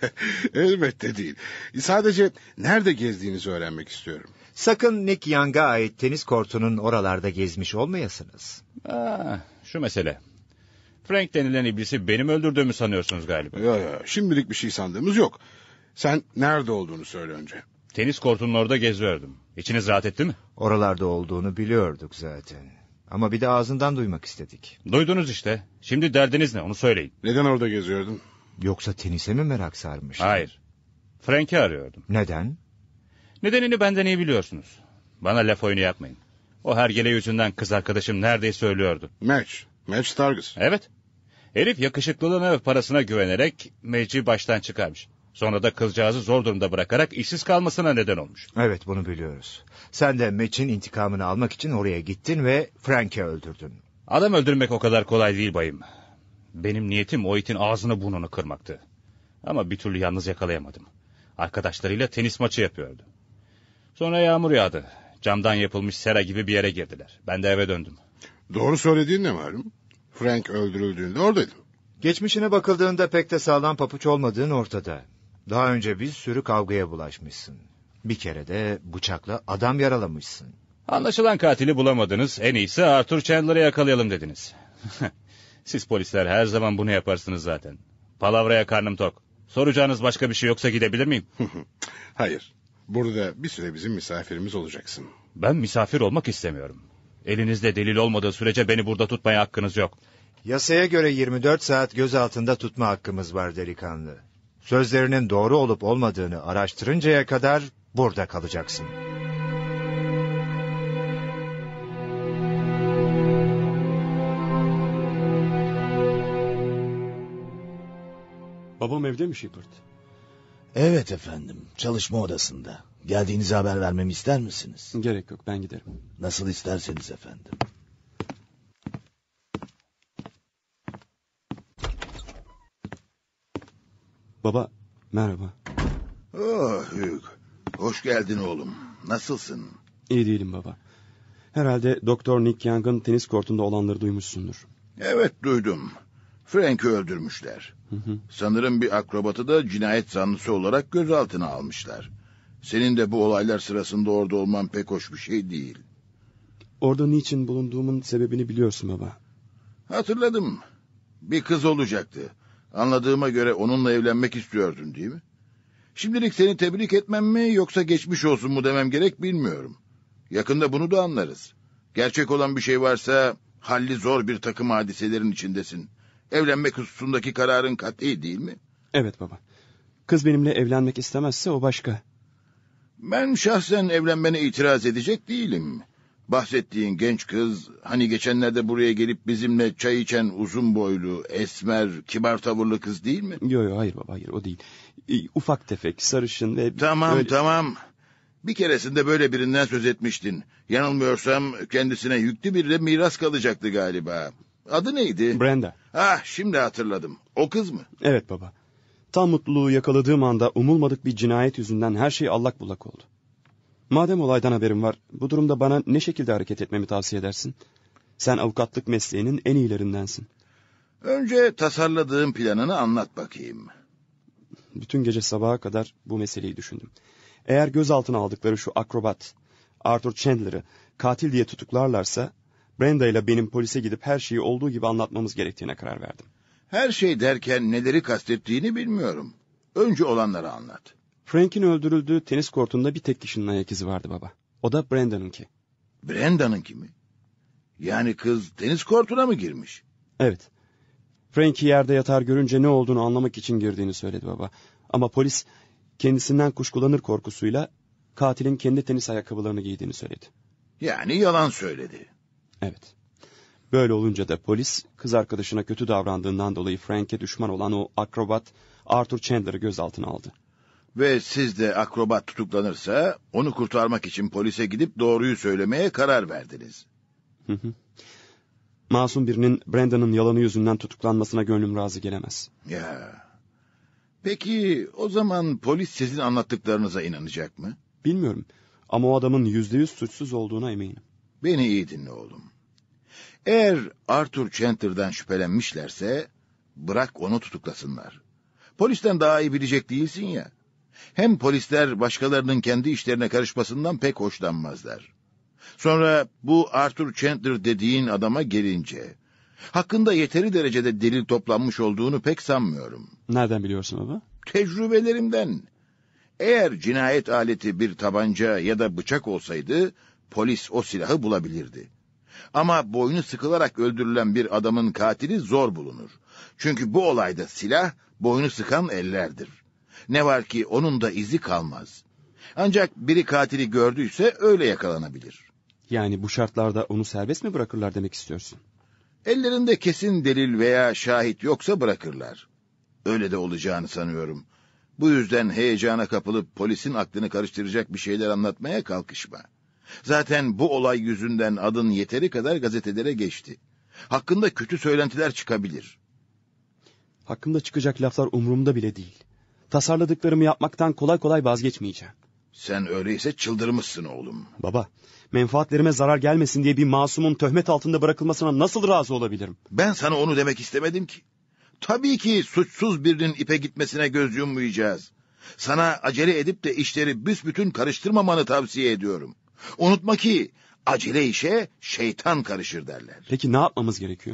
Elbette değil. Sadece nerede gezdiğinizi öğrenmek istiyorum. Sakın Nick Young'a ait tenis kortunun oralarda gezmiş olmayasınız. Aa, şu mesele. Frank denilen iblisi benim öldürdüğümü sanıyorsunuz galiba. Yok yok, şimdilik bir şey sandığımız yok. Sen nerede olduğunu söyle önce. Tenis kortunun orada geziyordum. İçiniz rahat etti mi? Oralarda olduğunu biliyorduk zaten. Ama bir de ağzından duymak istedik. Duydunuz işte. Şimdi derdiniz ne, onu söyleyin. Neden orada geziyordun? Yoksa tenise mi merak sarmıştın? Hayır. Frank'i arıyordum. Neden? Nedenini benden iyi biliyorsunuz. Bana laf oyunu yapmayın. O hergele yüzünden kız arkadaşım neredeyse ölüyordu. Match. Match Targus. Evet. Herif yakışıklılığına ve parasına güvenerek Match'i baştan çıkarmış. Sonra da kızcağızı zor durumda bırakarak işsiz kalmasına neden olmuş. Evet, bunu biliyoruz. Sen de Match'in intikamını almak için oraya gittin ve Frank'i öldürdün. Adam öldürmek o kadar kolay değil bayım. Benim niyetim o itin ağzını burnunu kırmaktı. Ama bir türlü yalnız yakalayamadım. Arkadaşlarıyla tenis maçı yapıyordu. Sonra yağmur yağdı. Camdan yapılmış sera gibi bir yere girdiler. Ben de eve döndüm. Doğru söylediğin ne malum? Frank öldürüldüğünde oradaydım. Geçmişine bakıldığında pek de sağlam papuç olmadığın ortada. Daha önce bir sürü kavgaya bulaşmışsın. Bir kere de bıçakla adam yaralamışsın. Anlaşılan katili bulamadınız. En iyisi Arthur Chandler'ı yakalayalım dediniz. Siz polisler her zaman bunu yaparsınız zaten. Palavraya karnım tok. Soracağınız başka bir şey yoksa gidebilir miyim? Hayır. Burada bir süre bizim misafirimiz olacaksın. Ben misafir olmak istemiyorum. Elinizde delil olmadığı sürece beni burada tutmaya hakkınız yok. Yasaya göre yirmi dört saat gözaltında tutma hakkımız var delikanlı. Sözlerinin doğru olup olmadığını araştırıncaya kadar burada kalacaksın. Babam evde mi Shepard? Evet efendim, çalışma odasında. Geldiğinizi haber vermemi ister misiniz? Gerek yok, ben giderim. Nasıl isterseniz efendim. Baba, merhaba. Oh Hugh, hoş geldin oğlum. Nasılsın? İyi değilim baba. Herhalde Doktor Nick Young'ın tenis kortunda olanları duymuşsundur. Evet, duydum. Frank'i öldürmüşler. Hı hı. Sanırım bir akrobatı da cinayet zanlısı olarak gözaltına almışlar. Senin de bu olaylar sırasında orada olman pek hoş bir şey değil. Orada niçin bulunduğumun sebebini biliyorsun baba. Hatırladım. Bir kız olacaktı. Anladığıma göre onunla evlenmek istiyordun, değil mi? Şimdilik seni tebrik etmem mi yoksa geçmiş olsun mu demem gerek bilmiyorum. Yakında bunu da anlarız. Gerçek olan bir şey varsa halli zor bir takım hadiselerin içindesin. Evlenmek hususundaki kararın kat'i değil mi? Evet baba. Kız benimle evlenmek istemezse o başka. Ben şahsen evlenmene itiraz edecek değilim. Bahsettiğin genç kız, hani geçenlerde buraya gelip bizimle çay içen uzun boylu, esmer, kibar tavırlı kız değil mi? Yok yok hayır baba hayır o değil. E, ufak tefek, sarışın ve... Tamam böyle... tamam. Bir keresinde böyle birinden söz etmiştin. Yanılmıyorsam kendisine yüklü bir de miras kalacaktı galiba. Adı neydi? Brenda. Ah şimdi hatırladım. O kız mı? Evet baba. Tam mutluluğu yakaladığım anda umulmadık bir cinayet yüzünden her şey allak bullak oldu. Madem olaydan haberim var, bu durumda bana ne şekilde hareket etmemi tavsiye edersin? Sen avukatlık mesleğinin en iyilerindensin. Önce tasarladığın planını anlat bakayım. Bütün gece sabaha kadar bu meseleyi düşündüm. Eğer gözaltına aldıkları şu akrobat, Arthur Chandler'ı katil diye tutuklarlarsa... Brenda ile benim polise gidip her şeyi olduğu gibi anlatmamız gerektiğine karar verdim. Her şey derken neleri kastettiğini bilmiyorum. Önce olanları anlat. Frank'in öldürüldüğü tenis kortunda bir tek kişinin ayak izi vardı baba. O da Brenda'nınki. Brenda'nınki mi? Yani kız tenis kortuna mı girmiş? Evet. Frank'i yerde yatar görünce ne olduğunu anlamak için girdiğini söyledi baba. Ama polis kendisinden kuşkulanır korkusuyla katilin kendi tenis ayakkabılarını giydiğini söyledi. Yani yalan söyledi. Evet. Böyle olunca da polis kız arkadaşına kötü davrandığından dolayı Frank'e düşman olan o akrobat Arthur Chandler'ı gözaltına aldı. Ve siz de akrobat tutuklanırsa onu kurtarmak için polise gidip doğruyu söylemeye karar verdiniz. Hı hı. Masum birinin Brenda'nın yalanı yüzünden tutuklanmasına gönlüm razı gelemez. Ya. Peki o zaman polis sizin anlattıklarınıza inanacak mı? Bilmiyorum ama o adamın yüzde yüz suçsuz olduğuna eminim. Beni iyi dinle oğlum. Eğer Arthur Chandler'dan şüphelenmişlerse bırak onu tutuklasınlar. Polisten daha iyi bilecek değilsin ya. Hem polisler başkalarının kendi işlerine karışmasından pek hoşlanmazlar. Sonra bu Arthur Chandler dediğin adama gelince... hakkında yeteri derecede delil toplanmış olduğunu pek sanmıyorum. Nereden biliyorsun baba? Tecrübelerimden. Eğer cinayet aleti bir tabanca ya da bıçak olsaydı... polis o silahı bulabilirdi. Ama boynu sıkılarak öldürülen bir adamın katili zor bulunur. Çünkü bu olayda silah boynu sıkan ellerdir. Ne var ki onun da izi kalmaz. Ancak biri katili gördüyse öyle yakalanabilir. Yani bu şartlarda onu serbest mi bırakırlar demek istiyorsun? Ellerinde kesin delil veya şahit yoksa bırakırlar. Öyle de olacağını sanıyorum. Bu yüzden heyecana kapılıp polisin aklını karıştıracak bir şeyler anlatmaya kalkışma. Zaten bu olay yüzünden adın yeteri kadar gazetelere geçti. Hakkında kötü söylentiler çıkabilir. Hakkında çıkacak laflar umurumda bile değil. Tasarladıklarımı yapmaktan kolay kolay vazgeçmeyeceğim. Sen öyleyse çıldırmışsın oğlum. Baba, menfaatlerime zarar gelmesin diye bir masumun töhmet altında bırakılmasına nasıl razı olabilirim? Ben sana onu demek istemedim ki. Tabii ki suçsuz birinin ipe gitmesine göz yummayacağız. Sana acele edip de işleri büsbütün karıştırmamanı tavsiye ediyorum. Unutma ki acele işe şeytan karışır derler. Peki ne yapmamız gerekiyor?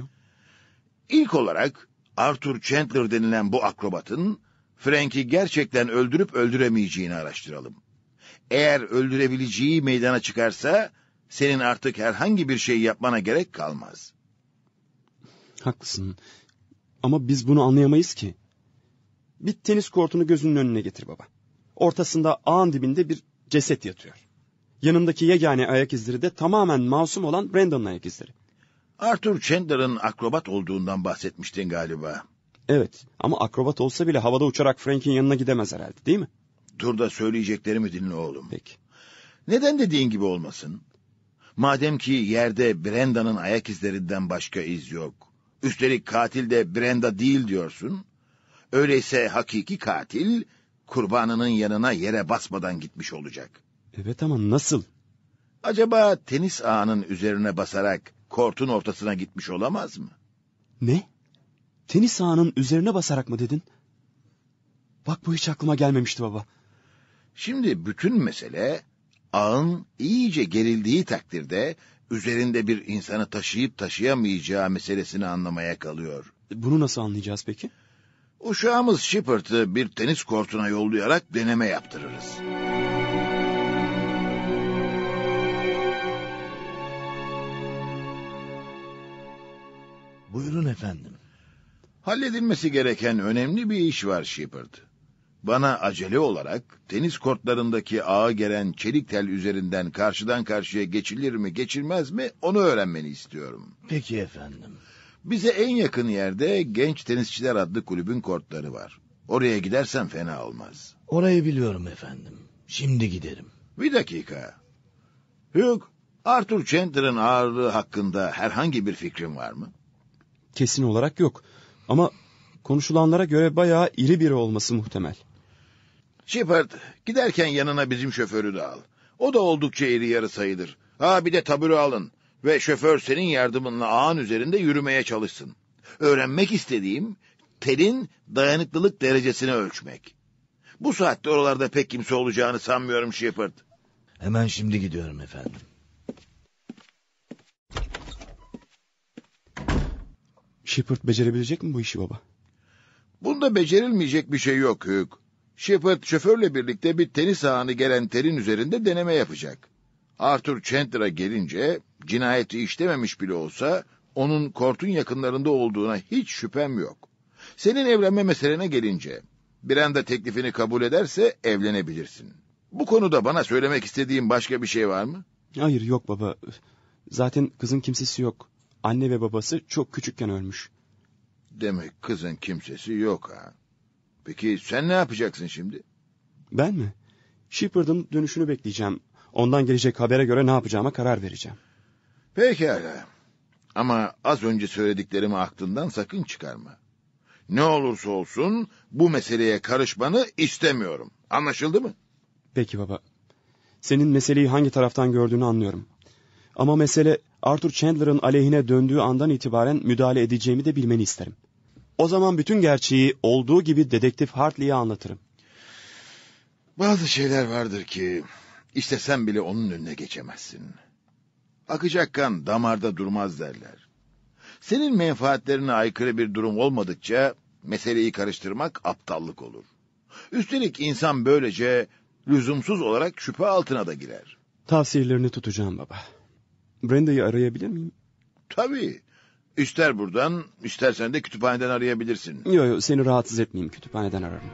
İlk olarak Arthur Chandler denilen bu akrobatın Frank'i gerçekten öldürüp öldüremeyeceğini araştıralım. Eğer öldürebileceği meydana çıkarsa senin artık herhangi bir şey yapmana gerek kalmaz. Haklısın. Ama biz bunu anlayamayız ki. Bir tenis kortunu gözünün önüne getir baba. Ortasında ağın dibinde bir ceset yatıyor. Yanındaki yegane ayak izleri de tamamen masum olan Brenda'nın ayak izleri. Arthur Chandler'ın akrobat olduğundan bahsetmiştin galiba. Evet ama akrobat olsa bile havada uçarak Frank'in yanına gidemez herhalde, değil mi? Dur da söyleyeceklerimi dinle oğlum. Peki. Neden dediğin gibi olmasın? Madem ki yerde Brenda'nın ayak izlerinden başka iz yok. Üstelik katil de Brenda değil diyorsun. Öyleyse hakiki katil kurbanının yanına yere basmadan gitmiş olacak. Evet ama nasıl? Acaba tenis ağının üzerine basarak kortun ortasına gitmiş olamaz mı? Ne? Tenis sahanın üzerine basarak mı dedin? Bak bu hiç aklıma gelmemişti baba. Şimdi bütün mesele ağın iyice gerildiği takdirde üzerinde bir insanı taşıyıp taşıyamayacağı meselesini anlamaya kalıyor. Bunu nasıl anlayacağız peki? Uşağımız Shepard'ı bir tenis kortuna yollayarak deneme yaptırırız. Buyurun efendim. Halledilmesi gereken önemli bir iş var Shepard. Bana acele olarak tenis kortlarındaki ağa gelen çelik tel üzerinden karşıdan karşıya geçilir mi geçilmez mi onu öğrenmeni istiyorum. Peki efendim. Bize en yakın yerde Genç Tenisçiler adlı kulübün kortları var. Oraya gidersen fena olmaz. Orayı biliyorum efendim. Şimdi giderim. Bir dakika. Hugh, Arthur Chandler'ın ağırlığı hakkında herhangi bir fikrin var mı? Kesin olarak yok. Ama konuşulanlara göre bayağı iri biri olması muhtemel. Shepard, giderken yanına bizim şoförü de al. O da oldukça iri yarı sayılır. Ha bir de tabure alın. Ve şoför senin yardımınla ağın üzerinde yürümeye çalışsın. Öğrenmek istediğim telin dayanıklılık derecesini ölçmek. Bu saatte oralarda pek kimse olacağını sanmıyorum Shepard. Hemen şimdi gidiyorum efendim. Shepard becerebilecek mi bu işi baba? Bunda becerilmeyecek bir şey yok Hugh. Shepard şoförle birlikte bir tenis ağını gelen telin üzerinde deneme yapacak. Arthur Chandler'a gelince cinayeti işlememiş bile olsa onun kortun yakınlarında olduğuna hiç şüphem yok. Senin evlenme meselene gelince Brenda teklifini kabul ederse evlenebilirsin. Bu konuda bana söylemek istediğin başka bir şey var mı? Hayır yok baba. Zaten kızın kimsesi yok. Anne ve babası çok küçükken ölmüş. Demek kızın kimsesi yok ha. Peki sen ne yapacaksın şimdi? Ben mi? Shepard'ın dönüşünü bekleyeceğim. Ondan gelecek habere göre ne yapacağıma karar vereceğim. Pekala. Ama az önce söylediklerimi aklından sakın çıkarma. Ne olursa olsun bu meseleye karışmanı istemiyorum. Anlaşıldı mı? Peki baba. Senin meseleyi hangi taraftan gördüğünü anlıyorum. Ama mesele Arthur Chandler'ın aleyhine döndüğü andan itibaren müdahale edeceğimi de bilmeni isterim. O zaman bütün gerçeği olduğu gibi dedektif Hartley'e anlatırım. Bazı şeyler vardır ki istesen bile onun önüne geçemezsin. Akacak kan damarda durmaz derler. Senin menfaatlerine aykırı bir durum olmadıkça meseleyi karıştırmak aptallık olur. Üstelik insan böylece lüzumsuz olarak şüphe altına da girer. Tavsiyelerini tutacağım baba. Brenda'yı arayabilir miyim? Tabii. İster buradan, istersen de kütüphaneden arayabilirsin. Yok yok, seni rahatsız etmeyeyim, kütüphaneden ararım.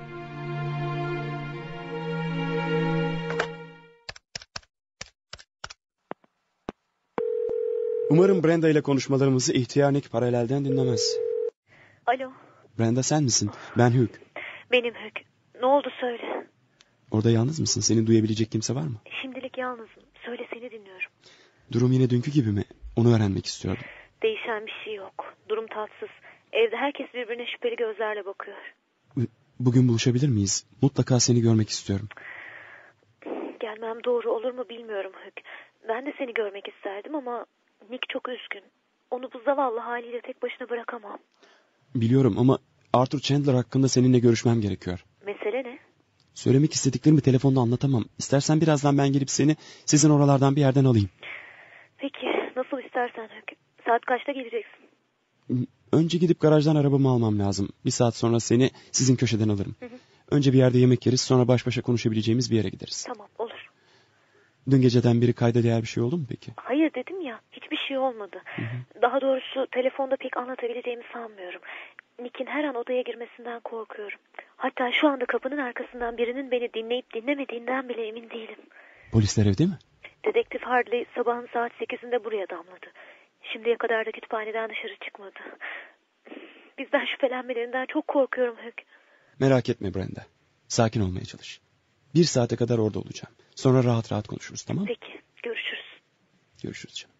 Umarım Brenda ile konuşmalarımızı ihtiyar Nick paralelden dinlemez. Alo. Brenda sen misin? Ben Hugh. Benim Hugh. Ne oldu söyle. Orada yalnız mısın? Seni duyabilecek kimse var mı? Şimdilik yalnızım. Söyle seni dinliyorum. Durum yine dünkü gibi mi? Onu öğrenmek istiyordum. Değişen bir şey yok. Durum tatsız. Evde herkes birbirine şüpheli gözlerle bakıyor. Bugün buluşabilir miyiz? Mutlaka seni görmek istiyorum. Gelmem doğru olur mu bilmiyorum Hugh. Ben de seni görmek isterdim ama Nick çok üzgün. Onu bu zavallı haliyle tek başına bırakamam. Biliyorum ama Arthur Chandler hakkında seninle görüşmem gerekiyor. Mesele ne? Söylemek istediklerimi telefonda anlatamam. İstersen birazdan ben gelip seni sizin oralardan bir yerden alayım. Peki nasıl istersen Hugh. Saat kaçta geleceksin? Önce gidip garajdan arabamı almam lazım. Bir saat sonra seni sizin köşeden alırım. Hı hı. Önce bir yerde yemek yeriz, sonra baş başa konuşabileceğimiz bir yere gideriz. Tamam, olur. Dün geceden beri kayda değer bir şey oldu mu peki? Hayır dedim ya, hiçbir şey olmadı. Hı hı. Daha doğrusu telefonda pek anlatabileceğimi sanmıyorum. Nick'in her an odaya girmesinden korkuyorum. Hatta şu anda kapının arkasından birinin beni dinleyip dinlemediğinden bile emin değilim. Polisler evde mi? Dedektif Hartley sabahın saat sekizinde buraya damladı. Şimdiye kadar da kütüphaneden dışarı çıkmadı. Bizden şüphelenmelerinden çok korkuyorum Hugh. Merak etme Brenda. Sakin olmaya çalış. Bir saate kadar orada olacağım. Sonra rahat rahat konuşuruz, tamam mı? Peki, görüşürüz. Görüşürüz canım.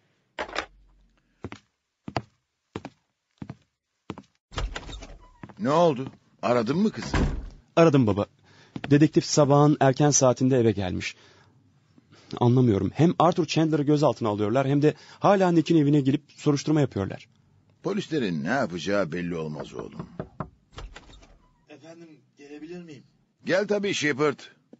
Ne oldu? Aradın mı kızı? Aradım baba. Dedektif sabahın erken saatinde eve gelmiş. Anlamıyorum. Hem Arthur Chandler'ı gözaltına alıyorlar hem de hala Nick'in evine gelip soruşturma yapıyorlar. Polislerin ne yapacağı belli olmaz oğlum. Efendim, gelebilir miyim? Gel tabii Shepard.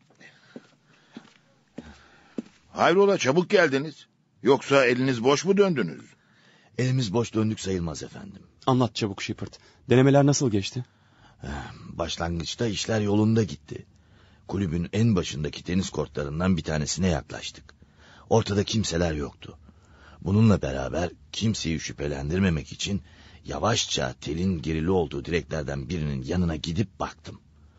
Hayrola, çabuk geldiniz. Yoksa eliniz boş mu döndünüz? Elimiz boş döndük sayılmaz efendim. Anlat çabuk Shepard. Denemeler nasıl geçti? Başlangıçta işler yolunda gitti. Kulübün en başındaki tenis kortlarından bir tanesine yaklaştık. Ortada kimseler yoktu. Bununla beraber kimseyi şüphelendirmemek için yavaşça telin gerili olduğu direklerden birinin yanına gidip baktım.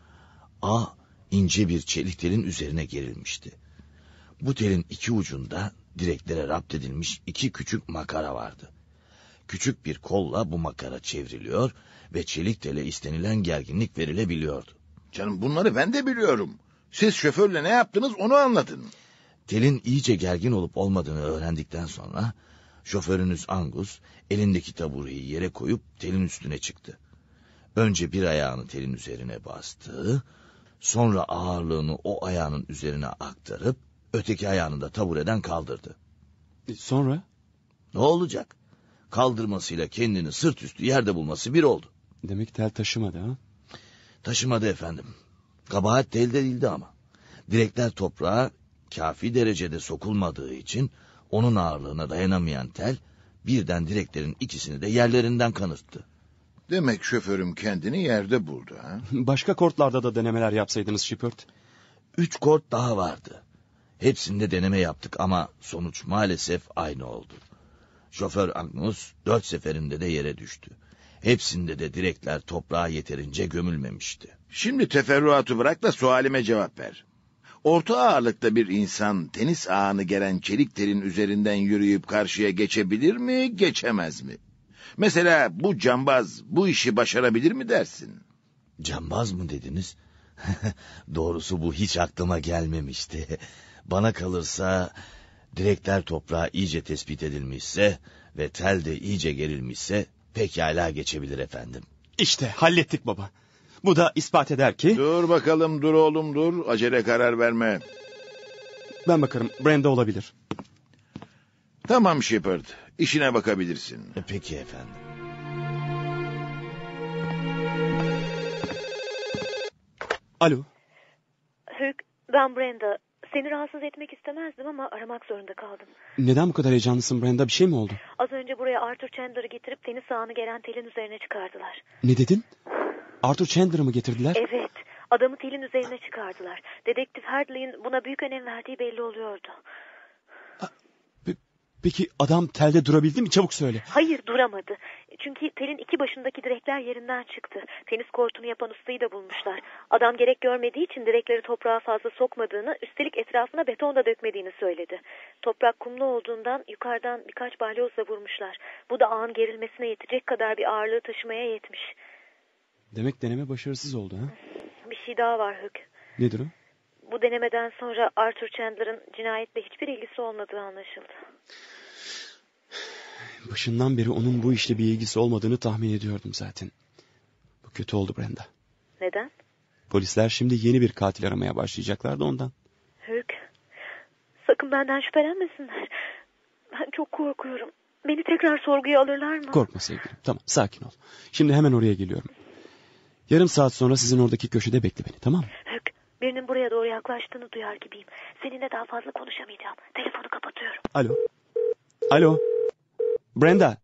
A ince bir çelik telin üzerine gerilmişti. Bu telin iki ucunda direklere rapt edilmiş iki küçük makara vardı. Küçük bir kolla bu makara çevriliyor ve çelik tele istenilen gerginlik verilebiliyordu. Canım, bunları ben de biliyorum. Siz şoförle ne yaptınız onu anlatın. Telin iyice gergin olup olmadığını öğrendikten sonra şoförünüz Angus elindeki tabureyi yere koyup telin üstüne çıktı. Önce bir ayağını telin üzerine bastı, sonra ağırlığını o ayağının üzerine aktarıp öteki ayağını da tabureden kaldırdı. Sonra? Ne olacak? Kaldırmasıyla kendini sırt üstü yerde bulması bir oldu. Demek tel taşımadı ha? Taşımadı efendim. Kabahat telde değildi ama. Direkler toprağa kafi derecede sokulmadığı için onun ağırlığına dayanamayan tel birden direklerin ikisini de yerlerinden kanırttı. Demek şoförüm kendini yerde buldu ha? Başka kortlarda da denemeler yapsaydınız Shepard. Üç kort daha vardı. Hepsinde deneme yaptık ama sonuç maalesef aynı oldu. Şoför Angus dört seferinde de yere düştü. Hepsinde de direkler toprağa yeterince gömülmemişti. Şimdi teferruatı bırak da sualime cevap ver. Orta ağırlıkta bir insan tenis ağını geren çelik telin üzerinden yürüyüp karşıya geçebilir mi, geçemez mi? Mesela bu cambaz bu işi başarabilir mi dersin? Cambaz mı dediniz? Doğrusu bu hiç aklıma gelmemişti. Bana kalırsa direkler toprağa iyice tespit edilmişse ve tel de iyice gerilmişse pekala geçebilir efendim. İşte hallettik baba. Bu da ispat eder ki... Dur bakalım, dur oğlum dur. Acele karar verme. Ben bakarım, Brenda olabilir. Tamam Shepard, işine bakabilirsin. Peki efendim. Alo. Hugh, ben Brenda. Seni rahatsız etmek istemezdim ama aramak zorunda kaldım. Neden bu kadar heyecanlısın Brenda? Bir şey mi oldu? Az önce buraya Arthur Chandler'ı getirip tenis sahanı gelen telin üzerine çıkardılar. Ne dedin? Arthur Chandler'ı mı getirdiler? Evet. Adamı telin üzerine çıkardılar. Dedektif Hadley'in buna büyük önem verdiği belli oluyordu. Pe- Peki adam telde durabildi mi? Çabuk söyle. Hayır, duramadı. Çünkü telin iki başındaki direkler yerinden çıktı. Tenis kortunu yapan ustayı da bulmuşlar. Adam gerek görmediği için direkleri toprağa fazla sokmadığını, üstelik etrafına beton da dökmediğini söyledi. Toprak kumlu olduğundan yukarıdan birkaç balyozla vurmuşlar. Bu da ağın gerilmesine yetecek kadar bir ağırlığı taşımaya yetmiş. Demek deneme başarısız oldu ha? Bir şey daha var Hugh. Nedir o? Bu denemeden sonra Arthur Chandler'ın cinayetle hiçbir ilgisi olmadığı anlaşıldı. Başından beri onun bu işle bir ilgisi olmadığını tahmin ediyordum zaten. Bu kötü oldu Brenda. Neden? Polisler şimdi yeni bir katil aramaya başlayacaklar da ondan. Hugh, sakın benden şüphelenmesinler. Ben çok korkuyorum. Beni tekrar sorguya alırlar mı? Korkma sevgilim. Tamam, sakin ol. Şimdi hemen oraya geliyorum. Yarım saat sonra sizin oradaki köşede bekle beni, tamam mı? Hugh, birinin buraya doğru yaklaştığını duyar gibiyim. Seninle daha fazla konuşamayacağım. Telefonu kapatıyorum. Alo. Alo. Brenda.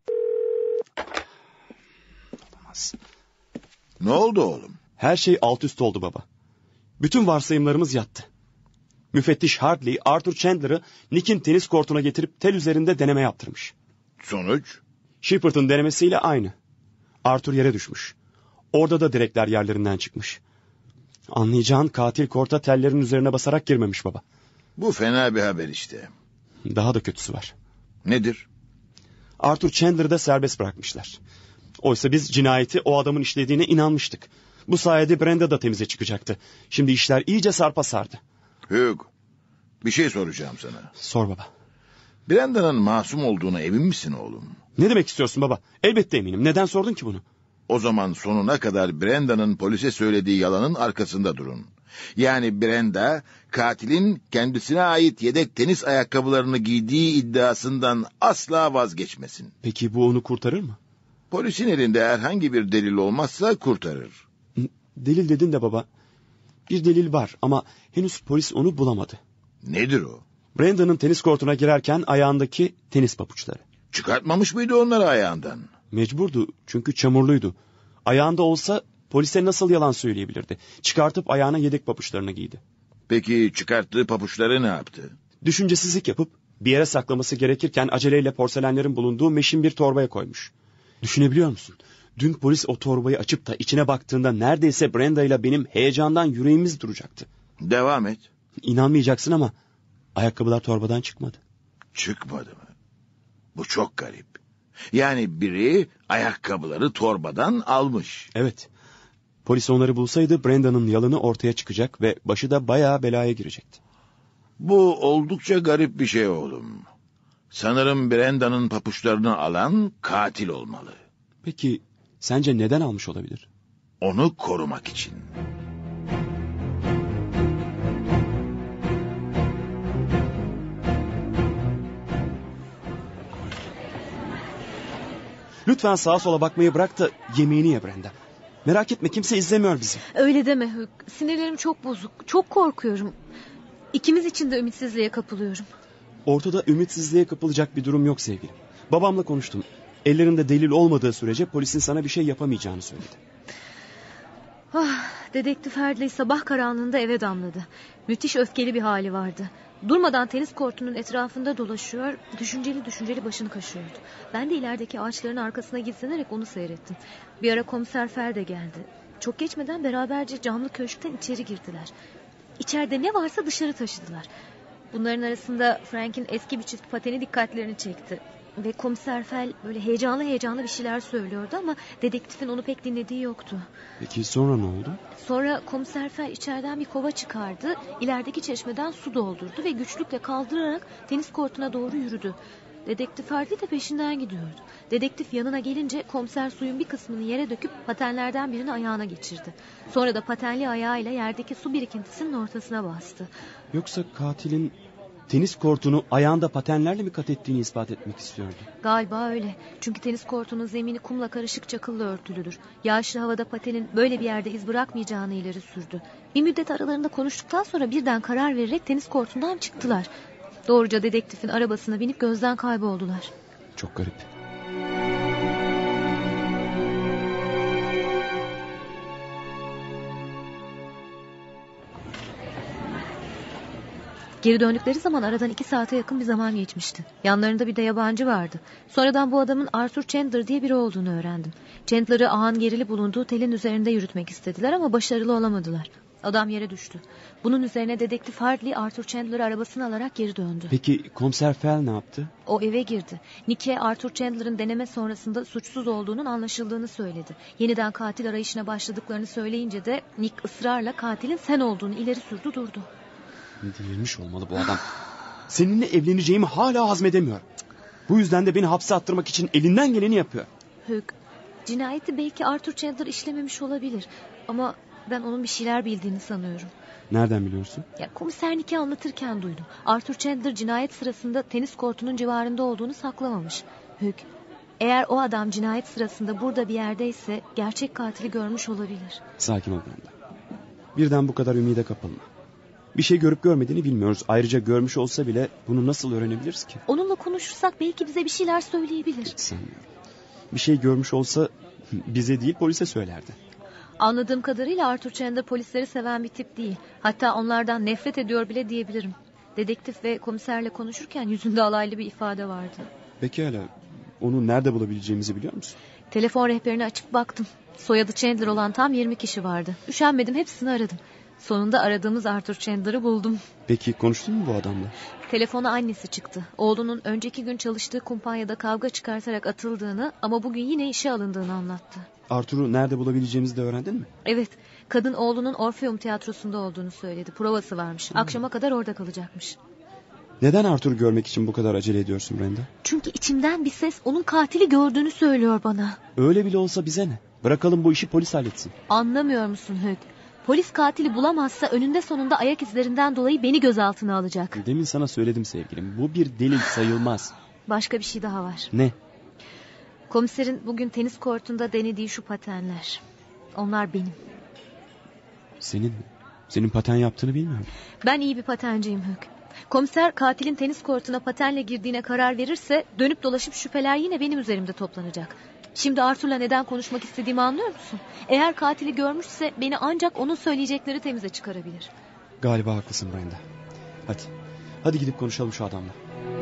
Olamaz. Ne oldu oğlum? Her şey alt üst oldu baba. Bütün varsayımlarımız yattı. Müfettiş Hartley, Arthur Chandler'ı Nick'in tenis kortuna getirip tel üzerinde deneme yaptırmış. Sonuç? Shepard'ın denemesiyle aynı. Arthur yere düşmüş. Orada da direkler yerlerinden çıkmış. Anlayacağın katil korta tellerin üzerine basarak girmemiş baba. Bu fena bir haber işte. Daha da kötüsü var. Nedir? Arthur Chandler'ı da serbest bırakmışlar. Oysa biz cinayeti o adamın işlediğine inanmıştık. Bu sayede Brenda da temize çıkacaktı. Şimdi işler iyice sarpa sardı. Hugh, bir şey soracağım sana. Sor baba. Brenda'nın masum olduğuna emin misin oğlum? Ne demek istiyorsun baba? Elbette eminim. Neden sordun ki bunu? O zaman sonuna kadar Brenda'nın polise söylediği yalanın arkasında durun. Yani Brenda, katilin kendisine ait yedek tenis ayakkabılarını giydiği iddiasından asla vazgeçmesin. Peki bu onu kurtarır mı? Polisin elinde herhangi bir delil olmazsa kurtarır. Delil dedin de baba. Bir delil var ama henüz polis onu bulamadı. Nedir o? Brandon'ın tenis kortuna girerken ayağındaki tenis papuçları. Çıkartmamış mıydı onları ayağından? Mecburdu çünkü çamurluydu. Ayağında olsa polise nasıl yalan söyleyebilirdi? Çıkartıp ayağına yedek papuçlarını giydi. Peki çıkarttığı papuçları ne yaptı? Düşüncesizlik yapıp bir yere saklaması gerekirken aceleyle porselenlerin bulunduğu meşin bir torbaya koymuş. Düşünebiliyor musun? Dün polis o torbayı açıp da içine baktığında neredeyse Brenda ile benim heyecandan yüreğimiz duracaktı. Devam et. İnanmayacaksın ama ayakkabılar torbadan çıkmadı. Çıkmadı mı? Bu çok garip. Yani biri ayakkabıları torbadan almış. Evet. Polis onları bulsaydı Brenda'nın yalını ortaya çıkacak ve başı da bayağı belaya girecekti. Bu oldukça garip bir şey oğlum. Sanırım Brenda'nın papuçlarını alan katil olmalı. Peki sence neden almış olabilir? Onu korumak için. Lütfen sağa sola bakmayı bırak da yemeğini ye Brenda. Merak etme, kimse izlemiyor bizi. Öyle deme Hugh. Sinirlerim çok bozuk. Çok korkuyorum. İkimiz için de ümitsizliğe kapılıyorum. Ortada ümitsizliğe kapılacak bir durum yok sevgilim. Babamla konuştum. Ellerinde delil olmadığı sürece polisin sana bir şey yapamayacağını söyledi. Ah, Dedektif Hardley sabah karanlığında eve damladı. Müthiş öfkeli bir hali vardı. Durmadan tenis kortunun etrafında dolaşıyor, düşünceli düşünceli başını kaşıyordu. Ben de ilerideki ağaçların arkasına gizlenerek onu seyrettim. Bir ara komiser Fel de geldi. Çok geçmeden beraberce camlı köşkten içeri girdiler. İçeride ne varsa dışarı taşıdılar. Bunların arasında Frank'in eski bir çift pateni dikkatlerini çekti. Ve komiser Fel böyle heyecanlı heyecanlı bir şeyler söylüyordu ama dedektifin onu pek dinlediği yoktu. Peki sonra ne oldu? Sonra komiser Fel içeriden bir kova çıkardı, ilerideki çeşmeden su doldurdu ve güçlükle kaldırarak tenis kortuna doğru yürüdü. Dedektif Hardley de peşinden gidiyordu. Dedektif yanına gelince komiser suyun bir kısmını yere döküp patenlerden birini ayağına geçirdi. Sonra da patenli ayağıyla yerdeki su birikintisinin ortasına bastı. Yoksa katilin tenis kortunu ayağında patenlerle mi kat ettiğini ispat etmek istiyordu? Galiba öyle. Çünkü tenis kortunun zemini kumla karışık çakılla örtülüdür. Yağışlı havada patenin böyle bir yerde iz bırakmayacağını ileri sürdü. Bir müddet aralarında konuştuktan sonra birden karar vererek tenis kortundan çıktılar. Doğruca dedektifin arabasına binip gözden kayboldular. Çok garip. Geri döndükleri zaman aradan iki saate yakın bir zaman geçmişti. Yanlarında bir de yabancı vardı. Sonradan bu adamın Arthur Chandler diye biri olduğunu öğrendim. Chandler'ı ağın gerili bulunduğu telin üzerinde yürütmek istediler ama başarılı olamadılar. Adam yere düştü. Bunun üzerine dedektif Hardley Arthur Chandler'ı arabasına alarak geri döndü. Peki komiser Fel ne yaptı? O eve girdi. Nick'e Arthur Chandler'ın deneme sonrasında suçsuz olduğunun anlaşıldığını söyledi. Yeniden katil arayışına başladıklarını söyleyince de Nick ısrarla katilin sen olduğunu ileri sürdü durdu. Delirmiş olmalı bu adam. Seninle evleneceğimi hala hazmedemiyor. Bu yüzden de beni hapse attırmak için elinden geleni yapıyor. Hugh, cinayeti belki Arthur Chandler işlememiş olabilir. Ama ben onun bir şeyler bildiğini sanıyorum. Nereden biliyorsun? Ya, komiser Nick'e anlatırken duydum. Arthur Chandler cinayet sırasında tenis kortunun civarında olduğunu saklamamış. Hugh, eğer o adam cinayet sırasında burada bir yerdeyse gerçek katili görmüş olabilir. Sakin ol Brenda. Birden bu kadar ümide kapılma. Bir şey görüp görmediğini bilmiyoruz. Ayrıca görmüş olsa bile bunu nasıl öğrenebiliriz ki? Onunla konuşursak belki bize bir şeyler söyleyebilir. Hiç sanmıyorum. Bir şey görmüş olsa bize değil polise söylerdi. Anladığım kadarıyla Arthur Chandler polisleri seven bir tip değil. Hatta onlardan nefret ediyor bile diyebilirim. Dedektif ve komiserle konuşurken yüzünde alaylı bir ifade vardı. Pekala. Onu nerede bulabileceğimizi biliyor musun? Telefon rehberini açıp baktım. Soyadı Chandler olan tam yirmi kişi vardı. Üşenmedim, hepsini aradım. Sonunda aradığımız Arthur Chandler'ı buldum. Peki konuştun mu bu adamla? Telefona annesi çıktı. Oğlunun önceki gün çalıştığı kumpanyada kavga çıkartarak atıldığını ama bugün yine işe alındığını anlattı. Arthur'u nerede bulabileceğimizi de öğrendin mi? Evet. Kadın oğlunun Orfeum tiyatrosunda olduğunu söyledi. Provası varmış. Akşama kadar orada kalacakmış. Neden Arthur'u görmek için bu kadar acele ediyorsun Brenda? Çünkü içimden bir ses onun katili gördüğünü söylüyor bana. Öyle bile olsa bize ne? Bırakalım bu işi polis halletsin. Anlamıyor musun Hugh? Polis katili bulamazsa önünde sonunda ayak izlerinden dolayı beni gözaltına alacak. Demin sana söyledim sevgilim. Bu bir delil sayılmaz. Başka bir şey daha var. Ne? Komiserin bugün tenis kortunda denediği şu patenler. Onlar benim. Senin mi? Senin paten yaptığını bilmiyorum. Ben iyi bir patenciyim Hök. Komiser katilin tenis kortuna patenle girdiğine karar verirse dönüp dolaşıp şüpheler yine benim üzerimde toplanacak. Şimdi Arthur'la neden konuşmak istediğimi anlıyor musun? Eğer katili görmüşse beni ancak onun söyleyecekleri temize çıkarabilir. Galiba haklısın Brenda. Hadi. Hadi gidip konuşalım şu adamla.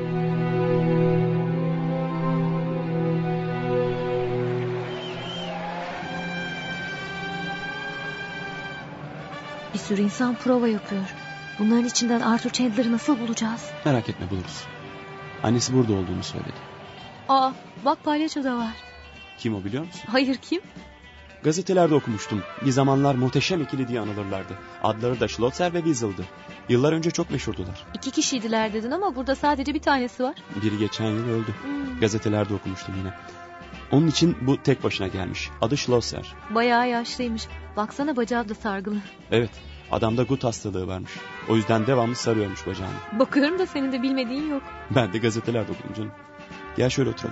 Bir sürü insan prova yapıyor. Bunların içinden Arthur Chandler'ı nasıl bulacağız? Merak etme, buluruz. Annesi burada olduğunu söyledi. Aa, bak palyaço da var. Kim o, biliyor musun? Hayır, kim? Gazetelerde okumuştum. Bir zamanlar muhteşem ikili diye anılırlardı. Adları da Schlotzer ve Wiesel'dı. Yıllar önce çok meşhurdular. İki kişiydiler dedin ama burada sadece bir tanesi var. Biri geçen yıl öldü. Hmm. Gazetelerde okumuştum yine. Onun için bu tek başına gelmiş. Adı Schlosser. Bayağı yaşlıymış. Baksana, bacağı da sargılı. Evet. Adamda gut hastalığı varmış. O yüzden devamlı sarıyormuş bacağını. Bakıyorum da senin de bilmediğin yok. Ben de gazetelerde okudum canım. Gel şöyle oturalım.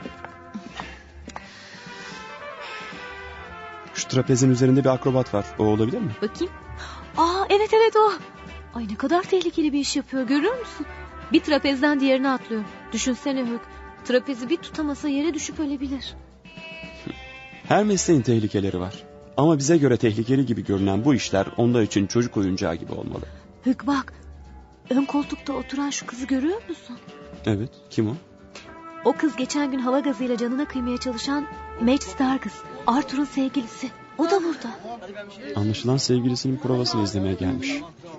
Şu trapezin üzerinde bir akrobat var. O olabilir mi? Bakayım. Aa, evet evet o. Ay, ne kadar tehlikeli bir iş yapıyor, görüyor musun? Bir trapezden diğerine atlıyor. Düşünsene Hök. Trapezi bir tutamasa yere düşüp ölebilir. Her mesleğin tehlikeleri var. Ama bize göre tehlikeli gibi görünen bu işler onlar için çocuk oyuncağı gibi olmalı. Hök bak. Ön koltukta oturan şu kızı görüyor musun? Evet. Kim o? O kız geçen gün hava gazıyla canına kıymaya çalışan Madge Starkis. Arthur'un sevgilisi. O da burada. Anlaşılan sevgilisinin provasını izlemeye gelmiş.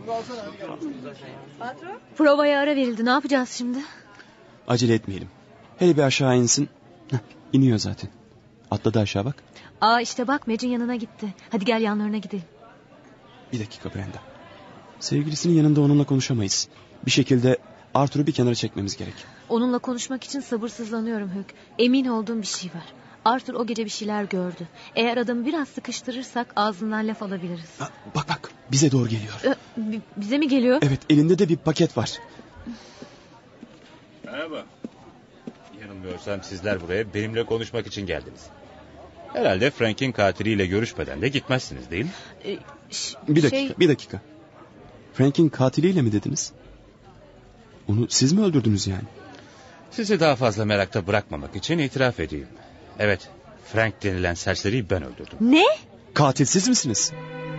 Provaya ara verildi. Ne yapacağız şimdi? Acele etmeyelim. Hele bir aşağı insin. Heh, iniyor zaten. Atladı aşağı bak. Aa, işte bak, Madge'in yanına gitti. Hadi gel yanlarına gidelim. Bir dakika Brenda. Sevgilisinin yanında onunla konuşamayız. Bir şekilde Arthur'u bir kenara çekmemiz gerek. Onunla konuşmak için sabırsızlanıyorum Hök. Emin olduğum bir şey var. Arthur o gece bir şeyler gördü. Eğer adamı biraz sıkıştırırsak ağzından laf alabiliriz. Ha, bak bak, bize doğru geliyor. Ee, bize mi geliyor? Evet, elinde de bir paket var. Merhaba. Yanılmıyorsam sizler buraya benimle konuşmak için geldiniz. Herhalde Frank'in katiliyle görüşmeden de gitmezsiniz, değil mi? Ee, ş- bir dakika, şey... bir dakika. Frank'in katiliyle mi dediniz? Onu siz mi öldürdünüz yani? Sizi daha fazla merakta bırakmamak için itiraf edeyim. Evet, Frank denilen serseriyi ben öldürdüm. Ne? Katil siz misiniz?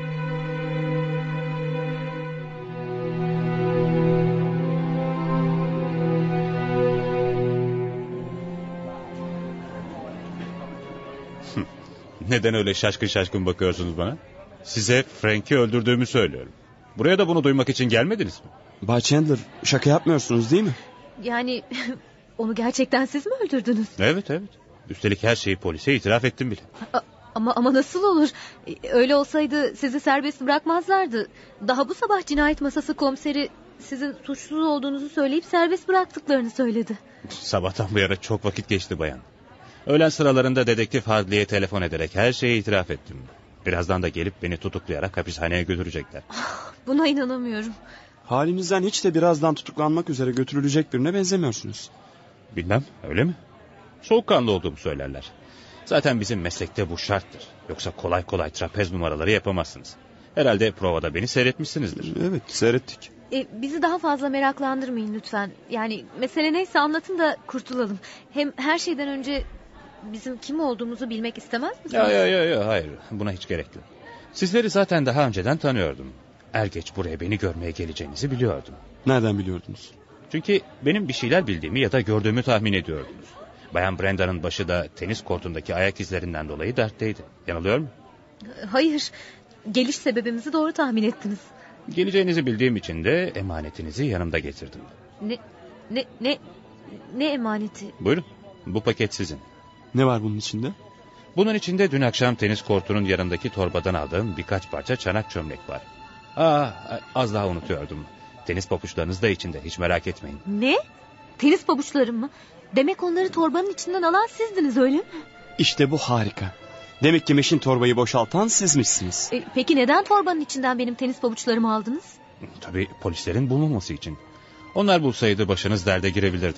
Neden öyle şaşkın şaşkın bakıyorsunuz bana? Size Frank'i öldürdüğümü söylüyorum. Buraya da bunu duymak için gelmediniz mi? Bay Chandler, şaka yapmıyorsunuz değil mi? Yani onu gerçekten siz mi öldürdünüz? Evet evet. Üstelik her şeyi polise itiraf ettim bile. A- ama ama nasıl olur? Öyle olsaydı sizi serbest bırakmazlardı. Daha bu sabah cinayet masası komiseri sizin suçsuz olduğunuzu söyleyip serbest bıraktıklarını söyledi. Sabahtan bu yana çok vakit geçti bayan. Öğlen sıralarında dedektif Hardley'e telefon ederek her şeyi itiraf ettim. Birazdan da gelip beni tutuklayarak hapishaneye götürecekler. Buna inanamıyorum. Halinizden hiç de birazdan tutuklanmak üzere götürülecek birine benzemiyorsunuz. Bilmem, öyle mi? Soğukkanlı olduğumu söylerler. Zaten bizim meslekte bu şarttır. Yoksa kolay kolay trapez numaraları yapamazsınız. Herhalde provada beni seyretmişsinizdir. Evet, seyrettik. E, bizi daha fazla meraklandırmayın lütfen. Yani mesele neyse anlatın da kurtulalım. Hem her şeyden önce bizim kim olduğumuzu bilmek istemez misiniz? Ya ya ya ya hayır, buna hiç gerek yok. Sizleri zaten daha önceden tanıyordum. Er geç buraya beni görmeye geleceğinizi biliyordum. Nereden biliyordunuz? Çünkü benim bir şeyler bildiğimi ya da gördüğümü tahmin ediyordunuz. Bayan Brenda'nın başı da tenis kortundaki ayak izlerinden dolayı dertteydi. Yanılıyor mu? Hayır. Geliş sebebimizi doğru tahmin ettiniz. Geleceğinizi bildiğim için de emanetinizi yanımda getirdim. Ne ne ne ne emaneti? Buyurun. Bu paket sizin. Ne var bunun içinde? Bunun içinde dün akşam tenis kortunun yanındaki torbadan aldığım birkaç parça çanak çömlek var. Aa, az daha unutuyordum. Tenis pabuçlarınız da içinde, hiç merak etmeyin. Ne? Tenis pabuçlarım mı? Demek onları torbanın içinden alan sizdiniz, öyle mi? İşte bu harika. Demek ki meşin torbayı boşaltan sizmişsiniz. E, peki neden torbanın içinden benim tenis pabuçlarımı aldınız? Tabii polislerin bulmaması için. Onlar bulsaydı başınız derde girebilirdi.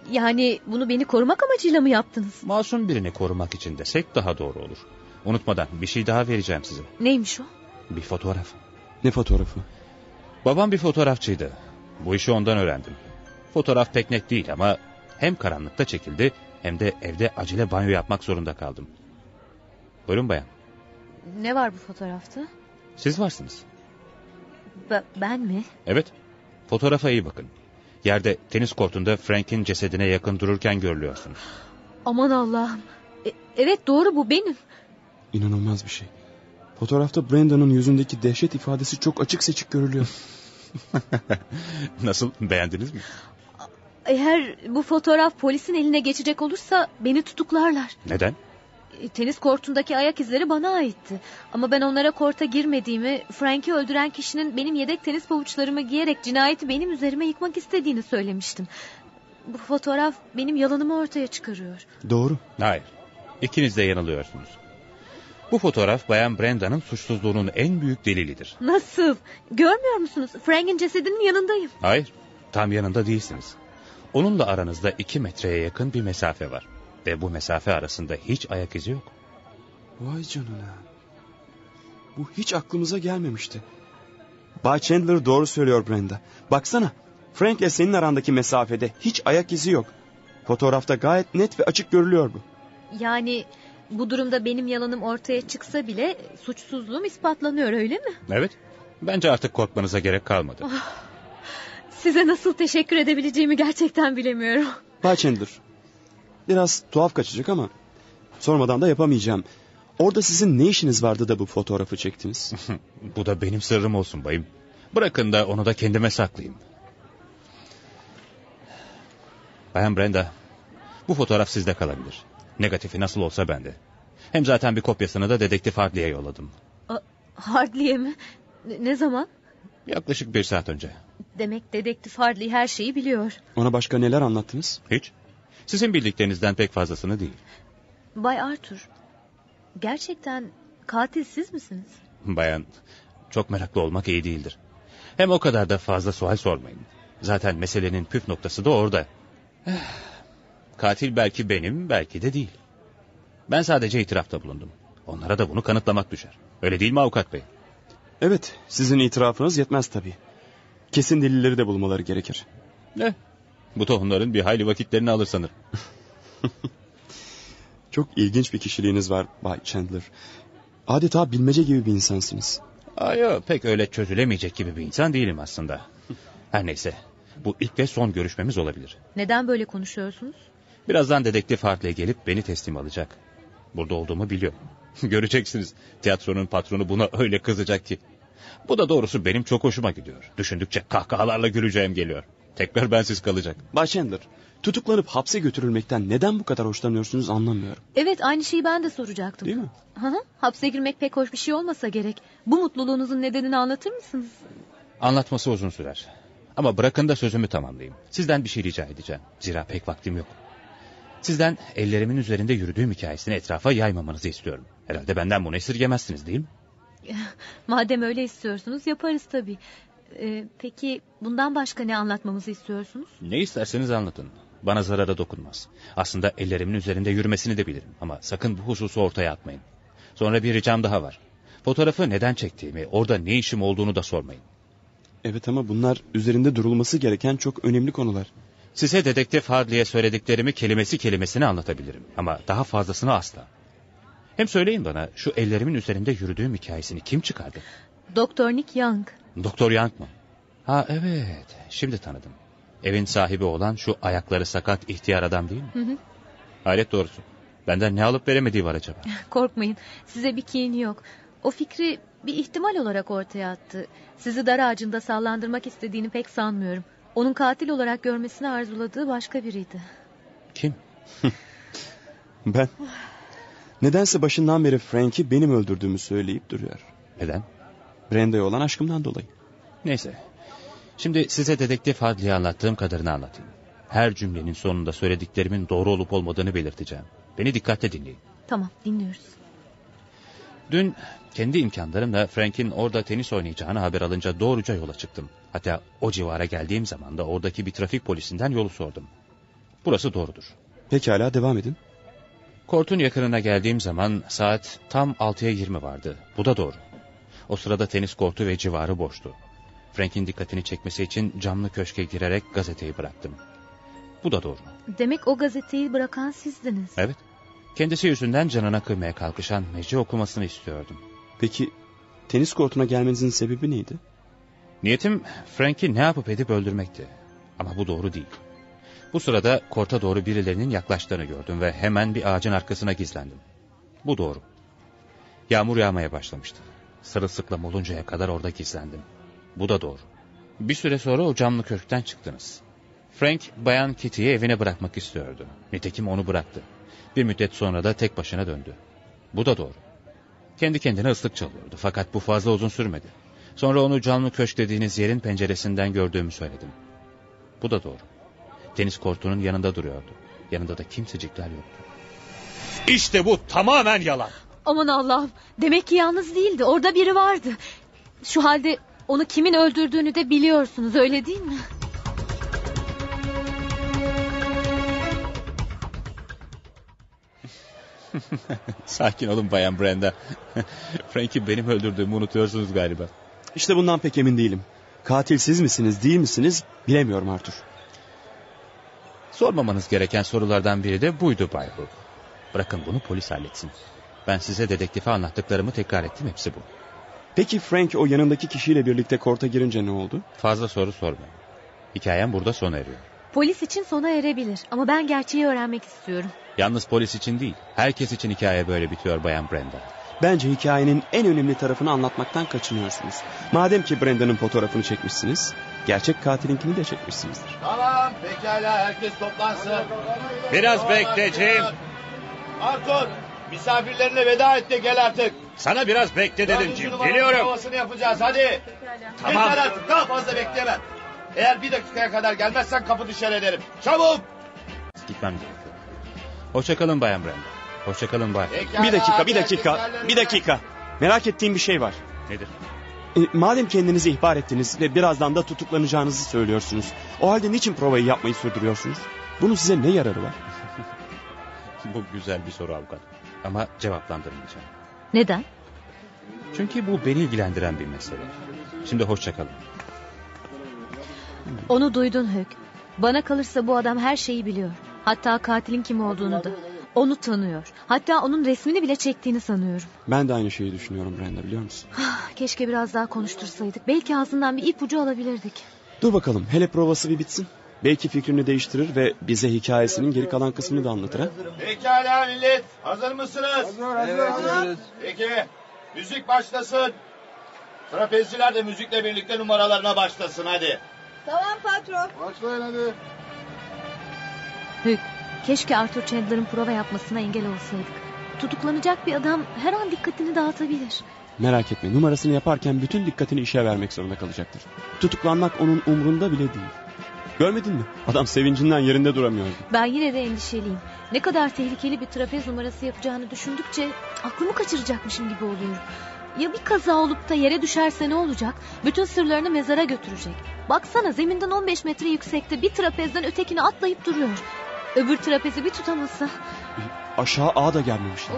Yani bunu beni korumak amacıyla mı yaptınız? Masum birini korumak için desek daha doğru olur. Unutmadan bir şey daha vereceğim size. Neymiş o? Bir fotoğraf. Ne fotoğrafı? Babam bir fotoğrafçıydı. Bu işi ondan öğrendim. Fotoğraf pek net değil ama hem karanlıkta çekildi hem de evde acele banyo yapmak zorunda kaldım. Buyurun bayan. Ne var bu fotoğrafta? Siz varsınız. Be- ben mi? Evet. Fotoğrafa iyi bakın. Yerde tenis kortunda Frank'in cesedine yakın dururken görülüyorsunuz. Aman Allah'ım. E- evet doğru, bu benim. İnanılmaz bir şey. Fotoğrafta Branda'nın yüzündeki dehşet ifadesi çok açık seçik görülüyor. Nasıl, beğendiniz mi? Eğer bu fotoğraf polisin eline geçecek olursa beni tutuklarlar. Neden? E, Tenis kortundaki ayak izleri bana aitti. Ama ben onlara korta girmediğimi, Frank'i öldüren kişinin benim yedek tenis pabuçlarımı giyerek cinayeti benim üzerime yıkmak istediğini söylemiştim. Bu fotoğraf benim yalanımı ortaya çıkarıyor. Doğru. Hayır. İkiniz de yanılıyorsunuz. Bu fotoğraf Bayan Branda'nın suçsuzluğunun en büyük delilidir. Nasıl? Görmüyor musunuz? Frank'in cesedinin yanındayım. Hayır, tam yanında değilsiniz. Onunla aranızda iki metreye yakın bir mesafe var. Ve bu mesafe arasında hiç ayak izi yok. Vay canına. Bu hiç aklımıza gelmemişti. Bay Chandler doğru söylüyor Brenda. Baksana, Frank ile senin arandaki mesafede hiç ayak izi yok. Fotoğrafta gayet net ve açık görülüyor bu. Yani bu durumda benim yalanım ortaya çıksa bile suçsuzluğum ispatlanıyor, öyle mi? Evet, bence artık korkmanıza gerek kalmadı. Oh, size nasıl teşekkür edebileceğimi gerçekten bilemiyorum. Bay Chandler, biraz tuhaf kaçacak ama sormadan da yapamayacağım. Orada sizin ne işiniz vardı da bu fotoğrafı çektiniz? Bu da benim sırrım olsun bayım. Bırakın da onu da kendime saklayayım. Bayan Brenda, bu fotoğraf sizde kalabilir. Negatifi nasıl olsa bende. Hem zaten bir kopyasını da dedektif Hartley'e yolladım. A- Hartley'e mi? Ne, ne zaman? Yaklaşık bir saat önce. Demek dedektif Hartley her şeyi biliyor. Ona başka neler anlattınız? Hiç. Sizin bildiklerinizden pek fazlasını değil. Bay Arthur, gerçekten katil siz misiniz? Bayan, çok meraklı olmak iyi değildir. Hem o kadar da fazla sual sormayın. Zaten meselenin püf noktası da orada. Katil belki benim, belki de değil. Ben sadece itirafta bulundum. Onlara da bunu kanıtlamak düşer. Öyle değil mi avukat bey? Evet, sizin itirafınız yetmez tabii. Kesin delilleri de bulmaları gerekir. Ne? Bu da onların bir hayli vakitlerini alır sanırım. Çok ilginç bir kişiliğiniz var Bay Chandler. Adeta bilmece gibi bir insansınız. Aa, yok, pek öyle çözülemeyecek gibi bir insan değilim aslında. Her neyse, bu ilk ve son görüşmemiz olabilir. Neden böyle konuşuyorsunuz? Birazdan dedektif Hartley gelip beni teslim alacak. Burada olduğumu biliyor. Göreceksiniz, tiyatronun patronu buna öyle kızacak ki. Bu da doğrusu benim çok hoşuma gidiyor. Düşündükçe kahkahalarla güleceğim geliyor. Tekrar bensiz kalacak. Bay Chandler, tutuklanıp hapse götürülmekten neden bu kadar hoşlanıyorsunuz anlamıyorum. Evet, aynı şeyi ben de soracaktım. Değil mi? Hı hı, hapse girmek pek hoş bir şey olmasa gerek. Bu mutluluğunuzun nedenini anlatır mısınız? Anlatması uzun sürer. Ama bırakın da sözümü tamamlayayım. Sizden bir şey rica edeceğim. Zira pek vaktim yok. Sizden ellerimin üzerinde yürüdüğüm hikayesini etrafa yaymamanızı istiyorum. Herhalde benden bunu esirgemezsiniz değil mi? Madem öyle istiyorsunuz yaparız tabii. Ee, peki bundan başka ne anlatmamızı istiyorsunuz? Ne isterseniz anlatın. Bana zarara dokunmaz. Aslında ellerimin üzerinde yürümesini de bilirim. Ama sakın bu hususu ortaya atmayın. Sonra bir ricam daha var. Fotoğrafı neden çektiğimi, orada ne işim olduğunu da sormayın. Evet ama bunlar üzerinde durulması gereken çok önemli konular. Size dedektif Hartley'e söylediklerimi kelimesi kelimesine anlatabilirim. Ama daha fazlasını asla. Hem söyleyin bana, şu ellerimin üzerinde yürüdüğüm hikayesini kim çıkardı? Doktor Nick Young. Doktor Young mı? Ha evet, şimdi tanıdım. Evin sahibi olan şu ayakları sakat ihtiyar adam değil mi? Hı hı. Hayret doğrusu. Benden ne alıp veremediği var acaba? Korkmayın, size bir kini yok. O fikri bir ihtimal olarak ortaya attı. Sizi dar ağacında sallandırmak istediğini pek sanmıyorum. Onun katil olarak görmesini arzuladığı başka biriydi. Kim? Ben. Nedense başından beri Frank'i benim öldürdüğümü söyleyip duruyor. Neden? Brenda'ya olan aşkımdan dolayı. Neyse. Şimdi size dedektif Hartley'e anlattığım kadarını anlatayım. Her cümlenin sonunda söylediklerimin doğru olup olmadığını belirteceğim. Beni dikkatle dinleyin. Tamam, dinliyoruz. Dün kendi imkanlarımla Frank'in orada tenis oynayacağını haber alınca doğruca yola çıktım. Hatta o civara geldiğim zaman da oradaki bir trafik polisinden yolu sordum. Burası doğrudur. Pekala, devam edin. Kortun yakınına geldiğim zaman saat tam altıya yirmi vardı. Bu da doğru. O sırada tenis kortu ve civarı boştu. Frank'in dikkatini çekmesi için camlı köşke girerek gazeteyi bıraktım. Bu da doğru. Demek o gazeteyi bırakan sizdiniz. Evet. Kendisi yüzünden canına kıymaya kalkışan Mec'i okumasını istiyordum. Peki tenis kortuna gelmenizin sebebi neydi? Niyetim Frank'i ne yapıp edip öldürmekti. Ama bu doğru değil. Bu sırada korta doğru birilerinin yaklaştığını gördüm ve hemen bir ağacın arkasına gizlendim. Bu doğru. Yağmur yağmaya başlamıştı. Sırılsıklam oluncaya kadar orada gizlendim. Bu da doğru. Bir süre sonra o camlı köşkten çıktınız. Frank, Bayan Kitty'yi evine bırakmak istiyordu. Nitekim onu bıraktı. Bir müddet sonra da tek başına döndü. Bu da doğru. Kendi kendine ıslık çalıyordu fakat bu fazla uzun sürmedi. Sonra onu camlı köşk dediğiniz yerin penceresinden gördüğümü söyledim. Bu da doğru. Tenis kortunun yanında duruyordu. Yanında da kimsecikler yoktu. İşte bu tamamen yalan. Aman Allah'ım, demek ki yalnız değildi, orada biri vardı. Şu halde onu kimin öldürdüğünü de biliyorsunuz, öyle değil mi? Sakin olun Bayan Brenda. Frank'i benim öldürdüğümü unutuyorsunuz galiba. İşte bundan pek emin değilim. Katil siz misiniz, değil misiniz bilemiyorum Arthur. Sormamanız gereken sorulardan biri de buydu Bay Hook. Bırakın bunu polis halletsin. Ben size dedektife anlattıklarımı tekrar ettim, hepsi bu. Peki Frank o yanındaki kişiyle birlikte korta girince ne oldu? Fazla soru sormayın. Hikayem burada sona eriyor. Polis için sona erebilir ama ben gerçeği öğrenmek istiyorum. Yalnız polis için değil, herkes için hikaye böyle bitiyor Bayan Brenda. Bence hikayenin en önemli tarafını anlatmaktan kaçınıyorsunuz. Madem ki Brenda'nın fotoğrafını çekmişsiniz, gerçek katilinkini de çekmişsinizdir. Tamam, pekala, herkes toplansın. Biraz bekle Jim. Arthur, misafirlerine veda et de gel artık. Sana biraz bekle dedim Jim, geliyorum. Havasını yapacağız, hadi. Tamam. Yeter artık, daha fazla bekleyemem. Eğer bir dakikaya kadar gelmezsen kapı dışarı ederim. Çabuk. Gitmem gerekiyor. Hoşçakalın Bayan Brenda. Hoşçakalın Bay. Pekala, Bir dakika, bir dakika, erkeklerle- bir dakika. Merak ettiğim bir şey var. Nedir? E, madem kendinizi ihbar ettiniz ve birazdan da tutuklanacağınızı söylüyorsunuz, o halde niçin provayı yapmayı sürdürüyorsunuz? Bunun size ne yararı var? Bu güzel bir soru avukat. Ama cevaplandırmayacağım. Neden? Çünkü bu beni ilgilendiren bir mesele. Şimdi hoşçakalın. Onu duydun Hök. Bana kalırsa bu adam her şeyi biliyor. Hatta katilin kim olduğunu da. Onu tanıyor. Hatta onun resmini bile çektiğini sanıyorum. Ben de aynı şeyi düşünüyorum Brenda, biliyor musun? Keşke biraz daha konuştursaydık. Belki ağzından bir ipucu alabilirdik. Dur bakalım, hele provası bir bitsin. Belki fikrini değiştirir ve bize hikayesinin geri kalan kısmını da anlatır ha? Pekala millet, hazır mısınız? Hazır, hazır, hazırız. Peki, müzik başlasın. Trapezciler de müzikle birlikte numaralarına başlasın, hadi. Tamam patron. Başlayın hadi. Hük, keşke Arthur Chandler'ın prova yapmasına engel olsaydık. Tutuklanacak bir adam her an dikkatini dağıtabilir. Merak etme, numarasını yaparken bütün dikkatini işe vermek zorunda kalacaktır. Tutuklanmak onun umrunda bile değil. Görmedin mi? Adam sevincinden yerinde duramıyordu. Ben yine de endişeliyim. Ne kadar tehlikeli bir trapez numarası yapacağını düşündükçe aklımı kaçıracakmışım gibi oluyorum. Ya bir kaza olup da yere düşerse ne olacak? Bütün sırlarını mezara götürecek. Baksana, zeminden on beş metre yüksekte bir trapezden ötekine atlayıp duruyor. Öbür trapezi bir tutamazsa. Aşağı ağa da gelmemişler.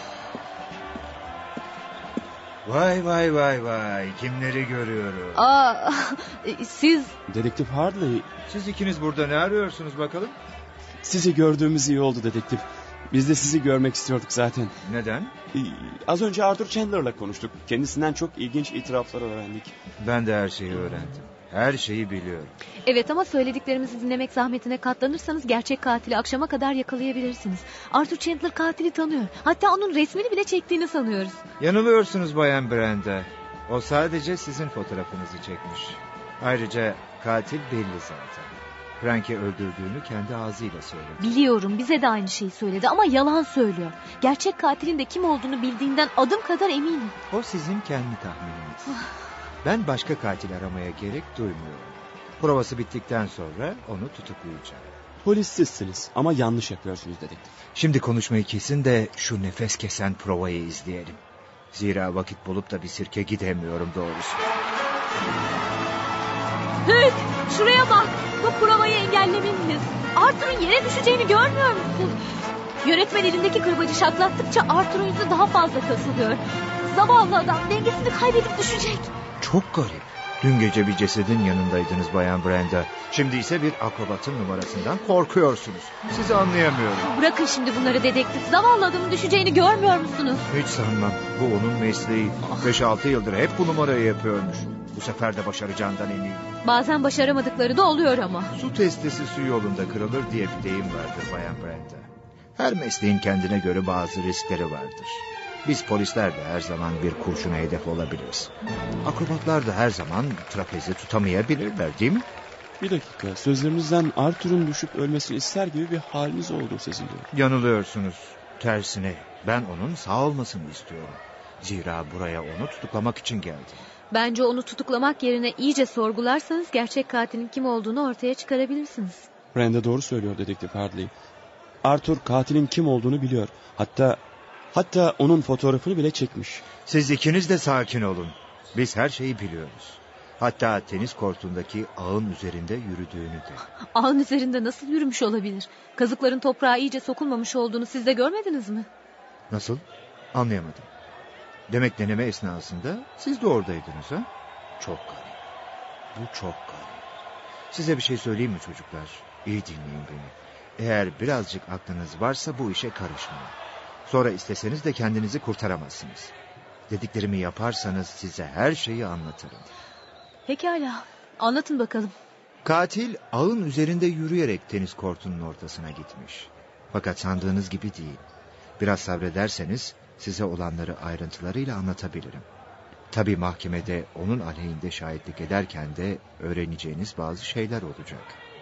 Vay vay vay vay, kimleri görüyorum. Aa, siz... Dedektif Hardley, Siz ikiniz burada ne arıyorsunuz bakalım? sizi gördüğümüz iyi oldu dedektif. Biz de sizi görmek istiyorduk zaten. Neden? Ee, Az önce Arthur Chandler'la konuştuk. Kendisinden çok ilginç itiraflar öğrendik. Ben de her şeyi öğrendim. Her şeyi biliyorum. Evet, ama söylediklerimizi dinlemek zahmetine katlanırsanız gerçek katili akşama kadar yakalayabilirsiniz. Arthur Chandler katili tanıyor. Hatta onun resmini bile çektiğini sanıyoruz. Yanılıyorsunuz Bayan Brenda. O sadece sizin fotoğrafınızı çekmiş. Ayrıca katil belli zaten. Frank'i öldürdüğünü kendi ağzıyla söyledi. Biliyorum, bize de aynı şeyi söyledi ama yalan söylüyor. Gerçek katilin de kim olduğunu bildiğinden adım kadar eminim. O sizin kendi tahmininiz. Ben başka katil aramaya gerek duymuyorum. Provası bittikten sonra onu tutuklayacağım. Polis sizsiniz ama yanlış yapıyorsunuz dedektif. Şimdi konuşmayı kesin de şu nefes kesen provayı izleyelim. Zira vakit bulup da bir sirke gidemiyorum doğrusu. Hük! Şuraya bak. Bu provayı engellemeliyiz. Arthur'un yere düşeceğini görmüyor musun? Yönetmen elindeki kırbacı şaklattıkça Arthur'un yüzü daha fazla kasılıyor. Zavallı adam dengesini kaybedip düşecek. Çok garip. Dün gece bir cesedin yanındaydınız Bayan Brenda. Şimdi ise bir akrobatın numarasından korkuyorsunuz. Sizi anlayamıyorum. Bırakın şimdi bunları dedektif. Zavallı adamın düşeceğini görmüyor musunuz? Hiç sanmam. Bu onun mesleği. Beş altı yıldır hep bu numarayı yapıyormuş. Bu sefer de başaracağından eminim. Bazen başaramadıkları da oluyor ama. Su testisi su yolunda kırılır diye bir deyim vardır Bayan Brenda. Her mesleğin kendine göre bazı riskleri vardır. Biz polisler de her zaman bir kurşuna hedef olabiliriz. Akrobatlar da her zaman trapezi tutamayabilirler, değil mi? Bir dakika, sözlerinizden Arthur'un düşüp ölmesini ister gibi bir haliniz olduğu seziliyor. Yanılıyorsunuz. Tersine ben onun sağ olmasını istiyorum. Zira buraya onu tutuklamak için geldim. Bence onu tutuklamak yerine iyice sorgularsanız gerçek katilin kim olduğunu ortaya çıkarabilirsiniz. Brenda doğru söylüyor dedektif Hardley. Arthur katilin kim olduğunu biliyor. Hatta hatta onun fotoğrafını bile çekmiş. Siz ikiniz de sakin olun. Biz her şeyi biliyoruz. Hatta tenis kortundaki ağın üzerinde yürüdüğünü de. Ağın üzerinde nasıl yürümüş olabilir? Kazıkların toprağa iyice sokulmamış olduğunu siz de görmediniz mi? Nasıl? Anlayamadım. Demek deneme esnasında siz de oradaydınız ha? Çok garip. Bu çok garip. Size bir şey söyleyeyim mi çocuklar? İyi dinleyin beni. Eğer birazcık aklınız varsa bu işe karışmayın. Sonra isteseniz de kendinizi kurtaramazsınız. Dediklerimi yaparsanız size her şeyi anlatırım. Pekala, anlatın bakalım. Katil ağın üzerinde yürüyerek tenis kortunun ortasına gitmiş. Fakat sandığınız gibi değil. Biraz sabrederseniz size olanları ayrıntılarıyla anlatabilirim. Tabii mahkemede onun aleyhinde şahitlik ederken de öğreneceğiniz bazı şeyler olacak.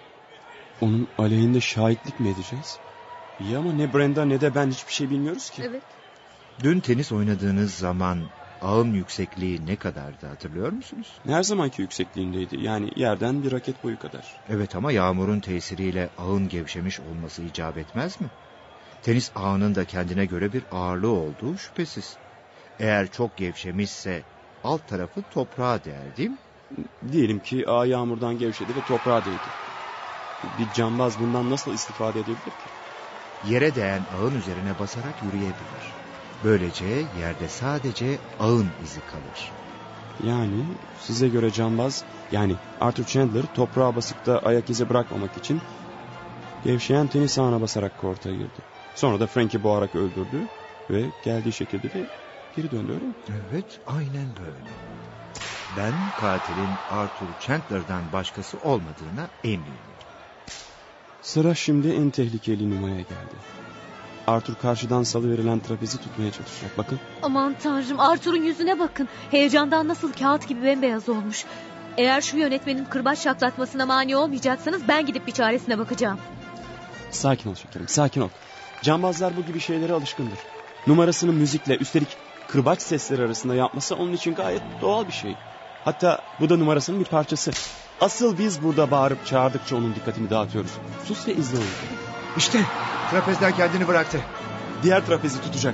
Onun aleyhinde şahitlik mi edeceğiz? İyi ama ne Brenda ne de ben hiçbir şey bilmiyoruz ki. Evet. Dün tenis oynadığınız zaman ağın yüksekliği ne kadardı hatırlıyor musunuz? Her zamanki yüksekliğindeydi. Yani yerden bir raket boyu kadar. Evet ama yağmurun tesiriyle ağın gevşemiş olması icap etmez mi? Tenis ağının da kendine göre bir ağırlığı olduğu şüphesiz. Eğer çok gevşemişse alt tarafı toprağa değer değil mi? Diyelim ki ağ yağmurdan gevşedi ve toprağa değdi. Bir cambaz bundan nasıl istifade edebilir ki? Yere değen ağın üzerine basarak yürüyebilir. Böylece yerde sadece ağın izi kalır. Yani size göre cambaz, yani Arthur Chandler toprağa basıp da ayak izi bırakmamak için gevşeyen tenis ağına basarak korta girdi. Sonra da Frank'i boğarak öldürdü ve geldiği şekilde de geri döndü, öyle mi? Evet, aynen böyle. Ben katilin Arthur Chandler'dan başkası olmadığına eminim. Sıra şimdi en tehlikeli numaraya geldi. Arthur karşıdan salıverilen trapezi tutmaya çalışacak, bakın. Aman tanrım, Arthur'un yüzüne bakın. Heyecandan nasıl kağıt gibi bembeyaz olmuş. Eğer şu yönetmenin kırbaç şaklatmasına mani olmayacaksanız ben gidip bir çaresine bakacağım. Sakin ol şekerim, sakin ol. Cambazlar bu gibi şeylere alışkındır. Numarasını müzikle, üstelik kırbaç sesleri arasında yapması onun için gayet doğal bir şey. Hatta bu da numarasının bir parçası. Asıl biz burada bağırıp çağırdıkça onun dikkatini dağıtıyoruz. Sus ve izle onu. İşte trapezden kendini bıraktı. Diğer trapezi tutacak.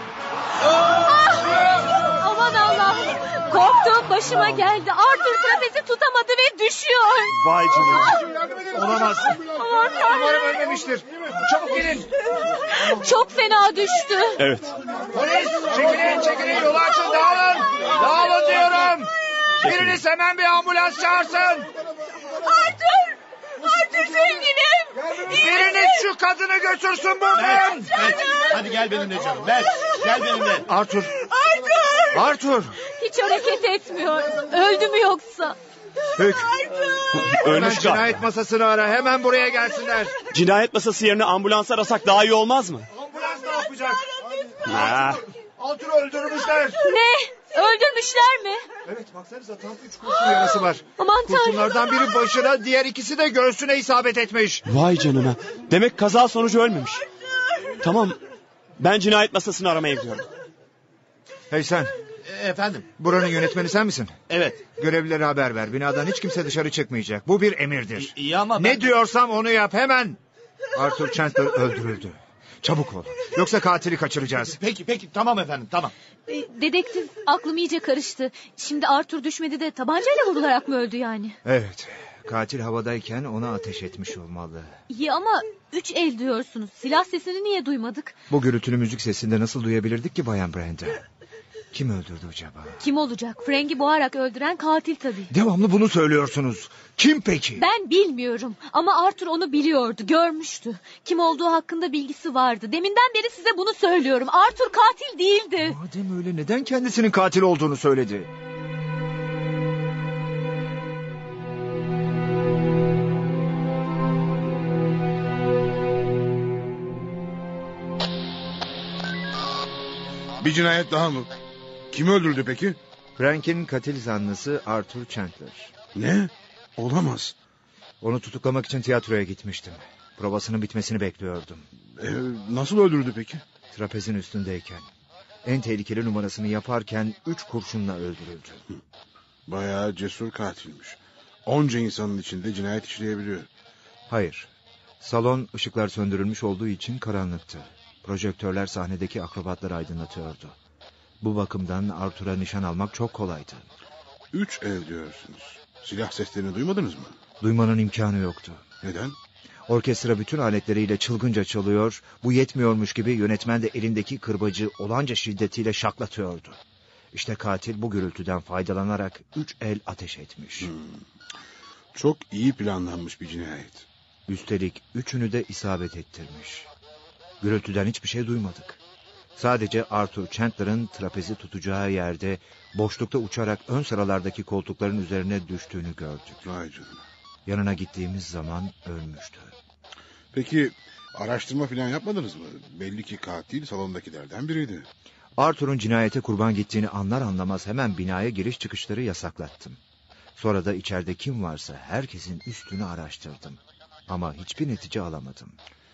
Ah! Aman Allah'ım, korktuğum başıma geldi. Arthur trapezi tutamadı ve düşüyor. Vay canına. Olamaz. Aman tanrım. Umarım ölmemiştir. Çabuk gelin. Çok fena düştü. Evet. Polis, çekilin çekilin, yolu açın, dağılın. Dağılın diyorum. Biriniz hemen bir ambulans çağırsın. Arthur! Arthur sevgilim! Biriniz şu kadını götürsün buradan. Evet, hadi gel benimle canım. Ver, gel benimle. Arthur. Arthur! Arthur. Hiç hareket etmiyor. Öldü mü yoksa? Hük. Hemen Ölmüş cinayet masasını ara. Hemen buraya gelsinler. Cinayet masası yerine ambulans arasak daha iyi olmaz mı? Ambulans ne yapacak? Ha. Arthur'u öldürmüşler. Ne? Öldürmüşler mi? Evet, baksanıza tam üç kurşun yarası var. Aman tanrım. Kurşunlardan biri başına, diğer ikisi de göğsüne isabet etmiş. Vay canına. Demek kaza sonucu ölmemiş. Tamam. Ben cinayet masasını aramaya gidiyorum. Hey sen. E, efendim? Buranın yönetmeni sen misin? Evet. Görevlilere haber ver. Binadan hiç kimse dışarı çıkmayacak. Bu bir emirdir. İyi ama ben... Ne diyorsam onu yap hemen. Arthur Chandler öldürüldü. Çabuk ol. Yoksa katili kaçıracağız. Peki peki tamam efendim tamam. Dedektif, aklım iyice karıştı. Şimdi Arthur düşmedi de tabancayla vurularak mı öldü yani? Evet. Katil havadayken ona ateş etmiş olmalı. İyi ama üç el diyorsunuz. Silah sesini niye duymadık? Bu gürültülü müzik sesinde nasıl duyabilirdik ki Bayan Brenda? Kim öldürdü acaba? Kim olacak? Frank'i boğarak öldüren katil tabii. Devamlı bunu söylüyorsunuz. Kim peki? Ben bilmiyorum ama Arthur onu biliyordu, görmüştü. Kim olduğu hakkında bilgisi vardı. Deminden beri size bunu söylüyorum. Arthur katil değildi. Madem öyle neden kendisinin katil olduğunu söyledi? Bir cinayet daha mı? Kim öldürdü peki? Frank'in katil zanlısı Arthur Chandler. Ne? Olamaz. Onu tutuklamak için tiyatroya gitmiştim. Provasının bitmesini bekliyordum. Ee, nasıl öldürdü peki? Trapezin üstündeyken. En tehlikeli numarasını yaparken üç kurşunla öldürüldü. Bayağı cesur katilmiş. Onca insanın içinde cinayet işleyebiliyor. Hayır. Salon ışıklar söndürülmüş olduğu için karanlıktı. Projektörler sahnedeki akrobatları aydınlatıyordu. Bu bakımdan Arthur'a nişan almak çok kolaydı. Üç el diyorsunuz. Silah seslerini duymadınız mı? Duymanın imkanı yoktu. Neden? Orkestra bütün aletleriyle çılgınca çalıyor, bu yetmiyormuş gibi yönetmen de elindeki kırbacı olanca şiddetiyle şaklatıyordu. İşte katil bu gürültüden faydalanarak üç el ateş etmiş. Hmm. Çok iyi planlanmış bir cinayet. Üstelik üçünü de isabet ettirmiş. Gürültüden hiçbir şey duymadık. Sadece Arthur Chandler'ın trapezi tutacağı yerde boşlukta uçarak ön sıralardaki koltukların üzerine düştüğünü gördük. Vay canına. Yanına gittiğimiz zaman ölmüştü. Peki araştırma falan yapmadınız mı? Belli ki katil salondakilerden biriydi. Arthur'un cinayete kurban gittiğini anlar anlamaz hemen binaya giriş çıkışları yasaklattım. Sonra da içeride kim varsa herkesin üstünü araştırdım. Ama hiçbir netice alamadım.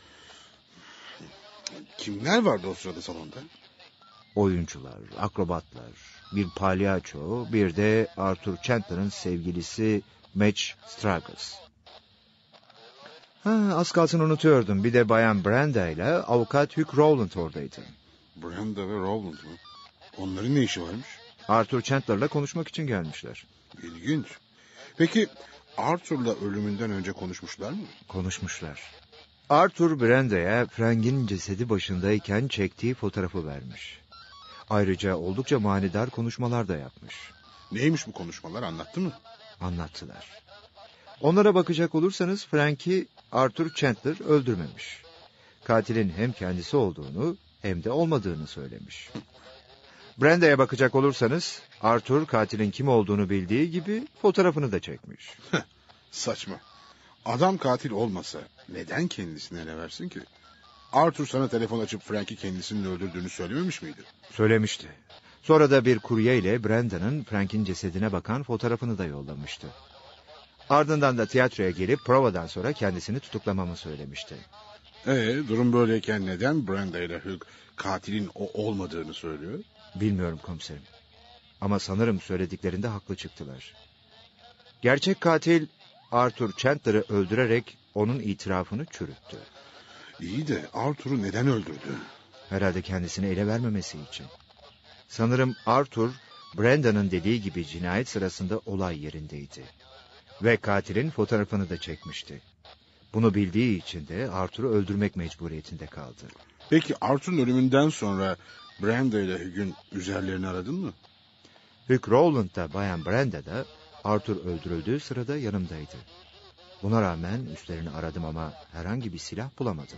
Kimler vardı o sırada salonda? Oyuncular, akrobatlar, bir palyaço, bir de Arthur Chandler'ın sevgilisi Madge Straggles. Ha, az kalsın unutuyordum. Bir de Bayan Brenda ile avukat Hugh Rowland oradaydı. Brenda ve Rowland mı? Onların ne işi varmış? Arthur Chandler'la konuşmak için gelmişler. İlginç. Peki Arthur'la ölümünden önce konuşmuşlar mı? Konuşmuşlar. Arthur Brenda'ya Frank'in cesedi başındayken çektiği fotoğrafı vermiş. Ayrıca oldukça manidar konuşmalar da yapmış. Neymiş bu konuşmalar, anlattı mı? Anlattılar. Onlara bakacak olursanız Frank'i Arthur Chandler öldürmemiş. Katilin hem kendisi olduğunu hem de olmadığını söylemiş. Brenda'ya bakacak olursanız Arthur katilin kim olduğunu bildiği gibi fotoğrafını da çekmiş. Saçma. Adam katil olmasa neden kendisine ele versin ki? Arthur sana telefon açıp Frank'i kendisinin öldürdüğünü söylememiş miydi? Söylemişti. Sonra da bir kurye ile Brenda'nın Frank'in cesedine bakan fotoğrafını da yollamıştı. Ardından da tiyatroya gelip provadan sonra kendisini tutuklamamı söylemişti. Ee, durum böyleyken neden Brenda ile Hugh katilin o olmadığını söylüyor? Bilmiyorum komiserim. Ama sanırım söylediklerinde haklı çıktılar. Gerçek katil Arthur Chandler'ı öldürerek onun itirafını çürüttü. İyi de Arthur'u neden öldürdü? Herhalde kendisini ele vermemesi için. Sanırım Arthur, Brenda'nın dediği gibi cinayet sırasında olay yerindeydi. Ve katilin fotoğrafını da çekmişti. Bunu bildiği için de Arthur'u öldürmek mecburiyetinde kaldı. Peki Arthur'un ölümünden sonra Brenda ile Hugh'un üzerlerini aradın mı? Hugh Rowland da Bayan Brenda da Arthur öldürüldüğü sırada yanımdaydı. Buna rağmen üstlerini aradım ama herhangi bir silah bulamadım.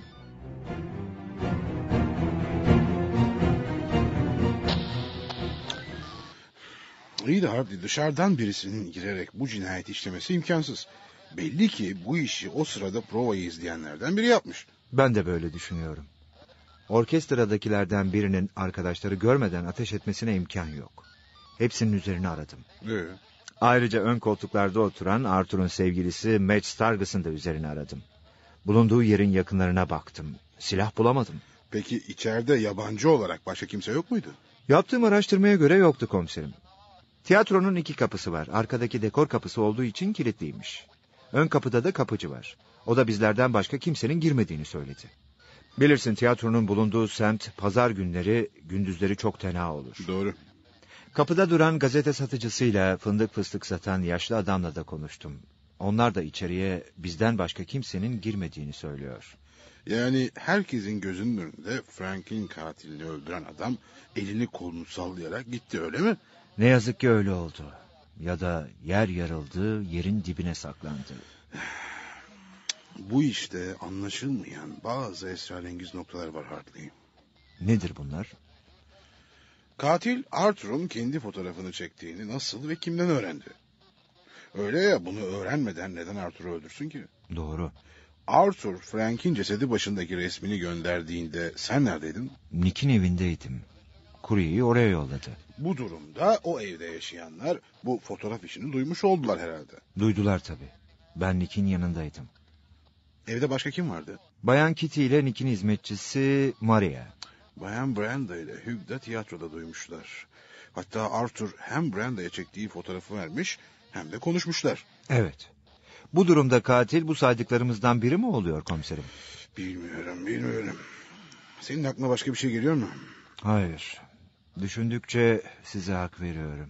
İyi de Hardy, dışarıdan birisinin girerek bu cinayeti işlemesi imkansız. Belli ki bu işi o sırada provayı izleyenlerden biri yapmış. Ben de böyle düşünüyorum. Orkestradakilerden birinin arkadaşları görmeden ateş etmesine imkan yok. Hepsinin üzerini aradım. Ee? Ayrıca ön koltuklarda oturan Arthur'un sevgilisi Madge Straggle'sın da üzerine aradım. Bulunduğu yerin yakınlarına baktım. Silah bulamadım. Peki içeride yabancı olarak başka kimse yok muydu? Yaptığım araştırmaya göre yoktu komiserim. Tiyatronun iki kapısı var. Arkadaki dekor kapısı olduğu için kilitliymiş. Ön kapıda da kapıcı var. O da bizlerden başka kimsenin girmediğini söyledi. Bilirsin tiyatronun bulunduğu semt pazar günleri, gündüzleri çok tenha olur. Doğru. Kapıda duran gazete satıcısıyla fındık fıstık satan yaşlı adamla da konuştum. onlar da içeriye bizden başka kimsenin girmediğini söylüyor. Yani herkesin gözünün önünde Frank'in katilini öldüren adam elini kolunu sallayarak gitti, öyle mi? Ne yazık ki öyle oldu. Ya da yer yarıldı, yerin dibine saklandı. Bu işte anlaşılmayan bazı esrarengiz noktalar var Hartley. Nedir bunlar? Katil Arthur'un kendi fotoğrafını çektiğini nasıl ve kimden öğrendi? Öyle ya, bunu öğrenmeden neden Arthur'u öldürsün ki? Doğru. Arthur, Frank'in cesedi başındaki resmini gönderdiğinde sen neredeydin? Nick'in evindeydim. Kuryeyi oraya yolladı. Bu durumda o evde yaşayanlar bu fotoğraf işini duymuş oldular herhalde. Duydular tabii. Ben Nick'in yanındaydım. Evde başka kim vardı? Bayan Kitty ile Nick'in hizmetçisi Maria. Bayan Brenda ile Hugh da tiyatroda duymuşlar. Hatta Arthur hem Brenda'ya çektiği fotoğrafı vermiş hem de konuşmuşlar. Evet. Bu durumda katil bu saydıklarımızdan biri mi oluyor komiserim? Bilmiyorum, bilmiyorum. Senin aklına başka bir şey geliyor mu? Hayır. Düşündükçe size hak veriyorum.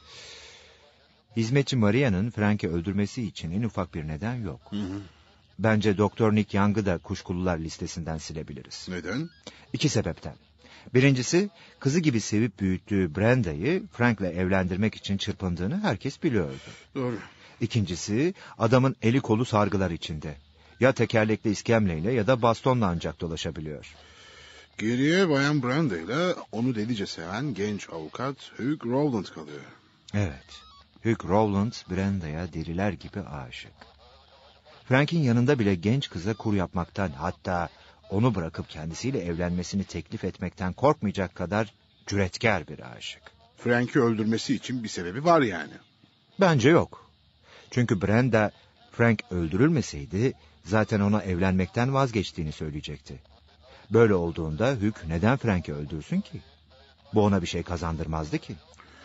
Hizmetçi Maria'nın Frank'i öldürmesi için en ufak bir neden yok. Hı hı. Bence Doktor Nick Young'ı da kuşkulular listesinden silebiliriz. Neden? İki sebepten. Birincisi, kızı gibi sevip büyüttüğü Brenda'yı Frank'le evlendirmek için çırpındığını herkes biliyordu. Doğru. İkincisi, adamın eli kolu sargılar içinde. Ya tekerlekli iskemleyle ya da bastonla ancak dolaşabiliyor. Geriye Bayan Brenda ile onu delice seven genç avukat Hugh Rowland kalıyor. Evet, Hugh Rowland Brenda'ya deriler gibi aşık. Frank'in yanında bile genç kıza kur yapmaktan, hatta onu bırakıp kendisiyle evlenmesini teklif etmekten korkmayacak kadar cüretkar bir aşık. Frank'i öldürmesi için bir sebebi var yani. Bence yok. Çünkü Brenda, Frank öldürülmeseydi zaten ona evlenmekten vazgeçtiğini söyleyecekti. Böyle olduğunda Hugh neden Frank'i öldürsün ki? Bu ona bir şey kazandırmazdı ki.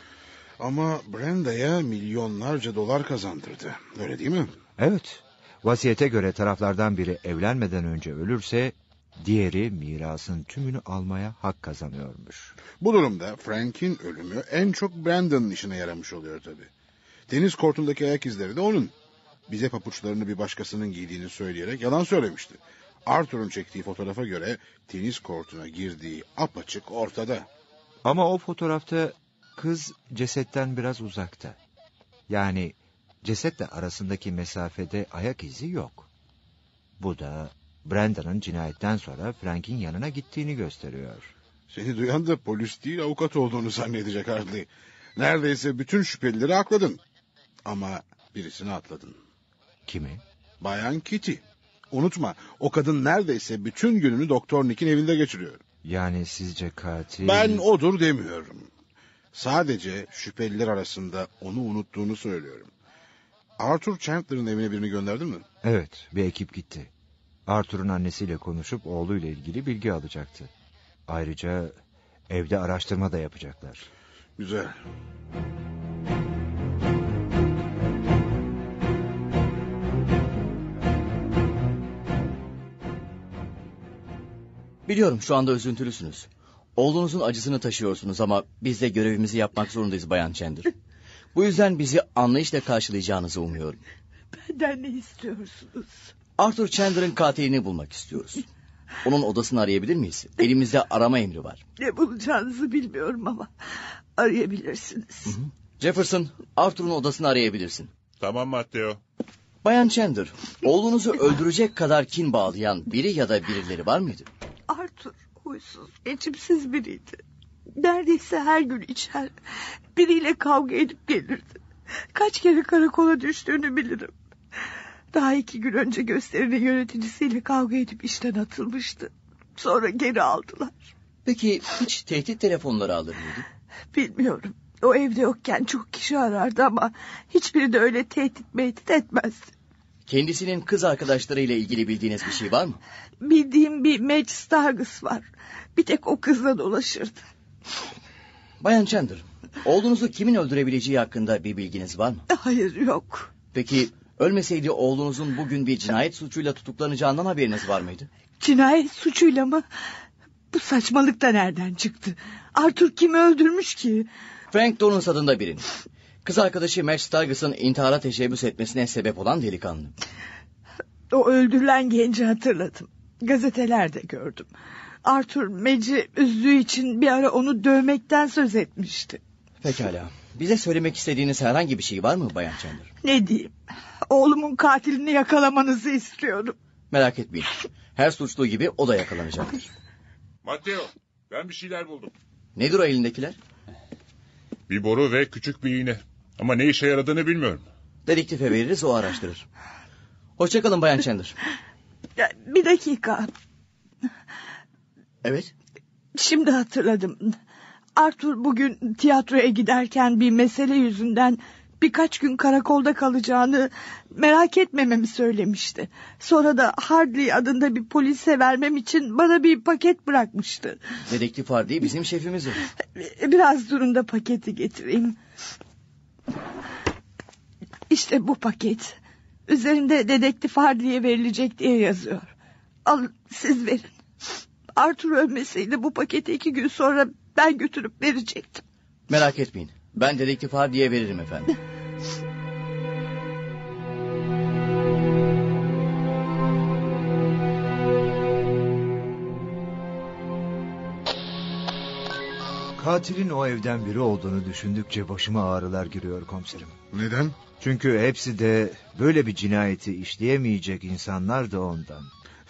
Ama Brenda'ya milyonlarca dolar kazandırdı. Öyle değil mi? Evet. Vasiyete göre taraflardan biri evlenmeden önce ölürse diğeri mirasın tümünü almaya hak kazanıyormuş. Bu durumda Frank'in ölümü en çok Brenda'nın işine yaramış oluyor tabii. Deniz kortundaki ayak izleri de onun. Bize papuçlarını bir başkasının giydiğini söyleyerek yalan söylemişti. Arthur'un çektiği fotoğrafa göre tenis kortuna girdiği apaçık ortada. Ama o fotoğrafta kız cesetten biraz uzakta. Yani cesetle arasındaki mesafede ayak izi yok. Bu da Brenda'nın cinayetten sonra Frank'in yanına gittiğini gösteriyor. Seni duyan da polis değil avukat olduğunu zannedecek Hartley. Neredeyse bütün şüphelileri akladın. Ama birisini atladın. Kimi? Bayan Kitty. Unutma, o kadın neredeyse bütün gününü Doktor Nick'in evinde geçiriyor. Yani sizce katil... Ben odur demiyorum. Sadece şüpheliler arasında onu unuttuğunu söylüyorum. Arthur Chandler'ın evine birini gönderdin mi? Evet, bir ekip gitti. Arthur'un annesiyle konuşup oğluyla ilgili bilgi alacaktı. Ayrıca evde araştırma da yapacaklar. Güzel. Biliyorum şu anda üzüntülüsünüz. Oğlunuzun acısını taşıyorsunuz ama biz de görevimizi yapmak zorundayız Bayan Chandler. Bu yüzden bizi anlayışla karşılayacağınızı umuyorum. Benden ne istiyorsunuz? Arthur Chandler'ın katilini bulmak istiyoruz. Onun odasını arayabilir miyiz? Elimizde arama emri var. Ne bulacağınızı bilmiyorum ama arayabilirsiniz. Hı hı. Jefferson, Arthur'un odasını arayabilirsin. Tamam Matteo. Bayan Chandler, oğlunuzu öldürecek kadar kin bağlayan biri ya da birileri var mıydı? Arthur huysuz, geçimsiz biriydi. Neredeyse her gün içer. Biriyle kavga edip gelirdi. Kaç kere karakola düştüğünü bilirim. Daha iki gün önce gösterinin yöneticisiyle kavga edip işten atılmıştı. Sonra geri aldılar. Peki hiç tehdit telefonları alır mıydı? Bilmiyorum. O evde yokken çok kişi arardı ama hiçbiri de öyle tehdit mehdit etmezdi. Kendisinin kız arkadaşlarıyla ilgili bildiğiniz bir şey var mı? Bildiğim bir Madge Stargus var. Bir tek o kızla dolaşırdı. Bayan Chandler, oğlunuzu kimin öldürebileceği hakkında bir bilginiz var mı? Hayır, yok. Peki ölmeseydi oğlunuzun bugün bir cinayet suçuyla tutuklanacağından haberiniz var mıydı? Cinayet suçuyla mı? Bu saçmalık da nereden çıktı? Arthur kimi öldürmüş ki? Frank Dorrance adında birini. Kız arkadaşı Max Stargus'ın intihara teşebbüs etmesine sebep olan delikanlı. O öldürülen genci hatırladım. Gazetelerde gördüm. Arthur Madge'i üzdüğü için bir ara onu dövmekten söz etmişti. Pekala. Bize söylemek istediğiniz herhangi bir şey var mı Bayan Chandler? Ne diyeyim? Oğlumun katilini yakalamanızı istiyorum. Merak etmeyin. Her suçlu gibi o da yakalanacaktır. Matteo, ben bir şeyler buldum. Nedir o elindekiler? Bir boru ve küçük bir iğne. Ama ne işe yaradığını bilmiyorum. Dedektife veririz, o araştırır. Hoşçakalın Bayan Chandler. Bir dakika. Evet. Şimdi hatırladım. Arthur bugün tiyatroya giderken bir mesele yüzünden birkaç gün karakolda kalacağını, merak etmememi söylemişti. Sonra da Hardley adında bir polise vermem için bana bir paket bırakmıştı. Dedektif Hardley bizim şefimizdir. Biraz durun da paketi getireyim. İşte bu paket. Üzerinde Dedektif Hardley'e verilecek diye yazıyor. Alın, siz verin. Arthur ölmeseydi bu paketi iki gün sonra ben götürüp verecektim. Merak etmeyin. Ben Dedektif Hardley'e veririm efendim. Katilin o evden biri olduğunu düşündükçe başıma ağrılar giriyor komiserim. Neden? Çünkü hepsi de böyle bir cinayeti işleyemeyecek insanlar da ondan.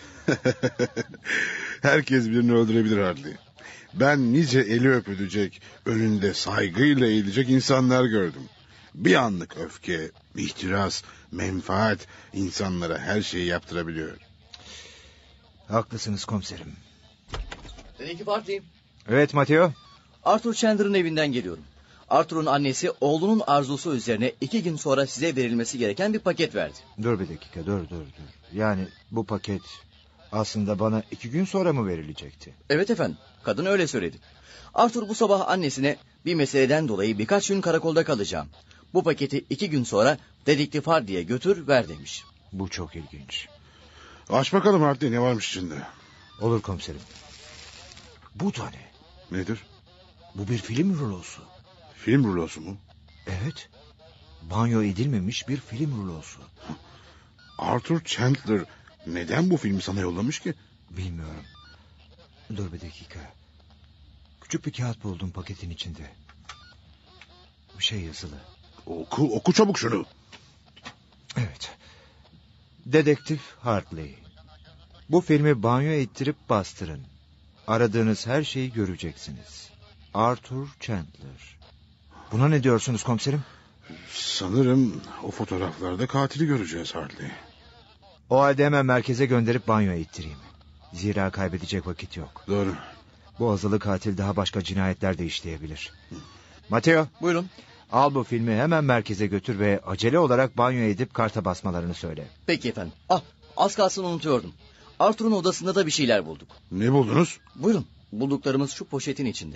Herkes birini öldürebilir Hardley. Ben nice eli öpülecek, önünde saygıyla eğilecek insanlar gördüm. Bir anlık öfke, ihtiras, menfaat insanlara her şeyi yaptırabiliyor. Haklısınız komiserim. Dedektif Hardley. Evet Matteo. Arthur Chandler'ın evinden geliyorum. Arthur'un annesi oğlunun arzusu üzerine iki gün sonra size verilmesi gereken bir paket verdi. Dur bir dakika, dur dur dur. Yani bu paket aslında bana iki gün sonra mı verilecekti? Evet efendim, kadın öyle söyledi. Arthur bu sabah annesine bir meseleden dolayı birkaç gün karakolda kalacağım. Bu paketi iki gün sonra Dedektif Hardley'e götür ver demiş. Bu çok ilginç. Aç bakalım Hardley, ne varmış içinde? Olur komiserim. Bu da ne? Nedir? Bu bir film rulosu. Film rulosu mu? Evet. Banyo edilmemiş bir film rulosu. Arthur Chandler neden bu filmi sana yollamış ki? Bilmiyorum. Dur bir dakika. Küçük bir kağıt buldum paketin içinde. Bir şey yazılı. Oku, oku çabuk şunu. Evet. Dedektif Hardley. Bu filmi banyo ettirip bastırın. Aradığınız her şeyi göreceksiniz. Arthur Chandler. Buna ne diyorsunuz komiserim? Sanırım o fotoğraflarda katili göreceğiz Hardley. O halde hemen merkeze gönderip banyo ettireyim. Zira kaybedecek vakit yok. Doğru. Bu azılı katil daha başka cinayetler de işleyebilir. Matteo. Buyurun. Al bu filmi hemen merkeze götür ve acele olarak banyo edip karta basmalarını söyle. Peki efendim. Ah, az kalsın unutuyordum. Arthur'un odasında da bir şeyler bulduk. Ne buldunuz? Buyurun. Bulduklarımız şu poşetin içinde.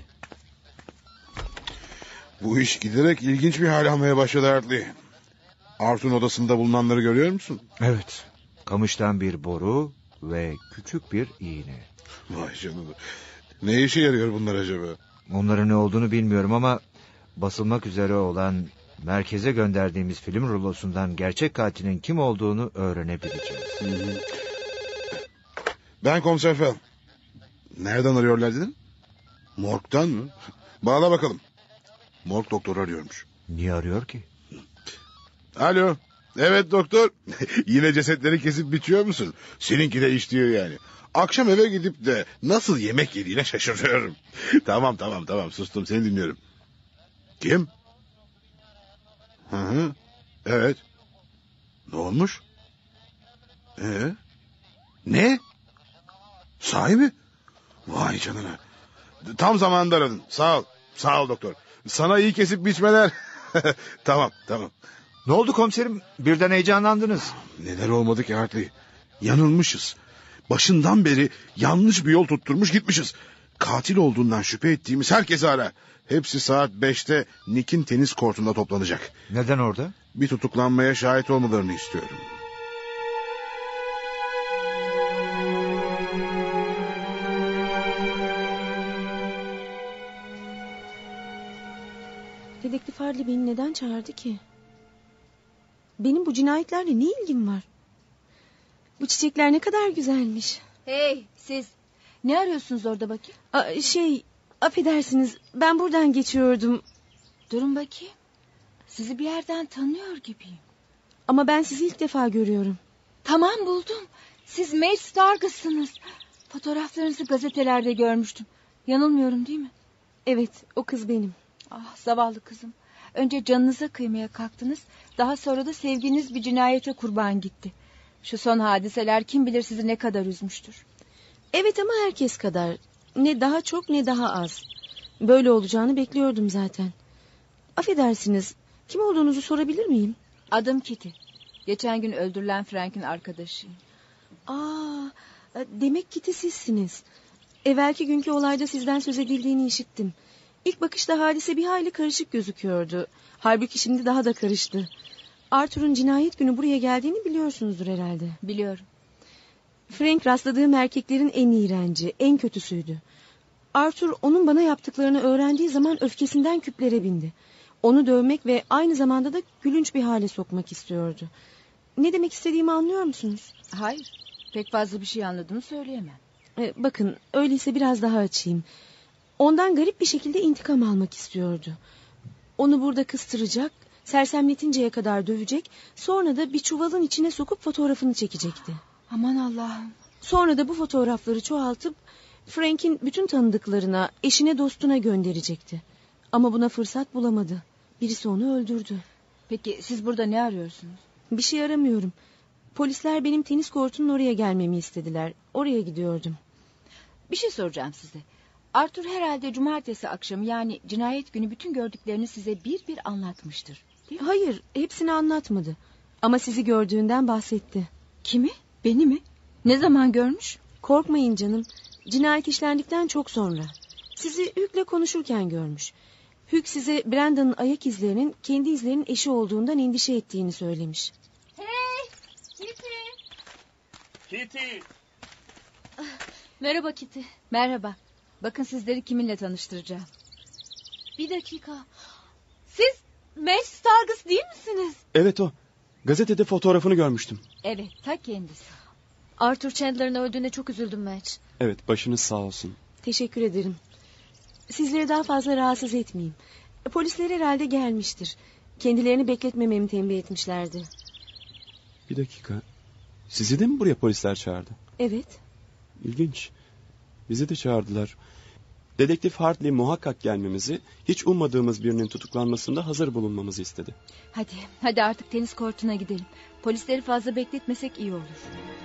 Bu iş giderek ilginç bir hal almaya başladı Hardley. Arthur'un odasında bulunanları görüyor musun? Evet. Kamıştan bir boru ve küçük bir iğne. Vay canına. Ne işe yarıyor bunlar acaba? Onların ne olduğunu bilmiyorum ama basılmak üzere olan merkeze gönderdiğimiz film rulosundan gerçek katilin kim olduğunu öğrenebileceğiz. Hı hı. Ben Komiser Fell. Nereden arıyorlar dedin? Morg'dan mı? Bağla bakalım. Morg doktoru arıyormuş. Niye arıyor ki? Alo. Evet doktor. Yine cesetleri kesip biçiyor musun? Seninki de iş diyor yani. Akşam eve gidip de nasıl yemek yediğine şaşırıyorum. Tamam tamam tamam sustum, seni dinliyorum. Kim? Hı hı. Evet. Ne olmuş? Ee? Ne? Sahi mi? Vay canına. Tam zamanında aradın. Sağ ol. Sağ ol doktor. Sana iyi kesip biçmeler. Tamam tamam. Ne oldu komiserim? Birden heyecanlandınız. Neler olmadı ki Hardley? Yanılmışız. Başından beri yanlış bir yol tutturmuş gitmişiz. Katil olduğundan şüphe ettiğimiz herkesi ara. Hepsi saat beşte Nick'in tenis kortunda toplanacak. Neden orada? Bir tutuklanmaya şahit olmalarını istiyorum. Dedektif Harley beni neden çağırdı ki? Benim bu cinayetlerle ne ilgim var? Bu çiçekler ne kadar güzelmiş. Hey siz ne arıyorsunuz orada bakayım? Aa, şey affedersiniz ben buradan geçiyordum. Durun bakayım. Sizi bir yerden tanıyor gibiyim. Ama ben sizi ilk defa görüyorum. Tamam buldum. Siz Madge Stargus'sınız. Fotoğraflarınızı gazetelerde görmüştüm. Yanılmıyorum değil mi? Evet o kız benim. Ah zavallı kızım. Önce canınıza kıymaya kalktınız. Daha sonra da sevginiz bir cinayete kurban gitti. Şu son hadiseler kim bilir sizi ne kadar üzmüştür. Evet ama herkes kadar. Ne daha çok ne daha az. Böyle olacağını bekliyordum zaten. Affedersiniz. Kim olduğunuzu sorabilir miyim? Adım Kitty. Geçen gün öldürülen Frank'in arkadaşıyım. Aa, demek Kitty sizsiniz. Evvelki günkü olayda sizden söz edildiğini işittim. İlk bakışta hadise bir hayli karışık gözüküyordu. Halbuki şimdi daha da karıştı. Arthur'un cinayet günü buraya geldiğini biliyorsunuzdur herhalde. Biliyorum. Frank rastladığım erkeklerin en iğrenci, en kötüsüydü. Arthur onun bana yaptıklarını öğrendiği zaman öfkesinden küplere bindi. Onu dövmek ve aynı zamanda da gülünç bir hale sokmak istiyordu. Ne demek istediğimi anlıyor musunuz? Hayır, pek fazla bir şey anladığımı söyleyemem. Ee, bakın, öyleyse biraz daha açayım. Ondan garip bir şekilde intikam almak istiyordu. Onu burada kıstıracak, sersemletinceye kadar dövecek, sonra da bir çuvalın içine sokup fotoğrafını çekecekti. Aman Allah'ım. Sonra da bu fotoğrafları çoğaltıp Frank'in bütün tanıdıklarına, eşine, dostuna gönderecekti. Ama buna fırsat bulamadı. Birisi onu öldürdü. Peki siz burada ne arıyorsunuz? Bir şey aramıyorum. Polisler benim tenis kortunun oraya gelmemi istediler. Oraya gidiyordum. Bir şey soracağım size. Arthur herhalde cumartesi akşamı, yani cinayet günü bütün gördüklerini size bir bir anlatmıştır. Hayır, hepsini anlatmadı. Ama sizi gördüğünden bahsetti. Kimi? Beni mi? Ne zaman görmüş? Korkmayın canım. Cinayet işlendikten çok sonra. Sizi Hugh'le konuşurken görmüş. Hugh size Brandon'ın ayak izlerinin kendi izlerinin eşi olduğundan endişe ettiğini söylemiş. Hey! Kitty! Kitty! Merhaba Kitty. Merhaba. Bakın sizleri kiminle tanıştıracağım. Bir dakika. Siz Madge Stargus değil misiniz? Evet o. Gazetede fotoğrafını görmüştüm. Evet, ta kendisi. Arthur Chandler'ın öldüğüne çok üzüldüm Madge. Evet, başınız sağ olsun. Teşekkür ederim. Sizleri daha fazla rahatsız etmeyeyim. Polisler herhalde gelmiştir. Kendilerini bekletmememi tembih etmişlerdi. Bir dakika. Sizi de mi buraya polisler çağırdı? Evet. İlginç. Bizi de çağırdılar. Dedektif Hartley muhakkak gelmemizi, hiç ummadığımız birinin tutuklanmasında hazır bulunmamızı istedi. Hadi, hadi artık tenis kortuna gidelim. Polisleri fazla bekletmesek iyi olur.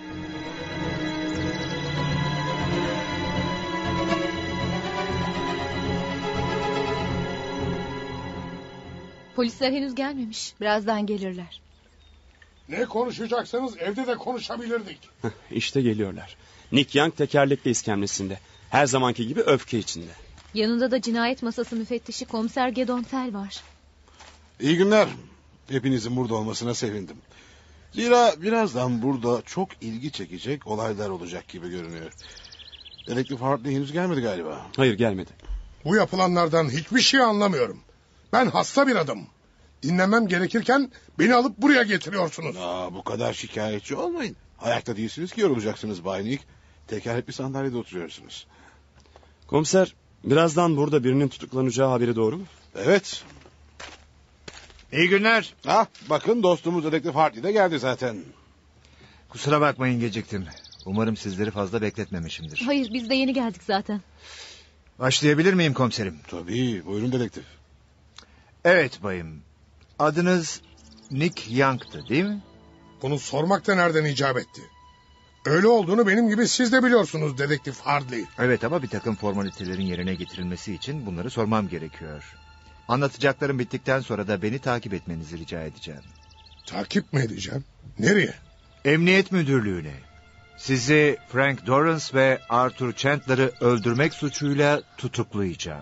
Polisler henüz gelmemiş. Birazdan gelirler. Ne konuşacaksanız evde de konuşabilirdik. İşte geliyorlar. Nick Young tekerlekli iskemlesinde. Her zamanki gibi öfke içinde. Yanında da cinayet masası müfettişi komiser Gedon Fell var. İyi günler. Hepinizin burada olmasına sevindim. Zira birazdan burada çok ilgi çekecek olaylar olacak gibi görünüyor. Dedektif Hartley henüz gelmedi galiba. Hayır, gelmedi. Bu yapılanlardan hiçbir şey anlamıyorum. Ben hasta bir adamım. Dinlemem gerekirken beni alıp buraya getiriyorsunuz. Aa, bu kadar şikayetçi olmayın. Ayakta değilsiniz ki yorulacaksınız Bay Nick. Tekerlekli sandalyede oturuyorsunuz. Komiser, birazdan burada birinin tutuklanacağı haberi doğru mu? Evet. İyi günler. Ah, bakın dostumuz Dedektif Hartley de geldi zaten. Kusura bakmayın geciktim. Umarım sizleri fazla bekletmemişimdir. Hayır, biz de yeni geldik zaten. Başlayabilir miyim komiserim? Tabii, buyurun dedektif. Evet bayım. Adınız Nick Young'tı değil mi? Bunu sormak da nereden icap etti? Öyle olduğunu benim gibi siz de biliyorsunuz Dedektif Hartley. Evet ama bir takım formalitelerin yerine getirilmesi için bunları sormam gerekiyor. Anlatacaklarım bittikten sonra da beni takip etmenizi rica edeceğim. Takip mi edeceğim? Nereye? Emniyet müdürlüğüne. Sizi Frank Dorrance ve Arthur Chandler'ı öldürmek suçuyla tutuklayacağım.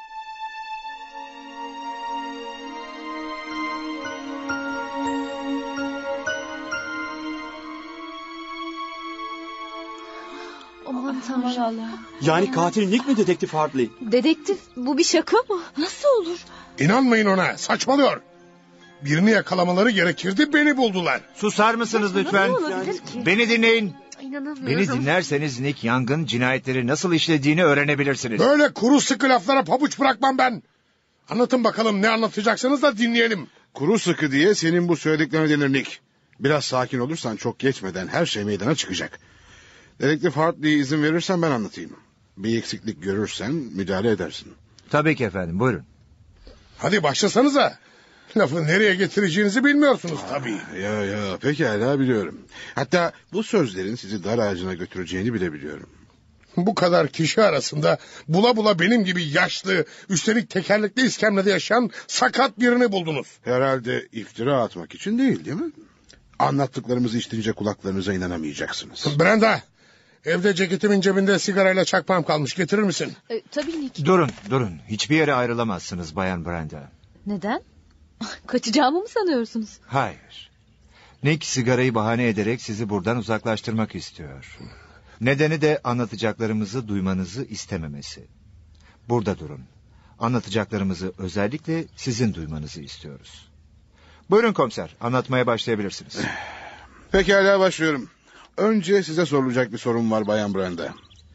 Aman Tanrım. Allah. Yani katil Nick mi Dedektif Hartley? Dedektif, bu bir şaka mı? Nasıl olur? İnanmayın ona, saçmalıyor. Birini yakalamaları gerekirdi, beni buldular. Susar mısınız lütfen? Beni dinleyin. İnanamıyorum. Beni dinlerseniz Nick Young'ın cinayetleri nasıl işlediğini öğrenebilirsiniz. Böyle kuru sıkı laflara pabuç bırakmam ben. Anlatın bakalım, ne anlatacaksınız da dinleyelim. Kuru sıkı diye senin bu söylediklerine denir Nick. Biraz sakin olursan çok geçmeden her şey meydana çıkacak. Dedektif Hartley'e izin verirsen ben anlatayım. Bir eksiklik görürsen müdahale edersin. Tabii ki efendim, buyurun. Hadi başlasanıza. Lafı nereye getireceğinizi bilmiyorsunuz tabii. Ya ya pekala biliyorum. Hatta bu sözlerin sizi dar ağacına götüreceğini bile biliyorum. Bu kadar kişi arasında bula bula benim gibi yaşlı, üstelik tekerlekli iskemlede yaşayan sakat birini buldunuz. Herhalde iftira atmak için değil, değil mi? Anlattıklarımızı işitince kulaklarınıza inanamayacaksınız. Brenda, evde ceketimin cebinde sigarayla çakmağım kalmış, getirir misin? E, tabii Nick. Durun, durun. Hiçbir yere ayrılamazsınız Bayan Brenda. Neden? Kaçacağımı mı sanıyorsunuz? Hayır. Nick sigarayı bahane ederek sizi buradan uzaklaştırmak istiyor. Nedeni de anlatacaklarımızı duymanızı istememesi. Burada durun. Anlatacaklarımızı özellikle sizin duymanızı istiyoruz. Buyurun komiser, anlatmaya başlayabilirsiniz. Pekala başlıyorum. Önce size sorulacak bir sorum var Bayan Brenda.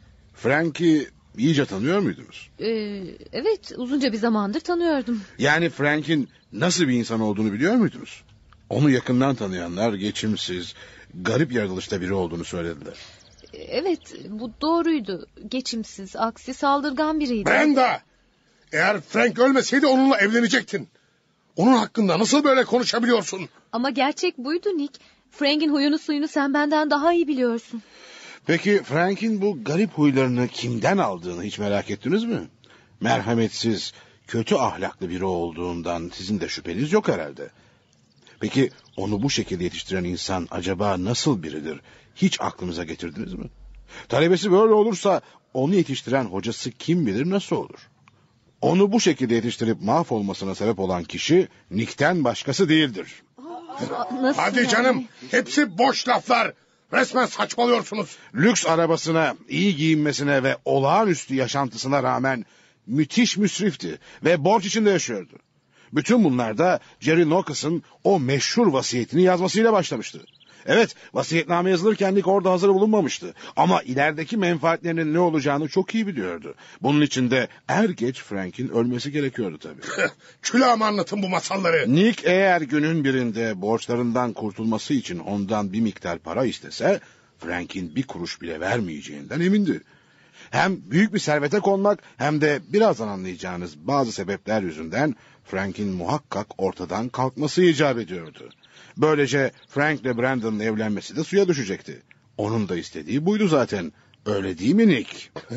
Frank'i iyice tanıyor muydunuz? Ee, evet, uzunca bir zamandır tanıyordum. Yani Frank'in nasıl bir insan olduğunu biliyor muydunuz? Onu yakından tanıyanlar geçimsiz, garip yaratılışta biri olduğunu söylediler. Evet, bu doğruydu. Geçimsiz, aksi, saldırgan biriydi. Brenda! Eğer Frank ölmeseydi onunla evlenecektin. Onun hakkında nasıl böyle konuşabiliyorsun? Ama gerçek buydu Nick. Frank'in huyunu suyunu sen benden daha iyi biliyorsun. Peki Frank'in bu garip huylarını kimden aldığını hiç merak ettiniz mi? Merhametsiz, kötü ahlaklı biri olduğundan sizin de şüpheniz yok herhalde. Peki onu bu şekilde yetiştiren insan acaba nasıl biridir? Hiç aklınıza getirdiniz mi? Talebesi böyle olursa onu yetiştiren hocası kim bilir nasıl olur? Onu bu şekilde yetiştirip mahvolmasına sebep olan kişi Nick'ten başkası değildir. Nasıl Hadi yani? canım, hepsi boş laflar. Resmen saçmalıyorsunuz. Lüks arabasına, iyi giyinmesine ve olağanüstü yaşantısına rağmen müthiş müsrifti ve borç içinde yaşıyordu. Bütün bunlar da Jerry Nokas'ın o meşhur vasiyetini yazmasıyla başlamıştı. Evet, vasiyetname yazılırken Nick orada hazır bulunmamıştı. Ama ilerideki menfaatlerinin ne olacağını çok iyi biliyordu. Bunun için de er geç Frank'in ölmesi gerekiyordu tabii. Külahıma anlatın bu masalları. Nick eğer günün birinde borçlarından kurtulması için ondan bir miktar para istese, Frank'in bir kuruş bile vermeyeceğinden emindi. Hem büyük bir servete konmak hem de birazdan anlayacağınız bazı sebepler yüzünden Frank'in muhakkak ortadan kalkması icap ediyordu. Böylece Frank'le Brandon'ın evlenmesi de suya düşecekti. Onun da istediği buydu zaten. Öyle değil mi Nick?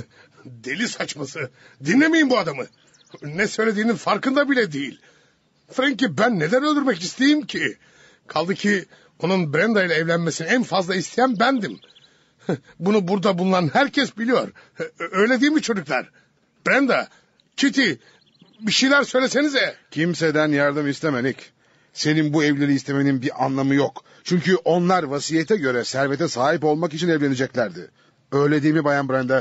Deli saçması. Dinlemeyin bu adamı. Ne söylediğinin farkında bile değil. Frank'i ben neden öldürmek isteyeyim ki? Kaldı ki onun Brenda ile evlenmesini en fazla isteyen bendim. Bunu burada bulunan herkes biliyor. Öyle değil mi çocuklar? Brenda, Kitty, bir şeyler söylesenize. Kimseden yardım isteme Nick. Senin bu evliliği istemenin bir anlamı yok. Çünkü onlar vasiyete göre servete sahip olmak için evleneceklerdi. Öyle değil mi Bayan Brenda?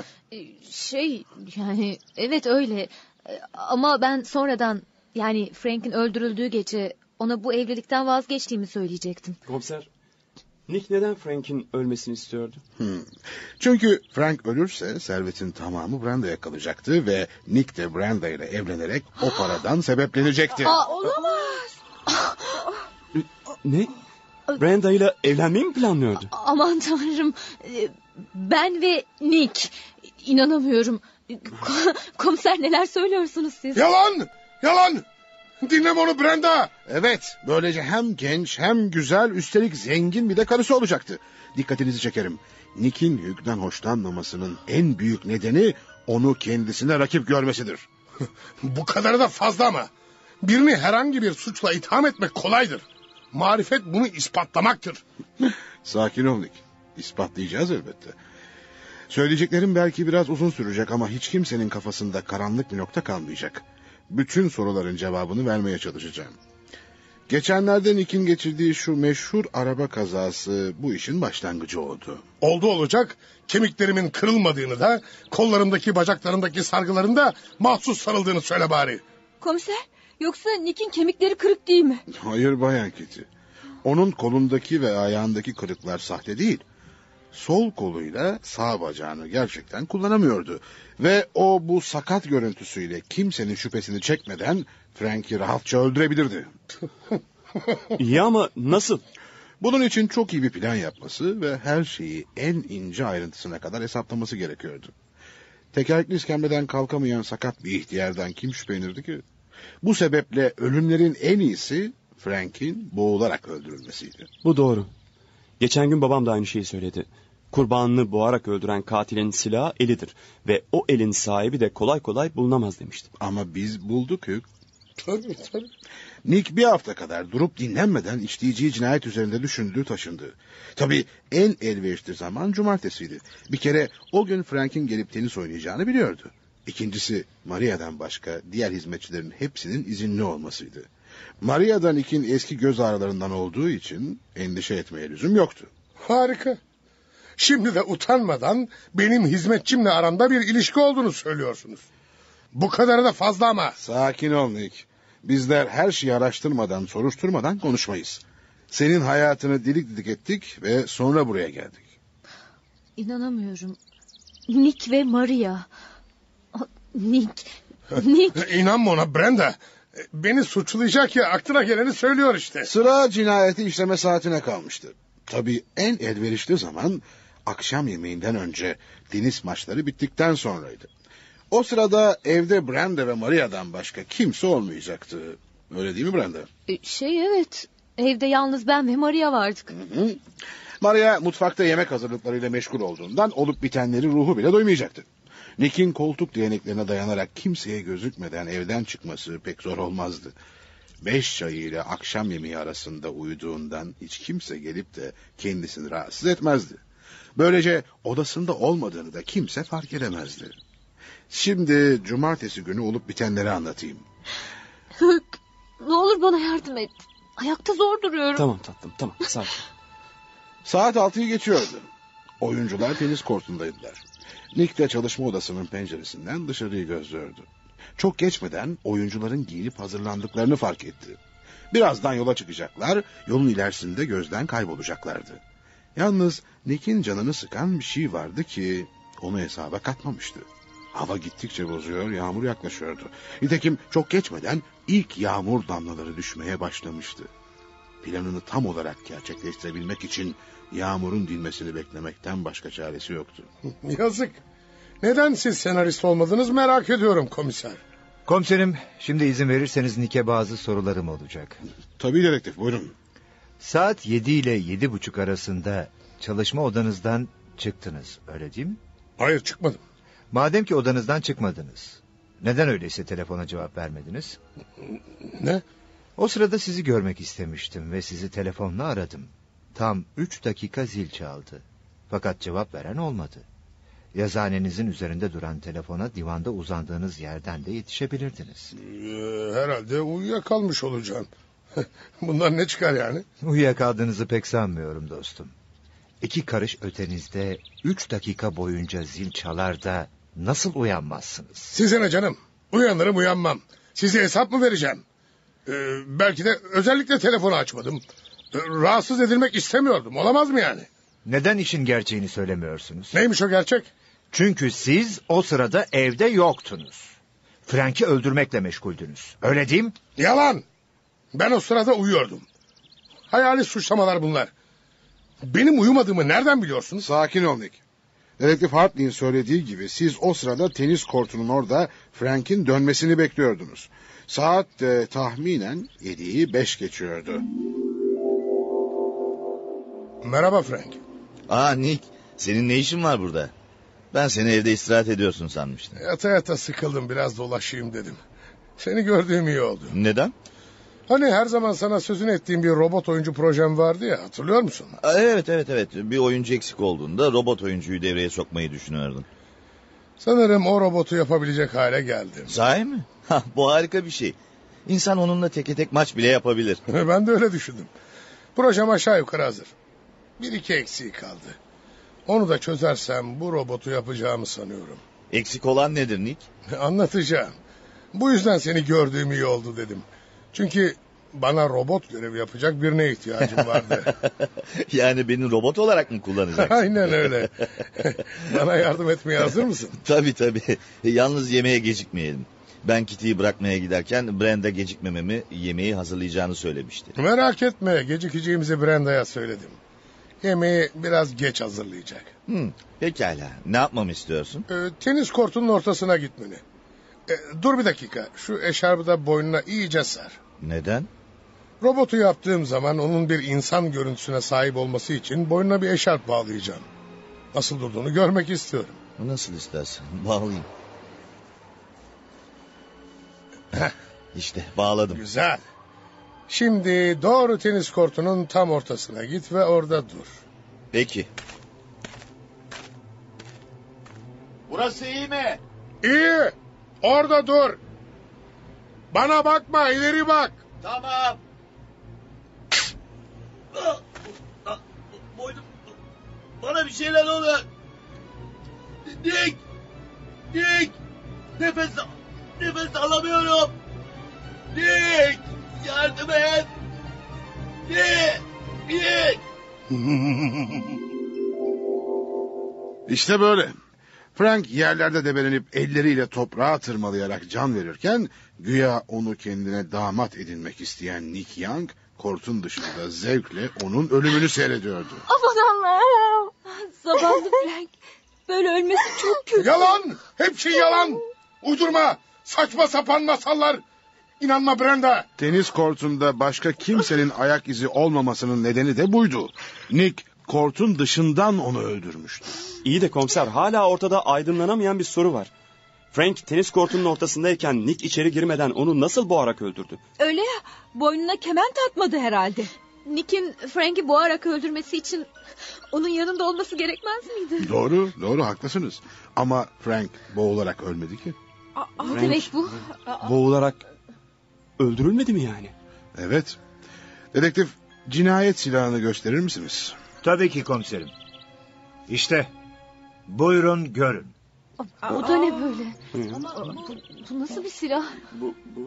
Şey, yani evet öyle. Ama ben sonradan, yani Frank'in öldürüldüğü gece ona bu evlilikten vazgeçtiğimi söyleyecektim. Komiser, Nick neden Frank'in ölmesini istiyordu? Hmm. Çünkü Frank ölürse servetin tamamı Brenda'ya kalacaktı ve Nick de Brenda ile evlenerek o paradan sebeplenecekti. Aa, olamaz. Ne? Brenda ile evlenmeyi mi planlıyordu? Aman tanrım. Ben ve Nick. İnanamıyorum. Komiser, neler söylüyorsunuz siz? Yalan! Yalan! Dinleme onu Brenda! Evet, böylece hem genç hem güzel, üstelik zengin bir de karısı olacaktı. Dikkatinizi çekerim. Nick'in Hugh'dan hoşlanmamasının en büyük nedeni onu kendisine rakip görmesidir. Bu kadarı da fazla ama. Birini herhangi bir suçla itham etmek kolaydır. Marifet bunu ispatlamaktır. Sakin ol Nick. İspatlayacağız elbette. Söyleyeceklerim belki biraz uzun sürecek ama hiç kimsenin kafasında karanlık bir nokta kalmayacak. Bütün soruların cevabını vermeye çalışacağım. Geçenlerde Nick'in geçirdiği şu meşhur araba kazası bu işin başlangıcı oldu. Oldu olacak, kemiklerimin kırılmadığını da, kollarımdaki bacaklarımdaki sargıların da mahsus sarıldığını söyle bari. Komiser, Yoksa Nick'in kemikleri kırık değil mi? Hayır Bayan Kitty. Onun kolundaki ve ayağındaki kırıklar sahte değil. Sol koluyla sağ bacağını gerçekten kullanamıyordu. Ve o bu sakat görüntüsüyle kimsenin şüphesini çekmeden Frank'i rahatça öldürebilirdi. İyi ama nasıl? Bunun için çok iyi bir plan yapması ve her şeyi en ince ayrıntısına kadar hesaplaması gerekiyordu. Tekerlekli iskemleden kalkamayan sakat bir ihtiyardan kim şüphelenirdi ki? Bu sebeple ölümlerin en iyisi Frank'in boğularak öldürülmesiydi. Bu doğru. Geçen gün babam da aynı şeyi söyledi. Kurbanını boğarak öldüren katilin silahı elidir. Ve o elin sahibi de kolay kolay bulunamaz demişti. Ama biz bulduk Hugh. Tabii tabii. Nick bir hafta kadar durup dinlenmeden işleyeceği cinayet üzerinde düşündüğü taşındı. Tabii en elverişli zaman cumartesiydi. Bir kere o gün Frank'in gelip tenis oynayacağını biliyordu. İkincisi Maria'dan başka diğer hizmetçilerin hepsinin izinli olmasıydı. Maria'da Nick'in eski göz ağrılarından olduğu için endişe etmeye lüzum yoktu. Harika. Şimdi de utanmadan benim hizmetçimle aramda bir ilişki olduğunu söylüyorsunuz. Bu kadarı da fazla ama. Sakin ol Nick. Bizler her şeyi araştırmadan, soruşturmadan konuşmayız. Senin hayatını dilik didik ettik ve sonra buraya geldik. İnanamıyorum. Nick ve Maria. Nick, Nick. İnanma ona Brenda. Beni suçlayacak ya, aklına geleni söylüyor işte. Sıra cinayeti işleme saatine kalmıştı. Tabii en elverişli zaman akşam yemeğinden önce tenis maçları bittikten sonraydı. O sırada evde Brenda ve Maria'dan başka kimse olmayacaktı. Öyle değil mi Brenda? Şey evet. Evde yalnız ben ve Maria vardık. Hı hı. Maria mutfakta yemek hazırlıklarıyla meşgul olduğundan olup bitenleri ruhu bile doymayacaktı. Nick'in koltuk değneklerine dayanarak kimseye gözükmeden evden çıkması pek zor olmazdı. Beş çayı ile akşam yemeği arasında uyuduğundan hiç kimse gelip de kendisini rahatsız etmezdi. Böylece odasında olmadığını da kimse fark edemezdi. Şimdi cumartesi günü olup bitenleri anlatayım. Hök, ne olur bana yardım et. Ayakta zor duruyorum. Tamam tatlım, tamam, sakin. Saat altıyı geçiyordu. Oyuncular tenis kortundaydılar. Nick de çalışma odasının penceresinden dışarıyı gözlüyordu. Çok geçmeden oyuncuların giyinip hazırlandıklarını fark etti. Birazdan yola çıkacaklar, yolun ilerisinde gözden kaybolacaklardı. Yalnız Nick'in canını sıkan bir şey vardı ki onu hesaba katmamıştı. Hava gittikçe bozuyor, yağmur yaklaşıyordu. Nitekim çok geçmeden ilk yağmur damlaları düşmeye başlamıştı. Planını tam olarak gerçekleştirebilmek için yağmurun dinmesini beklemekten başka çaresi yoktu. Yazık. Neden siz senarist olmadınız merak ediyorum komiser. Komiserim, şimdi izin verirseniz Nick'e bazı sorularım olacak. Tabii dedektif, buyurun. Saat yedi ile yedi buçuk arasında çalışma odanızdan çıktınız, öyle değil mi? Hayır, çıkmadım. Madem ki odanızdan çıkmadınız, neden öyleyse telefona cevap vermediniz? Ne? O sırada sizi görmek istemiştim ve sizi telefonla aradım. Tam üç dakika zil çaldı. Fakat cevap veren olmadı. Yazıhanenizin üzerinde duran telefona divanda uzandığınız yerden de yetişebilirdiniz. Ee, herhalde uyuyakalmış olacağım. Bundan ne çıkar yani? Uyuyakaldığınızı pek sanmıyorum dostum. İki karış ötenizde üç dakika boyunca zil çalar da nasıl uyanmazsınız? Size ne canım? Uyanırım uyanmam. Size hesap mı vereceğim? Ee, belki de özellikle telefonu açmadım. Ee, rahatsız edilmek istemiyordum. Olamaz mı yani? Neden işin gerçeğini söylemiyorsunuz? Neymiş o gerçek? Çünkü siz o sırada evde yoktunuz. Frank'i öldürmekle meşguldünüz. Öyle değil mi? Yalan. Ben o sırada uyuyordum. Hayali suçlamalar bunlar. Benim uyumadığımı nereden biliyorsunuz? Sakin ol Nick. Dedektif Hartley'in söylediği gibi siz o sırada tenis kortunun orada Frank'in dönmesini bekliyordunuz. Saat e, tahminen yediyi beş geçiyordu. Merhaba Frank. Aa Nick, senin ne işin var burada? Ben seni evde istirahat ediyorsun sanmıştım. Yata yata sıkıldım, biraz dolaşayım dedim. Seni gördüğüm iyi oldu. Neden? Hani her zaman sana sözünü ettiğim bir robot oyuncu projem vardı ya, hatırlıyor musun? Aa, evet evet evet bir oyuncu eksik olduğunda robot oyuncuyu devreye sokmayı düşünüyordun. Sanırım o robotu yapabilecek hale geldim. Sahi mi? Ha, bu harika bir şey. İnsan onunla teke tek maç bile yapabilir. Ben de öyle düşündüm. Projem aşağı yukarı hazır. Bir iki eksiği kaldı. Onu da çözersem bu robotu yapacağımı sanıyorum. Eksik olan nedir Nick? Anlatacağım. Bu yüzden seni gördüğüm iyi oldu dedim. Çünkü bana robot görevi yapacak birine ihtiyacım vardı. Yani beni robot olarak mı kullanacaksın? Aynen öyle. Bana yardım etmeye hazır mısın? Tabii tabii. Yalnız yemeğe gecikmeyelim. Ben Kitty'yi bırakmaya giderken Brenda gecikmememi, yemeği hazırlayacağını söylemişti. Merak etme, gecikeceğimizi Brenda'ya söyledim. Yemeği biraz geç hazırlayacak. Hmm, pekala. Ne yapmamı istiyorsun? Ee, tenis kortunun ortasına gitmeni. Ee, dur bir dakika. Şu eşarbı da boynuna iyice sar. Neden? Robotu yaptığım zaman onun bir insan görüntüsüne sahip olması için boynuna bir eşarp bağlayacağım. Nasıl durduğunu görmek istiyorum. Nasıl istersen. Bağlayayım. Heh, işte bağladım. Güzel. Şimdi doğru tenis kortunun tam ortasına git ve orada dur. Peki. Burası iyi mi? İyi. Orada dur. Bana bakma, ileri bak. Tamam. Boynum. Bana bir şeyler oluyor. Dik. Dik. Nefes nefes alamıyorum. Dik. Yardım et. Dik. Dik. İşte böyle. Frank yerlerde debelenip elleriyle toprağa tırmalayarak can verirken güya onu kendine damat edinmek isteyen Nick Young kortun dışında zevkle onun ölümünü seyrediyordu. Aman Allah'ım. Zavallı Frank. Böyle ölmesi çok kötü. Yalan. Hepsi yalan. Uydurma. Saçma sapan masallar. İnanma Brenda. Tenis kortunda başka kimsenin ayak izi olmamasının nedeni de buydu. Nick kortun dışından onu öldürmüştü. İyi de komiser, hala ortada aydınlanamayan bir soru var. Frank tenis kortunun ortasındayken Nick içeri girmeden onu nasıl boğarak öldürdü? Öyle ya, boynuna kemen takmadı herhalde. Nick'in Frank'i boğarak öldürmesi için onun yanında olması gerekmez miydi? Doğru, doğru haklısınız. Ama Frank boğularak ölmedi ki. Aa, ne demek bu? Boğularak öldürülmedi mi yani? Evet. Dedektif, cinayet silahını gösterir misiniz? Tabii ki komiserim. İşte buyurun görün. O da ne böyle? Bu, bu nasıl bir silah? Bu, bu...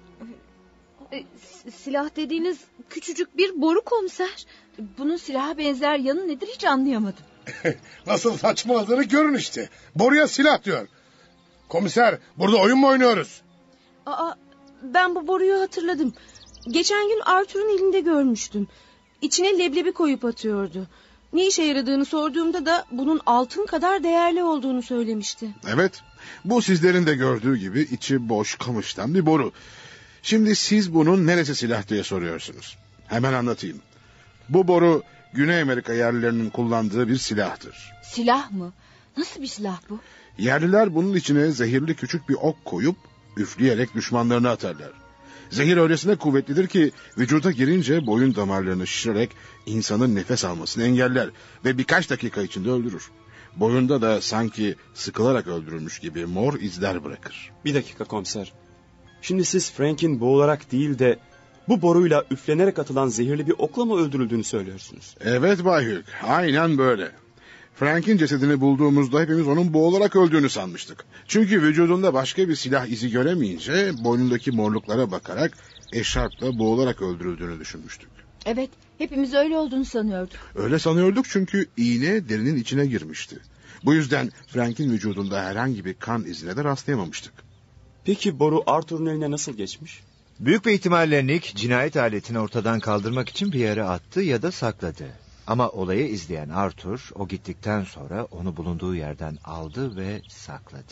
E, silah dediğiniz küçücük bir boru komiser. Bunun silaha benzer yanı nedir hiç anlayamadım. Nasıl saçmaladığını görün işte. Boruya silah diyor. Komiser, burada oyun mu oynuyoruz? Aa, ben bu boruyu hatırladım. Geçen gün Arthur'un elinde görmüştüm. İçine leblebi koyup atıyordu. Ne işe yaradığını sorduğumda da bunun altın kadar değerli olduğunu söylemişti. Evet, bu sizlerin de gördüğü gibi içi boş kamıştan bir boru. Şimdi siz bunun neresi silah diye soruyorsunuz. Hemen anlatayım. Bu boru Güney Amerika yerlilerinin kullandığı bir silahtır. Silah mı? Nasıl bir silah bu? Yerliler bunun içine zehirli küçük bir ok koyup üfleyerek düşmanlarını atarlar. Zehir öylesine kuvvetlidir ki vücuda girince boyun damarlarını şişirerek insanın nefes almasını engeller ve birkaç dakika içinde öldürür. Boyunda da sanki sıkılarak öldürülmüş gibi mor izler bırakır. Bir dakika komiser. Şimdi siz Frank'in boğularak değil de bu boruyla üflenerek atılan zehirli bir okla mı öldürüldüğünü söylüyorsunuz? Evet Bay Hugh, aynen böyle. Frank'in cesedini bulduğumuzda hepimiz onun boğularak öldüğünü sanmıştık. Çünkü vücudunda başka bir silah izi göremeyince boynundaki morluklara bakarak eşarpla boğularak öldürüldüğünü düşünmüştük. Evet, hepimiz öyle olduğunu sanıyorduk. Öyle sanıyorduk çünkü iğne derinin içine girmişti. Bu yüzden Frank'in vücudunda herhangi bir kan izine de rastlayamamıştık. Peki boru Arthur'un eline nasıl geçmiş? Büyük bir ihtimalle Nick cinayet aletini ortadan kaldırmak için bir yere attı ya da sakladı. Ama olayı izleyen Arthur o gittikten sonra onu bulunduğu yerden aldı ve sakladı.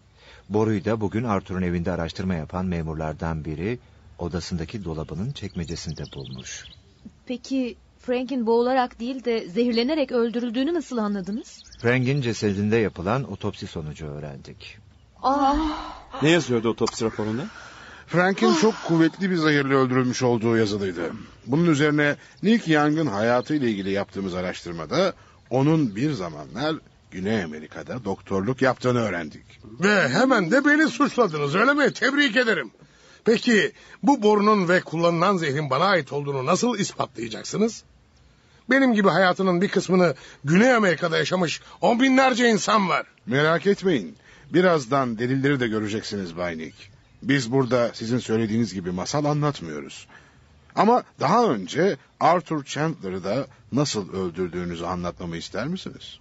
Boruyu da bugün Arthur'un evinde araştırma yapan memurlardan biri odasındaki dolabının çekmecesinde bulmuş. Peki Frank'in boğularak değil de zehirlenerek öldürüldüğünü nasıl anladınız? Frank'in cesedinde yapılan otopsi sonucu öğrendik. Aa. Ne yazıyordu otopsi raporunda? Frank'in çok kuvvetli bir zehirle öldürülmüş olduğu yazılıydı. Bunun üzerine Nick Young'ın hayatıyla ilgili yaptığımız araştırmada onun bir zamanlar Güney Amerika'da doktorluk yaptığını öğrendik. Ve hemen de beni suçladınız, öyle mi? Tebrik ederim. Peki bu borunun ve kullanılan zehrin bana ait olduğunu nasıl ispatlayacaksınız? Benim gibi hayatının bir kısmını Güney Amerika'da yaşamış on binlerce insan var. Merak etmeyin. Birazdan delilleri de göreceksiniz Bay Nick. Biz burada sizin söylediğiniz gibi masal anlatmıyoruz. Ama daha önce Arthur Chandler'ı da nasıl öldürdüğünüzü anlatmamı ister misiniz?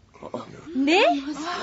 Ne?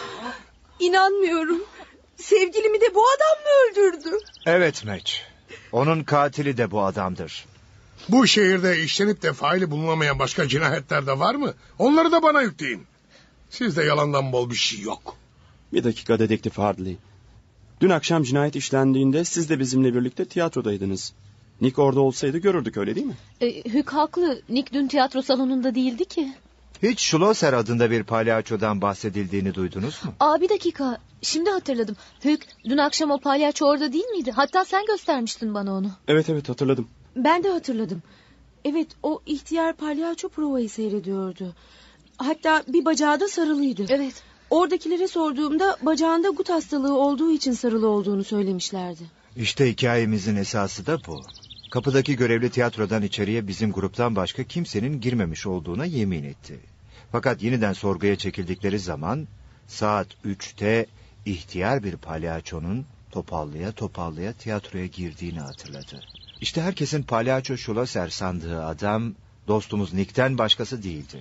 İnanmıyorum. Sevgilimi de bu adam mı öldürdü? Evet Match. Onun katili de bu adamdır. Bu şehirde işlenip de faili bulunamayan başka cinayetler de var mı? Onları da bana yükleyin. Sizde yalandan bol bir şey yok. Bir dakika dedektif Hardley. Dün akşam cinayet işlendiğinde siz de bizimle birlikte tiyatrodaydınız. Nick orada olsaydı görürdük, öyle değil mi? E, Hük haklı. Nick dün tiyatro salonunda değildi ki. Hiç Schlosser adında bir palyaçodan bahsedildiğini duydunuz mu? Aa, bir dakika. Şimdi hatırladım. Hük, dün akşam o palyaço orada değil miydi? Hatta sen göstermiştin bana onu. Evet evet hatırladım. Ben de hatırladım. Evet, o ihtiyar palyaço provayı seyrediyordu. Hatta bir bacağı da sarılıydı. Evet. Oradakilere sorduğumda bacağında gut hastalığı olduğu için sarılı olduğunu söylemişlerdi. İşte hikayemizin esası da bu. Kapıdaki görevli tiyatrodan içeriye bizim gruptan başka kimsenin girmemiş olduğuna yemin etti. Fakat yeniden sorguya çekildikleri zaman saat üçte ihtiyar bir palyaçonun topallaya topallaya tiyatroya girdiğini hatırladı. İşte herkesin palyaço Schlosser sandığı adam dostumuz Nick'ten başkası değildi.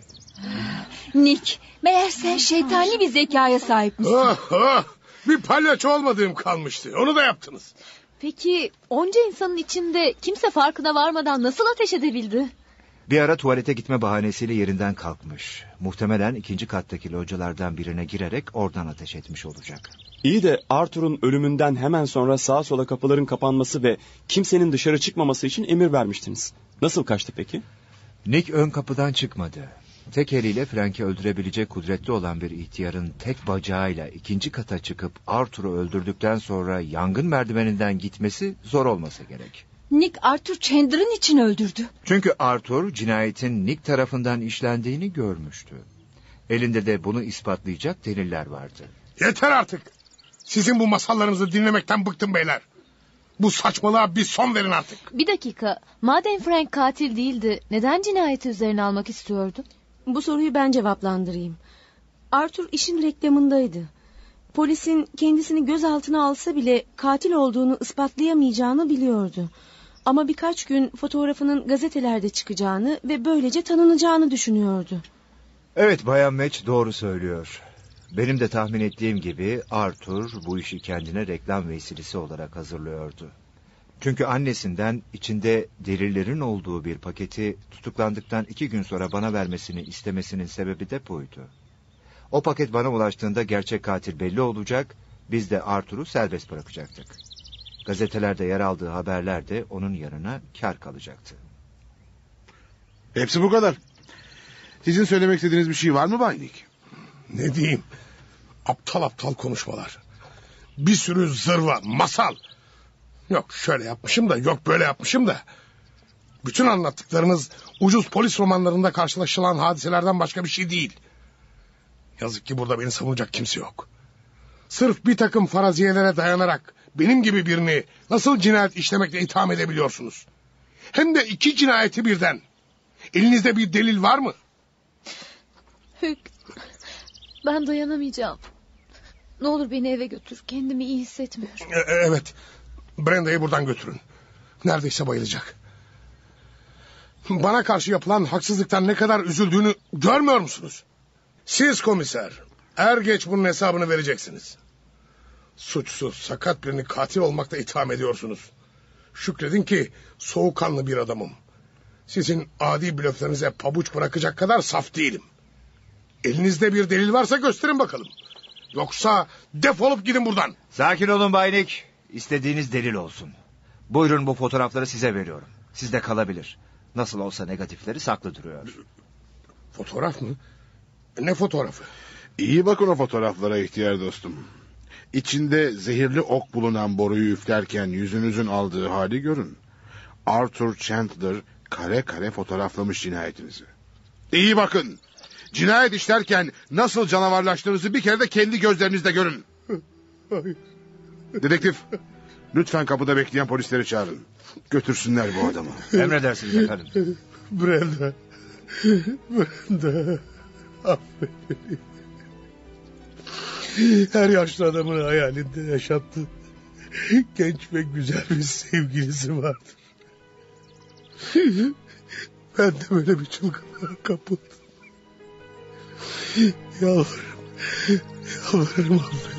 Nick, meğer sen şeytani bir zekaya sahipmişsin. Ah, ah, bir palyaço olmadığım kalmıştı. Onu da yaptınız. Peki onca insanın içinde kimse farkına varmadan nasıl ateş edebildi? Bir ara tuvalete gitme bahanesiyle yerinden kalkmış. Muhtemelen ikinci kattaki localardan birine girerek oradan ateş etmiş olacak. İyi de Arthur'un ölümünden hemen sonra sağa sola kapıların kapanması ve kimsenin dışarı çıkmaması için emir vermiştiniz. Nasıl kaçtı peki? Nick ön kapıdan çıkmadı. Tek eliyle Frank'i öldürebilecek kudretli olan bir ihtiyarın tek bacağıyla ikinci kata çıkıp Arthur'u öldürdükten sonra yangın merdiveninden gitmesi zor olmasa gerek. Nick Arthur Chandler'ın için öldürdü. Çünkü Arthur cinayetin Nick tarafından işlendiğini görmüştü. Elinde de bunu ispatlayacak deliller vardı. Yeter artık. Sizin bu masallarınızı dinlemekten bıktım beyler. Bu saçmalığa bir son verin artık. Bir dakika. Madem Frank katil değildi, neden cinayeti üzerine almak istiyordu? Bu soruyu ben cevaplandırayım. Arthur işin reklamındaydı. Polisin kendisini gözaltına alsa bile katil olduğunu ispatlayamayacağını biliyordu. Ama birkaç gün fotoğrafının gazetelerde çıkacağını ve böylece tanınacağını düşünüyordu. Evet, Bayan Match doğru söylüyor. Benim de tahmin ettiğim gibi Arthur bu işi kendine reklam vesilesi olarak hazırlıyordu. Çünkü annesinden içinde delillerin olduğu bir paketi tutuklandıktan iki gün sonra bana vermesini istemesinin sebebi de buydu. O paket bana ulaştığında gerçek katil belli olacak, biz de Arthur'u serbest bırakacaktık. Gazetelerde yer aldığı haberler de onun yanına kar kalacaktı. Hepsi bu kadar. Sizin söylemek istediğiniz bir şey var mı Bay Nick? Ne diyeyim? Aptal aptal konuşmalar. Bir sürü zırva, masal. Yok şöyle yapmışım da, yok böyle yapmışım da. Bütün anlattıklarınız ucuz polis romanlarında karşılaşılan hadiselerden başka bir şey değil. Yazık ki burada beni savunacak kimse yok. Sırf bir takım faraziyelere dayanarak benim gibi birini nasıl cinayet işlemekle itham edebiliyorsunuz? Hem de iki cinayeti birden. Elinizde bir delil var mı? Hük, ben dayanamayacağım. Ne olur beni eve götür. Kendimi iyi hissetmiyorum. E- evet. Brenda'yı buradan götürün. Neredeyse bayılacak. Bana karşı yapılan haksızlıktan ne kadar üzüldüğünü görmüyor musunuz? Siz komiser, er geç bunun hesabını vereceksiniz. Suçsuz, sakat birini katil olmakla itham ediyorsunuz. Şükredin ki soğukkanlı bir adamım. Sizin adi blöflerinize pabuç bırakacak kadar saf değilim. Elinizde bir delil varsa gösterin bakalım. Yoksa defolup gidin buradan. Sakin olun Bay Nick. İstediğiniz delil olsun. Buyurun, bu fotoğrafları size veriyorum. Sizde kalabilir. Nasıl olsa negatifleri saklı duruyor. Fotoğraf mı? Ne fotoğrafı? İyi bakın o fotoğraflara ihtiyar dostum. İçinde zehirli ok bulunan boruyu üflerken yüzünüzün aldığı hali görün. Arthur Chandler kare kare fotoğraflamış cinayetinizi. İyi bakın. Cinayet işlerken nasıl canavarlaştığınızı bir kere de kendi gözlerinizle görün. Dedektif, lütfen kapıda bekleyen polisleri çağırın. Götürsünler bu adamı. Emredersiniz efendim. Brenda. Brenda. Affet beni. Her yaşlı adamın hayalinde yaşattı. genç ve güzel bir sevgilisi vardır. Ben de böyle bir çılgınlığa kapıldım. Yalvarırım, yalvarırım affet.